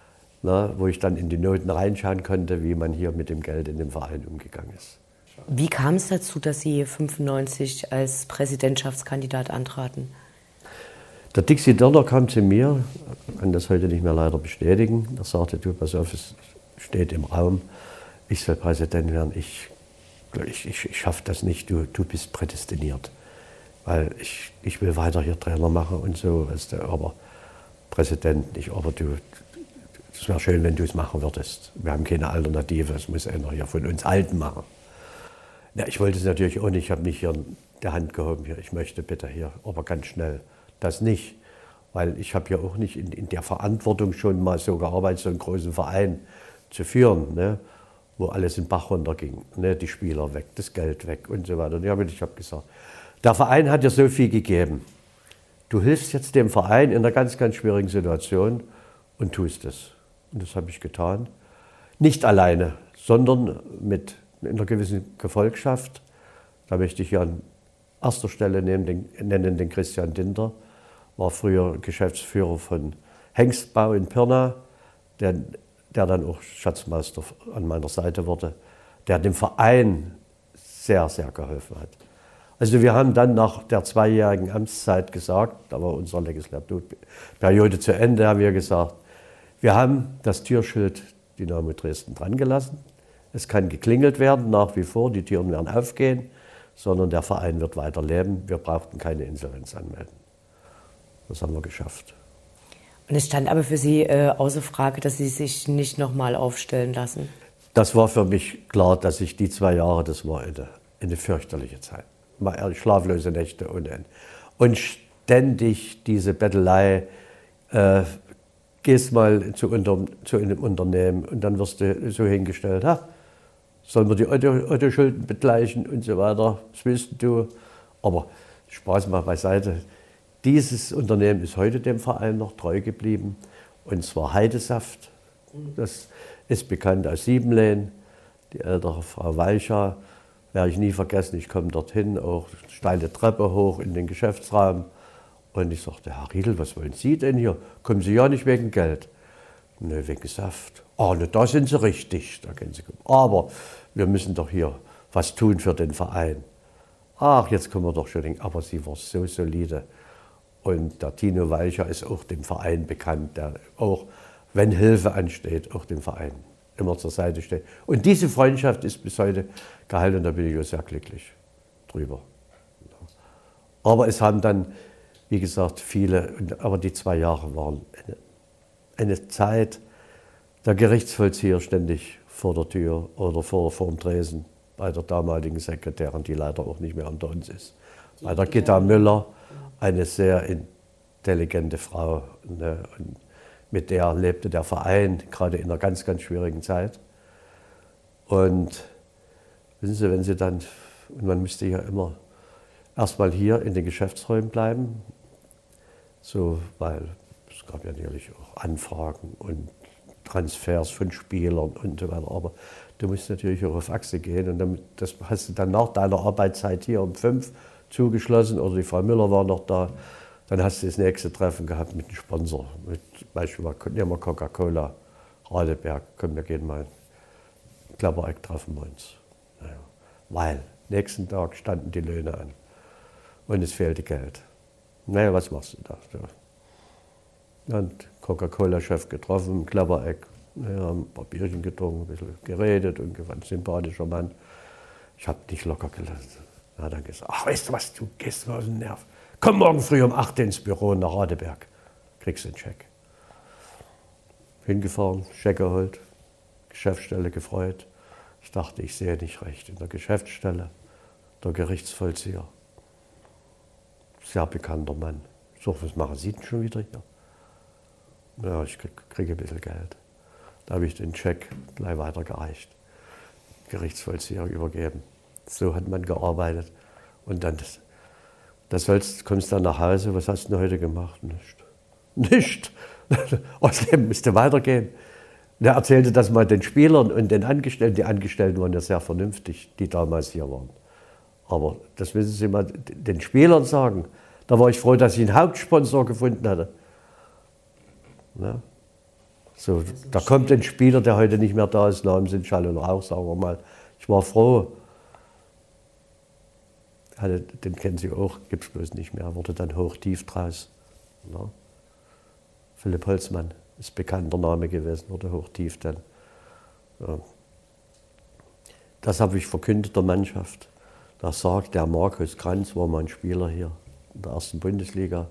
wo ich dann in die Noten reinschauen konnte, wie man hier mit dem Geld in dem Verein umgegangen ist. Wie kam es dazu, dass Sie fünfundneunzig als Präsidentschaftskandidat antraten? Der Dixie Dörner kam zu mir, kann das heute nicht mehr leider bestätigen. Er sagte, du, pass auf, es steht im Raum, ich soll Präsident werden. Ich, ich, ich, ich schaffe das nicht, du, du bist prädestiniert. Weil ich, ich will weiter hier Trainer machen und so, weißt du, aber Präsident nicht. Aber du, es wäre schön, wenn du es machen würdest. Wir haben keine Alternative, es muss einer hier von uns Alten machen. Ja, ich wollte es natürlich auch nicht, ich habe mich hier in der Hand gehoben, hier, ich möchte bitte hier, aber ganz schnell. Das nicht, weil ich habe ja auch nicht in, in der Verantwortung schon mal so gearbeitet, so einen großen Verein zu führen, ne, wo alles in den Bach runterging, ne, die Spieler weg, das Geld weg und so weiter. Und ja, ich habe gesagt, der Verein hat dir so viel gegeben, du hilfst jetzt dem Verein in einer ganz, ganz schwierigen Situation und tust es. Und das habe ich getan. Nicht alleine, sondern mit einer gewissen Gefolgschaft. Da möchte ich ja an erster Stelle nennen den, nennen den Christian Dinter, war früher Geschäftsführer von Hengstbau in Pirna, der, der dann auch Schatzmeister an meiner Seite wurde, der dem Verein sehr, sehr geholfen hat. Also wir haben dann nach der zweijährigen Amtszeit gesagt, da war unsere Legislaturperiode zu Ende, haben wir gesagt, wir haben das Türschild Dynamo Dresden dran gelassen. Es kann geklingelt werden, nach wie vor, die Türen werden aufgehen, sondern der Verein wird weiter leben. Wir brauchten keine Insolvenz anmelden. Das haben wir geschafft. Und es stand aber für Sie äh, außer Frage, dass Sie sich nicht nochmal aufstellen lassen? Das war für mich klar, dass ich die zwei Jahre, das war eine, eine fürchterliche Zeit. Schlaflose Nächte ohne Ende. Und ständig diese Bettelei, äh, gehst mal zu, unter, zu einem Unternehmen und dann wirst du so hingestellt, ha, sollen wir die Otto-Schulden begleichen und so weiter, das willst du. Aber Spaß mal beiseite. Dieses Unternehmen ist heute dem Verein noch treu geblieben, und zwar Heidesaft. Das ist bekannt aus Siebenlehn. Die ältere Frau Walcha, werde ich nie vergessen, ich komme dorthin, auch steile Treppe hoch in den Geschäftsraum. Und ich sagte, Herr Riedl, was wollen Sie denn hier? Kommen Sie ja nicht wegen Geld. Ne, wegen Saft. Ah, ne, da sind Sie richtig. Da können Sie kommen. Aber wir müssen doch hier was tun für den Verein. Ach, jetzt können wir doch schon denken, aber sie war so solide. Und der Tino Walcha ist auch dem Verein bekannt, der auch, wenn Hilfe ansteht, auch dem Verein immer zur Seite steht. Und diese Freundschaft ist bis heute gehalten, und da bin ich auch sehr glücklich drüber. Aber es haben dann, wie gesagt, viele, aber die zwei Jahre waren eine, eine Zeit, der Gerichtsvollzieher ständig vor der Tür oder vor, vor dem Tresen bei der damaligen Sekretärin, die leider auch nicht mehr unter uns ist. Bei der Gitta Müller, eine sehr intelligente Frau, ne, und mit der lebte der Verein, gerade in einer ganz, ganz schwierigen Zeit. Und wissen Sie, wenn Sie dann, und man müsste ja immer erstmal hier in den Geschäftsräumen bleiben, so, weil es gab ja natürlich auch Anfragen und Transfers von Spielern und so weiter, aber du musst natürlich auch auf Achse gehen, und dann, das hast du dann nach deiner Arbeitszeit hier um fünf zugeschlossen, oder die Frau Müller war noch da. Dann hast du das nächste Treffen gehabt mit einem Sponsor, mit beispielsweise nehmen wir Coca-Cola, Radeberg, komm, wir gehen mal in Klappereck, treffen wir uns. Naja, weil nächsten Tag standen die Löhne an und es fehlte Geld. Naja, was machst du da? So. Und Coca-Cola-Chef getroffen im Klappereck, naja, haben ein paar Bierchen getrunken, ein bisschen geredet, und ein sympathischer Mann. Ich habe nicht locker gelassen. Er hat dann gesagt, ach, weißt du was, du gehst mal aus dem Nerv. Komm morgen früh um acht ins Büro nach Radeberg, kriegst den Scheck. Hingefahren, Scheck geholt, Geschäftsstelle gefreut. Ich dachte, ich sehe nicht recht. In der Geschäftsstelle, der Gerichtsvollzieher, sehr bekannter Mann. Ich sag, was machen Sie denn schon wieder hier? Ja, ich kriege krieg ein bisschen Geld. Da habe ich den Scheck gleich weitergereicht, Gerichtsvollzieher übergeben. So hat man gearbeitet. Und dann das, das sollst, kommst dann nach Hause, was hast du denn heute gemacht? Nicht. Nicht. Das Leben müsste weitergehen. Und er erzählte das mal den Spielern und den Angestellten. Die Angestellten waren ja sehr vernünftig, die damals hier waren. Aber das müssen Sie mal den Spielern sagen. Da war ich froh, dass ich einen Hauptsponsor gefunden hatte. Ja. So, da kommt ein Spieler, der heute nicht mehr da ist, Namen sind Schall und Rauch, sagen wir mal. Ich war froh. Den kennen Sie auch, gibt es bloß nicht mehr, wurde dann hoch-tief draus. Ja. Philipp Holzmann ist bekannter Name gewesen, wurde hoch-tief dann. Ja. Das habe ich verkündet der Mannschaft. Da sagt der Markus Kranz, war mal ein Spieler hier in der ersten Bundesliga.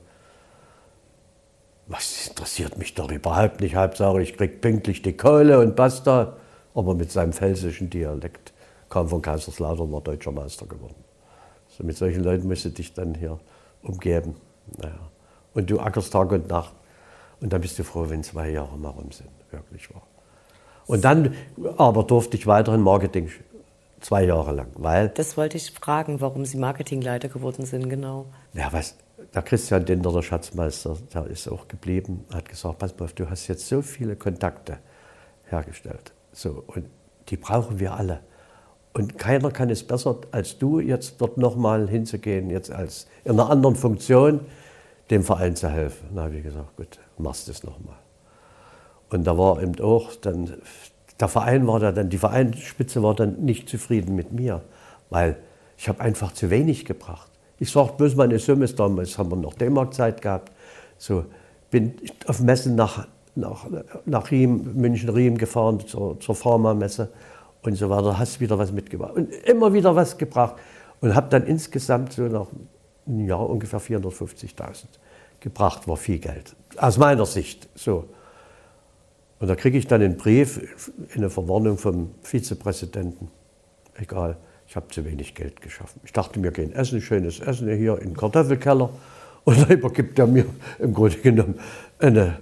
Was interessiert mich doch überhaupt nicht, Hauptsache ich krieg pünktlich die Kohle und basta. Aber mit seinem pfälzischen Dialekt kam von Kaiserslautern, war deutscher Meister geworden. So, mit solchen Leuten musst du dich dann hier umgeben. Naja. Und du ackerst Tag und Nacht. Und dann bist du froh, wenn zwei Jahre mal rum sind, wirklich wahr. Und dann aber durfte ich weiterhin Marketing, zwei Jahre lang, weil... Das wollte ich fragen, warum Sie Marketingleiter geworden sind, genau. Ja, was, der Christian Dinder, der Schatzmeister, der ist auch geblieben, hat gesagt, pass mal auf, du hast jetzt so viele Kontakte hergestellt. So, und die brauchen wir alle. Und keiner kann es besser als du, jetzt dort nochmal hinzugehen, jetzt als in einer anderen Funktion, dem Verein zu helfen. Dann habe ich gesagt, gut, machst du es nochmal. Und da war eben auch dann, der Verein war da dann, die Vereinsspitze war dann nicht zufrieden mit mir, weil ich habe einfach zu wenig gebracht. Ich sage bloß mal eine Summe, damals haben wir noch D-Mark-Zeit gehabt, so, bin auf Messen nach, nach, nach Riem, München-Riem gefahren, zur, zur Pharma-Messe. Und so weiter, hast wieder was mitgebracht und immer wieder was gebracht und habe dann insgesamt so nach einem Jahr ungefähr vierhundertfünfzigtausend gebracht, war viel Geld, aus meiner Sicht. So. Und da kriege ich dann einen Brief, eine Verwarnung vom Vizepräsidenten, egal, ich habe zu wenig Geld geschaffen. Ich dachte, wir gehen essen, schönes Essen hier in den Kartoffelkeller und da übergibt er mir im Grunde genommen eine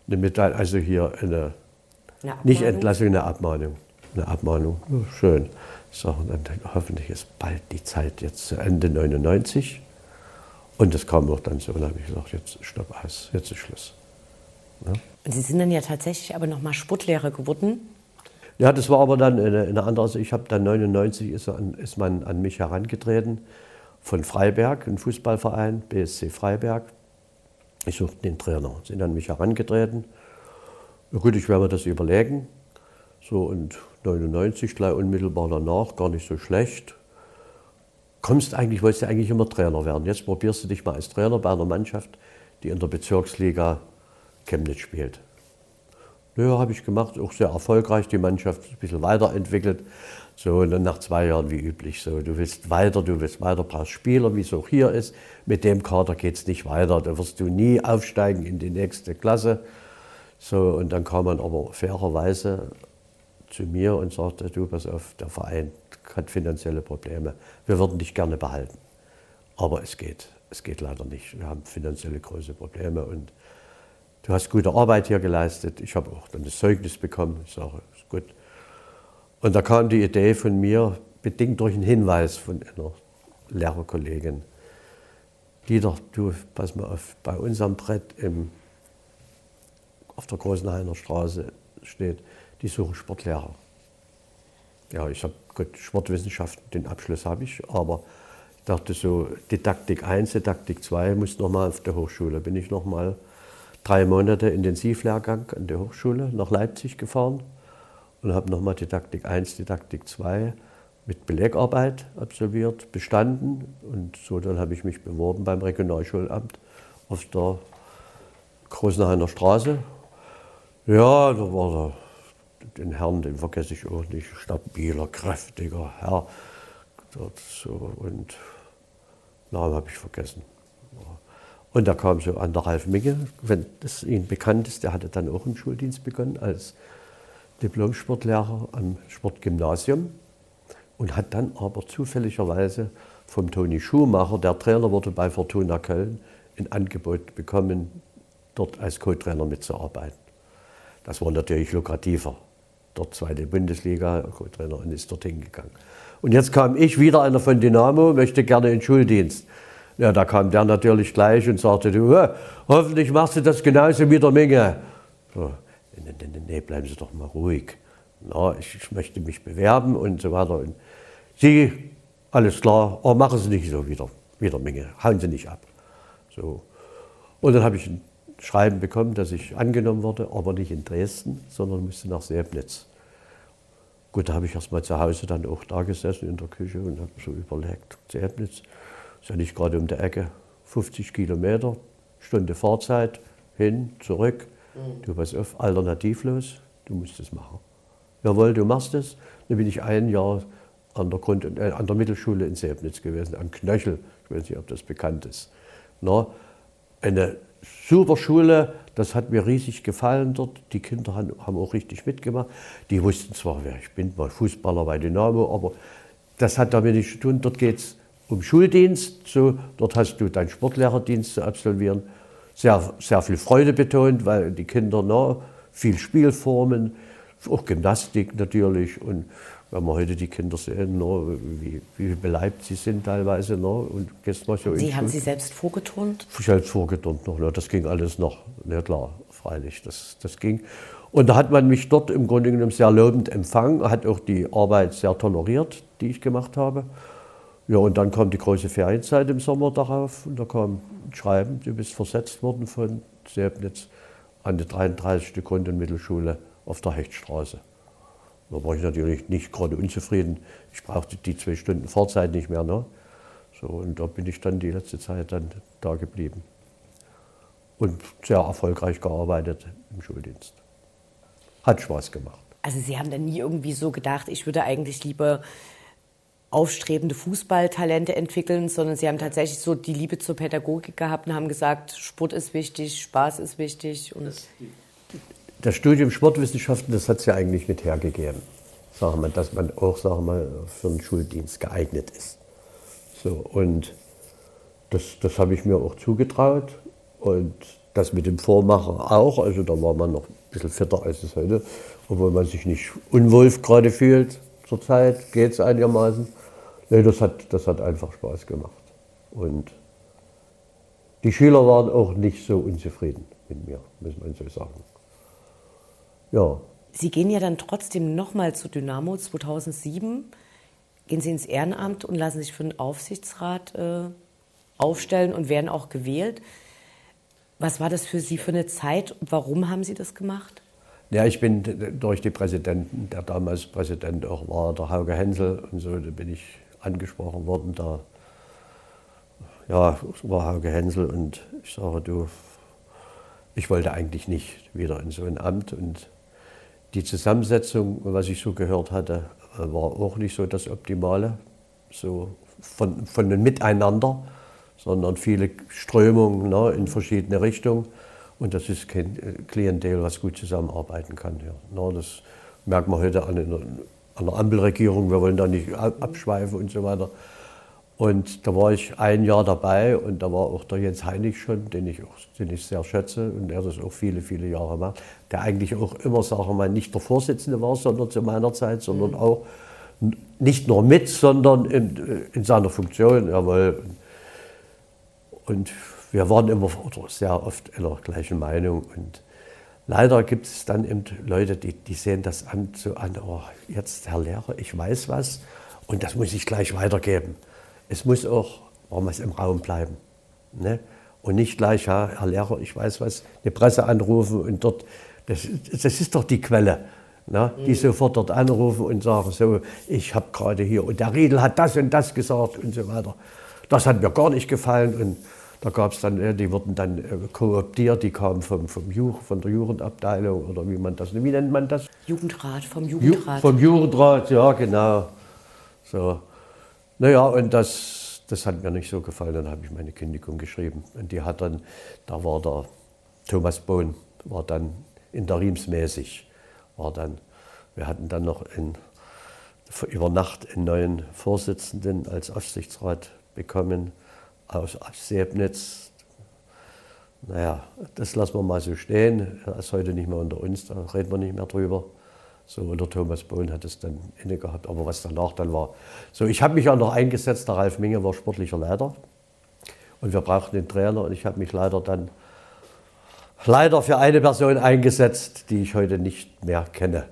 Eine Medaille, also hier eine, eine nicht Entlassung, eine Abmahnung. Eine Abmahnung, ja, schön. So, und dann hoffentlich ist bald die Zeit jetzt zu Ende neunundneunzig. Und das kam auch dann so, und dann habe ich gesagt, jetzt stopp aus, jetzt ist Schluss. Ja. Und Sie sind dann ja tatsächlich aber nochmal Sportlehrer geworden? Ja, das war aber dann eine, eine andere, also ich habe dann neunundneunzig ist, an, ist man an mich herangetreten von Freiberg, ein Fußballverein, B S C Freiberg. Ich suchte den Trainer, sind an mich herangetreten. Ja gut, ich werde mir das überlegen. So, und neunundneunzig, gleich unmittelbar danach, gar nicht so schlecht. Kommst eigentlich, wolltest du eigentlich immer Trainer werden. Jetzt probierst du dich mal als Trainer bei einer Mannschaft, die in der Bezirksliga Chemnitz spielt. Ja, habe ich gemacht, auch sehr erfolgreich, die Mannschaft ein bisschen weiterentwickelt. So, und dann nach zwei Jahren wie üblich, so, du willst weiter, du willst weiter, brauchst Spieler, wie es auch hier ist. Mit dem Kader geht es nicht weiter, da wirst du nie aufsteigen in die nächste Klasse. So, und dann kam man aber fairerweise zu mir und sagte, du, pass auf, der Verein hat finanzielle Probleme, wir würden dich gerne behalten. Aber es geht, es geht leider nicht, wir haben finanzielle große Probleme und du hast gute Arbeit hier geleistet. Ich habe auch dann das Zeugnis bekommen. Ich sage, ist gut. Und da kam die Idee von mir, bedingt durch einen Hinweis von einer Lehrerkollegin. Dieter, du, pass mal auf, bei uns am Brett im, auf der Großen Hainer Straße steht, die suchen Sportlehrer. Ja, ich habe gut, Sportwissenschaften, den Abschluss habe ich, aber ich dachte so, Didaktik eins, Didaktik zwei, muss nochmal auf der Hochschule. Bin ich nochmal drei Monate Intensivlehrgang an der Hochschule nach Leipzig gefahren und habe nochmal Didaktik eins, Didaktik zwei mit Belegarbeit absolviert, bestanden. Und so dann habe ich mich beworben beim Regionalschulamt auf der Großenhainer Straße. Ja, da war der, den Herrn, den vergesse ich auch nicht, stabiler, kräftiger Herr. Dort so, und Namen habe ich vergessen. Und da kam so an der Ralf Micke, wenn das Ihnen bekannt ist, der hatte dann auch im Schuldienst begonnen als Diplom-Sportlehrer am Sportgymnasium und hat dann aber zufälligerweise vom Toni Schumacher, der Trainer wurde bei Fortuna Köln, ein Angebot bekommen, dort als Co-Trainer mitzuarbeiten. Das war natürlich lukrativer. Dort zweite Bundesliga, Co-Trainer, und ist dorthin gegangen. Und jetzt kam ich, wieder einer von Dynamo, möchte gerne in den Schuldienst. Ja, da kam der natürlich gleich und sagte, du, hoffentlich machst du das genauso wie der Minge. So, nee, nee, nee, nee, bleiben Sie doch mal ruhig. Na, ich, ich möchte mich bewerben und so weiter. Und Sie, alles klar, aber machen Sie nicht so wieder, wie der Minge, hauen Sie nicht ab. So. Und dann habe ich ein Schreiben bekommen, dass ich angenommen wurde, aber nicht in Dresden, sondern musste nach Sebnitz. Gut, da habe ich erst mal zu Hause dann auch da gesessen in der Küche und habe so überlegt, Sebnitz. Ist ja nicht gerade um die Ecke, fünfzig Kilometer, Stunde Fahrzeit, hin, zurück. Mhm. Du pass auf, alternativlos, du musst es machen. Jawohl, du machst es. Dann bin ich ein Jahr an der, Grund, äh, an der Mittelschule in Sebnitz gewesen, am Knöchel, ich weiß nicht, ob das bekannt ist. Na, eine super Schule, das hat mir riesig gefallen dort. Die Kinder haben, haben auch richtig mitgemacht. Die wussten zwar, wer ich bin, mal Fußballer bei Dynamo, aber das hat damit nichts zu tun. Dort geht es um Schuldienst, so, dort hast du deinen Sportlehrerdienst zu absolvieren. Sehr, sehr viel Freude betont, weil die Kinder, na, viel Spielformen, auch Gymnastik natürlich. Und wenn wir heute die Kinder sehen, na, wie, wie beleibt sie sind teilweise. Na, und gehst mal so Sie in haben Schule. Sie selbst vorgeturnt? Selbst vorgeturnt noch, na, das ging alles noch. Ja klar, freilich, das, das ging. Und da hat man mich dort im Grunde genommen sehr lobend empfangen, hat auch die Arbeit sehr toleriert, die ich gemacht habe. Ja, und dann kam die große Ferienzeit im Sommer darauf und da kam ein Schreiben, du bist versetzt worden von Sebnitz an die dreiunddreißigste Grund- und Mittelschule auf der Hechtstraße. Da war ich natürlich nicht gerade unzufrieden. Ich brauchte die zwei Stunden Fahrzeit nicht mehr. Ne? So, und da bin ich dann die letzte Zeit dann da geblieben. Und sehr erfolgreich gearbeitet im Schuldienst. Hat Spaß gemacht. Also Sie haben dann nie irgendwie so gedacht, ich würde eigentlich lieber aufstrebende Fußballtalente entwickeln, sondern Sie haben tatsächlich so die Liebe zur Pädagogik gehabt und haben gesagt, Sport ist wichtig, Spaß ist wichtig. Und das, das Studium Sportwissenschaften, das hat es ja eigentlich mit hergegeben, sagen wir, dass man auch sagen wir, für einen Schuldienst geeignet ist. So, und das, das habe ich mir auch zugetraut und das mit dem Vormachen auch, also da war man noch ein bisschen fitter als es heute, obwohl man sich nicht unwohl gerade fühlt zurzeit, geht es einigermaßen. Nee, das hat, das hat einfach Spaß gemacht. Und die Schüler waren auch nicht so unzufrieden mit mir, muss man so sagen. Ja. Sie gehen ja dann trotzdem nochmal zu Dynamo zweitausendsieben, gehen Sie ins Ehrenamt und lassen sich für den Aufsichtsrat äh, aufstellen und werden auch gewählt. Was war das für Sie für eine Zeit und warum haben Sie das gemacht? Ja, ich bin durch die Präsidenten, der damals Präsident auch war, der Hauke Hensel und so, da bin ich angesprochen worden. Da ja, war Hauke Hensel und ich sage, du, ich wollte eigentlich nicht wieder in so ein Amt. Und die Zusammensetzung, was ich so gehört hatte, war auch nicht so das Optimale, so von, von dem Miteinander, sondern viele Strömungen, ne, in verschiedene Richtungen. Und das ist kein Klientel, was gut zusammenarbeiten kann. Ja. Na, das merkt man heute an, an der Ampelregierung, wir wollen da nicht abschweifen und so weiter. Und da war ich ein Jahr dabei und da war auch der Jens Heinig schon, den ich, auch, den ich sehr schätze und er das auch viele, viele Jahre macht, der eigentlich auch immer, sagen wir mal, nicht der Vorsitzende war, sondern zu meiner Zeit, sondern auch nicht nur mit, sondern in, in seiner Funktion. Jawohl. Und wir waren immer oder sehr oft in der gleichen Meinung. Und leider gibt es dann eben Leute, die, die sehen das an, so an, oh, jetzt Herr Lehrer, ich weiß was und das muss ich gleich weitergeben. Es muss auch was im Raum bleiben. Ne? Und nicht gleich, ja, Herr Lehrer, ich weiß was, eine Presse anrufen und dort, das, das ist doch die Quelle. Ne? Die sofort dort anrufen und sagen, so, ich habe gerade hier und der Riedl hat das und das gesagt und so weiter. Das hat mir gar nicht gefallen und da gab es dann, die wurden dann kooptiert, die kamen vom, vom Ju, von der Jugendabteilung oder wie man das, wie nennt man das? Jugendrat, vom Jugendrat. Ju, vom Jugendrat, ja genau. So. Naja, und das, das hat mir nicht so gefallen, dann habe ich meine Kündigung geschrieben. Und die hat dann, da war der Thomas Bohn, war dann interimsmäßig, war dann, wir hatten dann noch in, über Nacht einen neuen Vorsitzenden als Aufsichtsrat bekommen, aus Sebnitz. Naja, das lassen wir mal so stehen. Er ist heute nicht mehr unter uns, da reden wir nicht mehr drüber. So, und der Thomas Bohn hat es dann inne gehabt, aber was danach dann war. So, ich habe mich auch noch eingesetzt, der Ralf Minge war sportlicher Leiter und wir brauchten den Trainer und ich habe mich leider dann leider für eine Person eingesetzt, die ich heute nicht mehr kenne.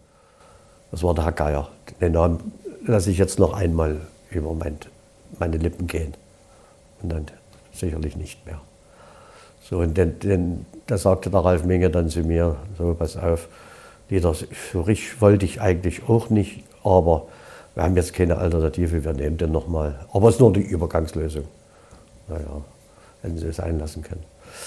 Das war der Herr Geier. Den Namen lasse ich jetzt noch einmal über mein, meine Lippen gehen. Und dann sicherlich nicht mehr. So, und den, den, da sagte der Ralf Minge dann zu mir, so, pass auf, Dieter, so richtig wollte ich eigentlich auch nicht, aber wir haben jetzt keine Alternative, wir nehmen den nochmal. Aber es ist nur die Übergangslösung. Naja, wenn Sie es einlassen können.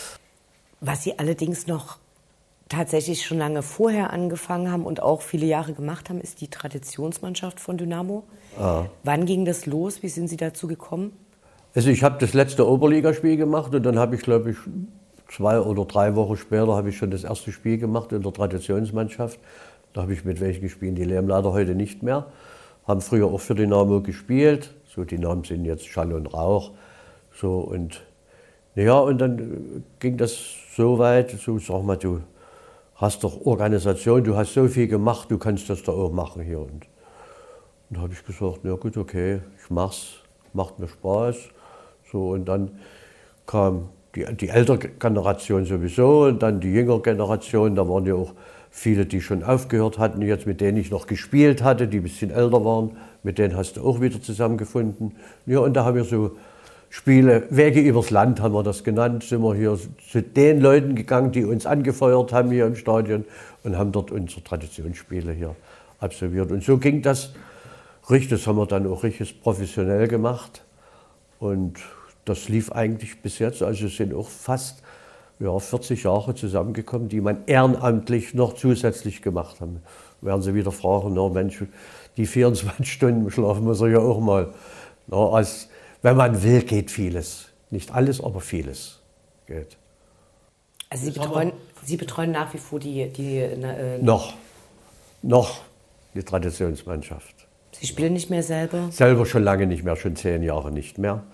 Was Sie allerdings noch tatsächlich schon lange vorher angefangen haben und auch viele Jahre gemacht haben, ist die Traditionsmannschaft von Dynamo. Ah. Wann ging das los? Wie sind Sie dazu gekommen? Also ich habe das letzte Oberligaspiel gemacht und dann habe ich, glaube ich, zwei oder drei Wochen später habe ich schon das erste Spiel gemacht in der Traditionsmannschaft. Da habe ich mit welchen gespielt, die leben leider heute nicht mehr. Haben früher auch für Dynamo gespielt. So, die Namen sind jetzt Schall und Rauch. So, und, ja, und dann ging das so weit, so sag mal, du hast doch Organisation, du hast so viel gemacht, du kannst das da auch machen hier. Und, und da habe ich gesagt, na gut, okay, ich mach's, macht mir Spaß. So, und dann kam die, die ältere Generation sowieso und dann die jüngere Generation, da waren ja auch viele, die schon aufgehört hatten, jetzt mit denen ich noch gespielt hatte, die ein bisschen älter waren, mit denen hast du auch wieder zusammengefunden. Ja, und da haben wir so Spiele, Wege übers Land haben wir das genannt, sind wir hier zu den Leuten gegangen, die uns angefeuert haben hier im Stadion und haben dort unsere Traditionsspiele hier absolviert. Und so ging das richtig, das haben wir dann auch richtig professionell gemacht. Und das lief eigentlich bis jetzt, also es sind auch fast ja, vierzig Jahre zusammengekommen, die man ehrenamtlich noch zusätzlich gemacht haben. Werden Sie wieder fragen, na Mensch, die vierundzwanzig Stunden schlafen muss er ja auch mal. Na, als, wenn man will, geht vieles. Nicht alles, aber vieles geht. Also Sie betreuen, Sie betreuen nach wie vor die... die äh, noch, noch die Traditionsmannschaft. Sie spielen nicht mehr selber? Selber schon lange nicht mehr, schon zehn Jahre nicht mehr.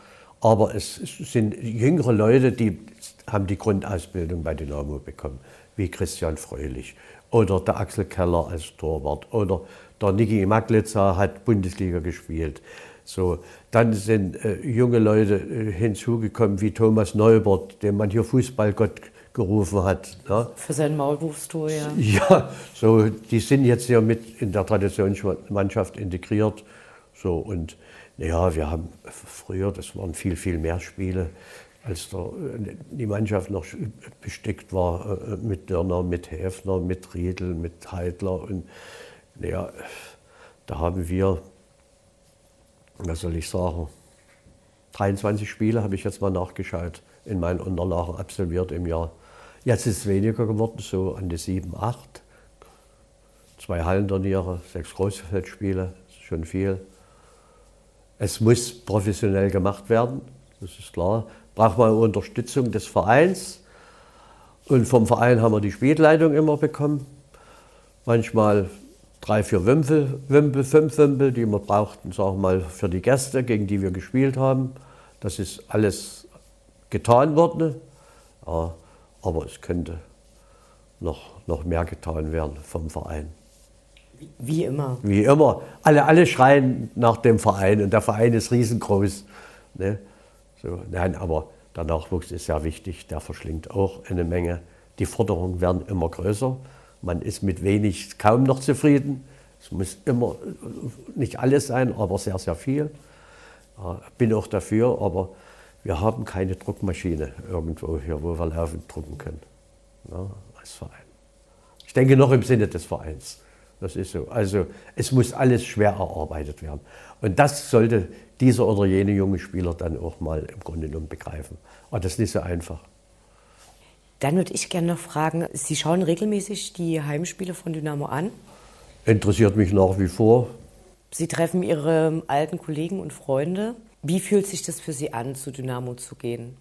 Aber es sind jüngere Leute, die haben die Grundausbildung bei Dynamo bekommen, wie Christian Fröhlich oder der Axel Keller als Torwart oder der Niki Maglitzer hat Bundesliga gespielt. So, dann sind äh, junge Leute äh, hinzugekommen wie Thomas Neubert, den man hier Fußballgott gerufen hat. Ne? Für sein Maulwurfstor, ja. Ja, so, die sind jetzt hier mit in der Traditionsmannschaft integriert. So, und ja, wir haben früher, das waren viel, viel mehr Spiele, als der, die Mannschaft noch bestückt war äh, mit Dörner, mit Häfner, mit Riedel, mit Heidler. Und ja, da haben wir, was soll ich sagen, dreiundzwanzig Spiele habe ich jetzt mal nachgeschaut, in meinen Unterlagen absolviert im Jahr. Jetzt ist es weniger geworden, so an die sieben, acht. Zwei Hallenturniere, sechs Großfeldspiele, das ist schon viel. Es muss professionell gemacht werden, das ist klar. Braucht man Unterstützung des Vereins. Und vom Verein haben wir die Spielleitung immer bekommen. Manchmal drei, vier Wimpel, Wimpel, fünf Wimpel, die wir brauchten, sagen wir mal, für die Gäste, gegen die wir gespielt haben. Das ist alles getan worden. Ja, aber es könnte noch, noch mehr getan werden vom Verein. Wie immer. Wie immer. Alle, alle schreien nach dem Verein und der Verein ist riesengroß. Ne? So, nein, aber der Nachwuchs ist sehr wichtig, der verschlingt auch eine Menge. Die Forderungen werden immer größer. Man ist mit wenig kaum noch zufrieden. Es muss immer, nicht alles sein, aber sehr, sehr viel. Ich bin auch dafür, aber wir haben keine Druckmaschine irgendwo hier, wo wir laufend drucken können, ja, als Verein. Ich denke noch im Sinne des Vereins. Das ist so. Also es muss alles schwer erarbeitet werden. Und das sollte dieser oder jene junge Spieler dann auch mal im Grunde genommen begreifen. Aber das ist nicht so einfach. Dann würde ich gerne noch fragen, Sie schauen regelmäßig die Heimspiele von Dynamo an? Interessiert mich nach wie vor. Sie treffen Ihre alten Kollegen und Freunde. Wie fühlt sich das für Sie an, zu Dynamo zu gehen?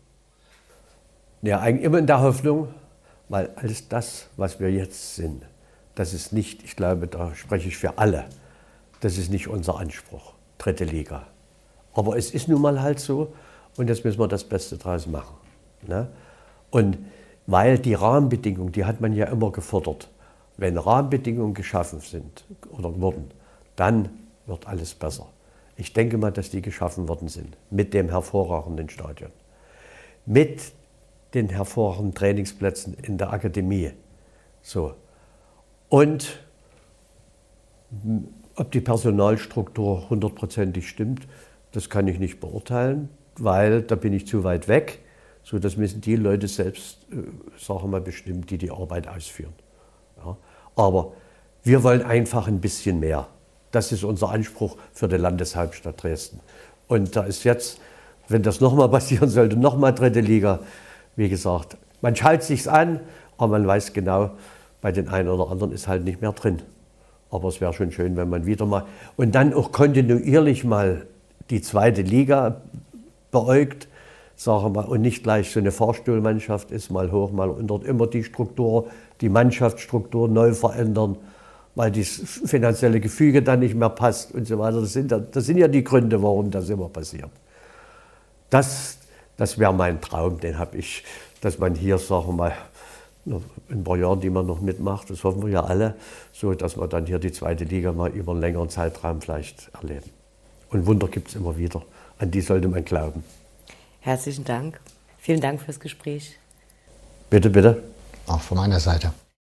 Ja, eigentlich immer in der Hoffnung, weil alles das, was wir jetzt sind, das ist nicht, ich glaube, da spreche ich für alle, das ist nicht unser Anspruch, dritte Liga. Aber es ist nun mal halt so und jetzt müssen wir das Beste draus machen. Ne? Und weil die Rahmenbedingungen, die hat man ja immer gefordert, wenn Rahmenbedingungen geschaffen sind oder wurden, dann wird alles besser. Ich denke mal, dass die geschaffen worden sind mit dem hervorragenden Stadion, mit den hervorragenden Trainingsplätzen in der Akademie. So. Und ob die Personalstruktur hundertprozentig stimmt, das kann ich nicht beurteilen, weil da bin ich zu weit weg. So, das müssen die Leute selbst, äh, sagen wir mal, bestimmen, die die Arbeit ausführen. Ja. Aber wir wollen einfach ein bisschen mehr. Das ist unser Anspruch für die Landeshauptstadt Dresden. Und da ist jetzt, wenn das nochmal passieren sollte, nochmal dritte Liga, wie gesagt, man schaut sich's an, aber man weiß genau, bei den einen oder anderen ist halt nicht mehr drin. Aber es wäre schon schön, wenn man wieder mal und dann auch kontinuierlich mal die zweite Liga beäugt, sagen wir mal, und nicht gleich so eine Fahrstuhlmannschaft ist, mal hoch, mal unter, immer die Struktur, die Mannschaftsstruktur neu verändern, weil das finanzielle Gefüge dann nicht mehr passt und so weiter. Das sind, das sind ja die Gründe, warum das immer passiert. Das, das wäre mein Traum, den habe ich, dass man hier, sagen wir mal, in ein paar Jahren, die man noch mitmacht, das hoffen wir ja alle, so dass wir dann hier die zweite Liga mal über einen längeren Zeitraum vielleicht erleben. Und Wunder gibt es immer wieder, an die sollte man glauben. Herzlichen Dank. Vielen Dank fürs Gespräch. Bitte, bitte. Auch von meiner Seite.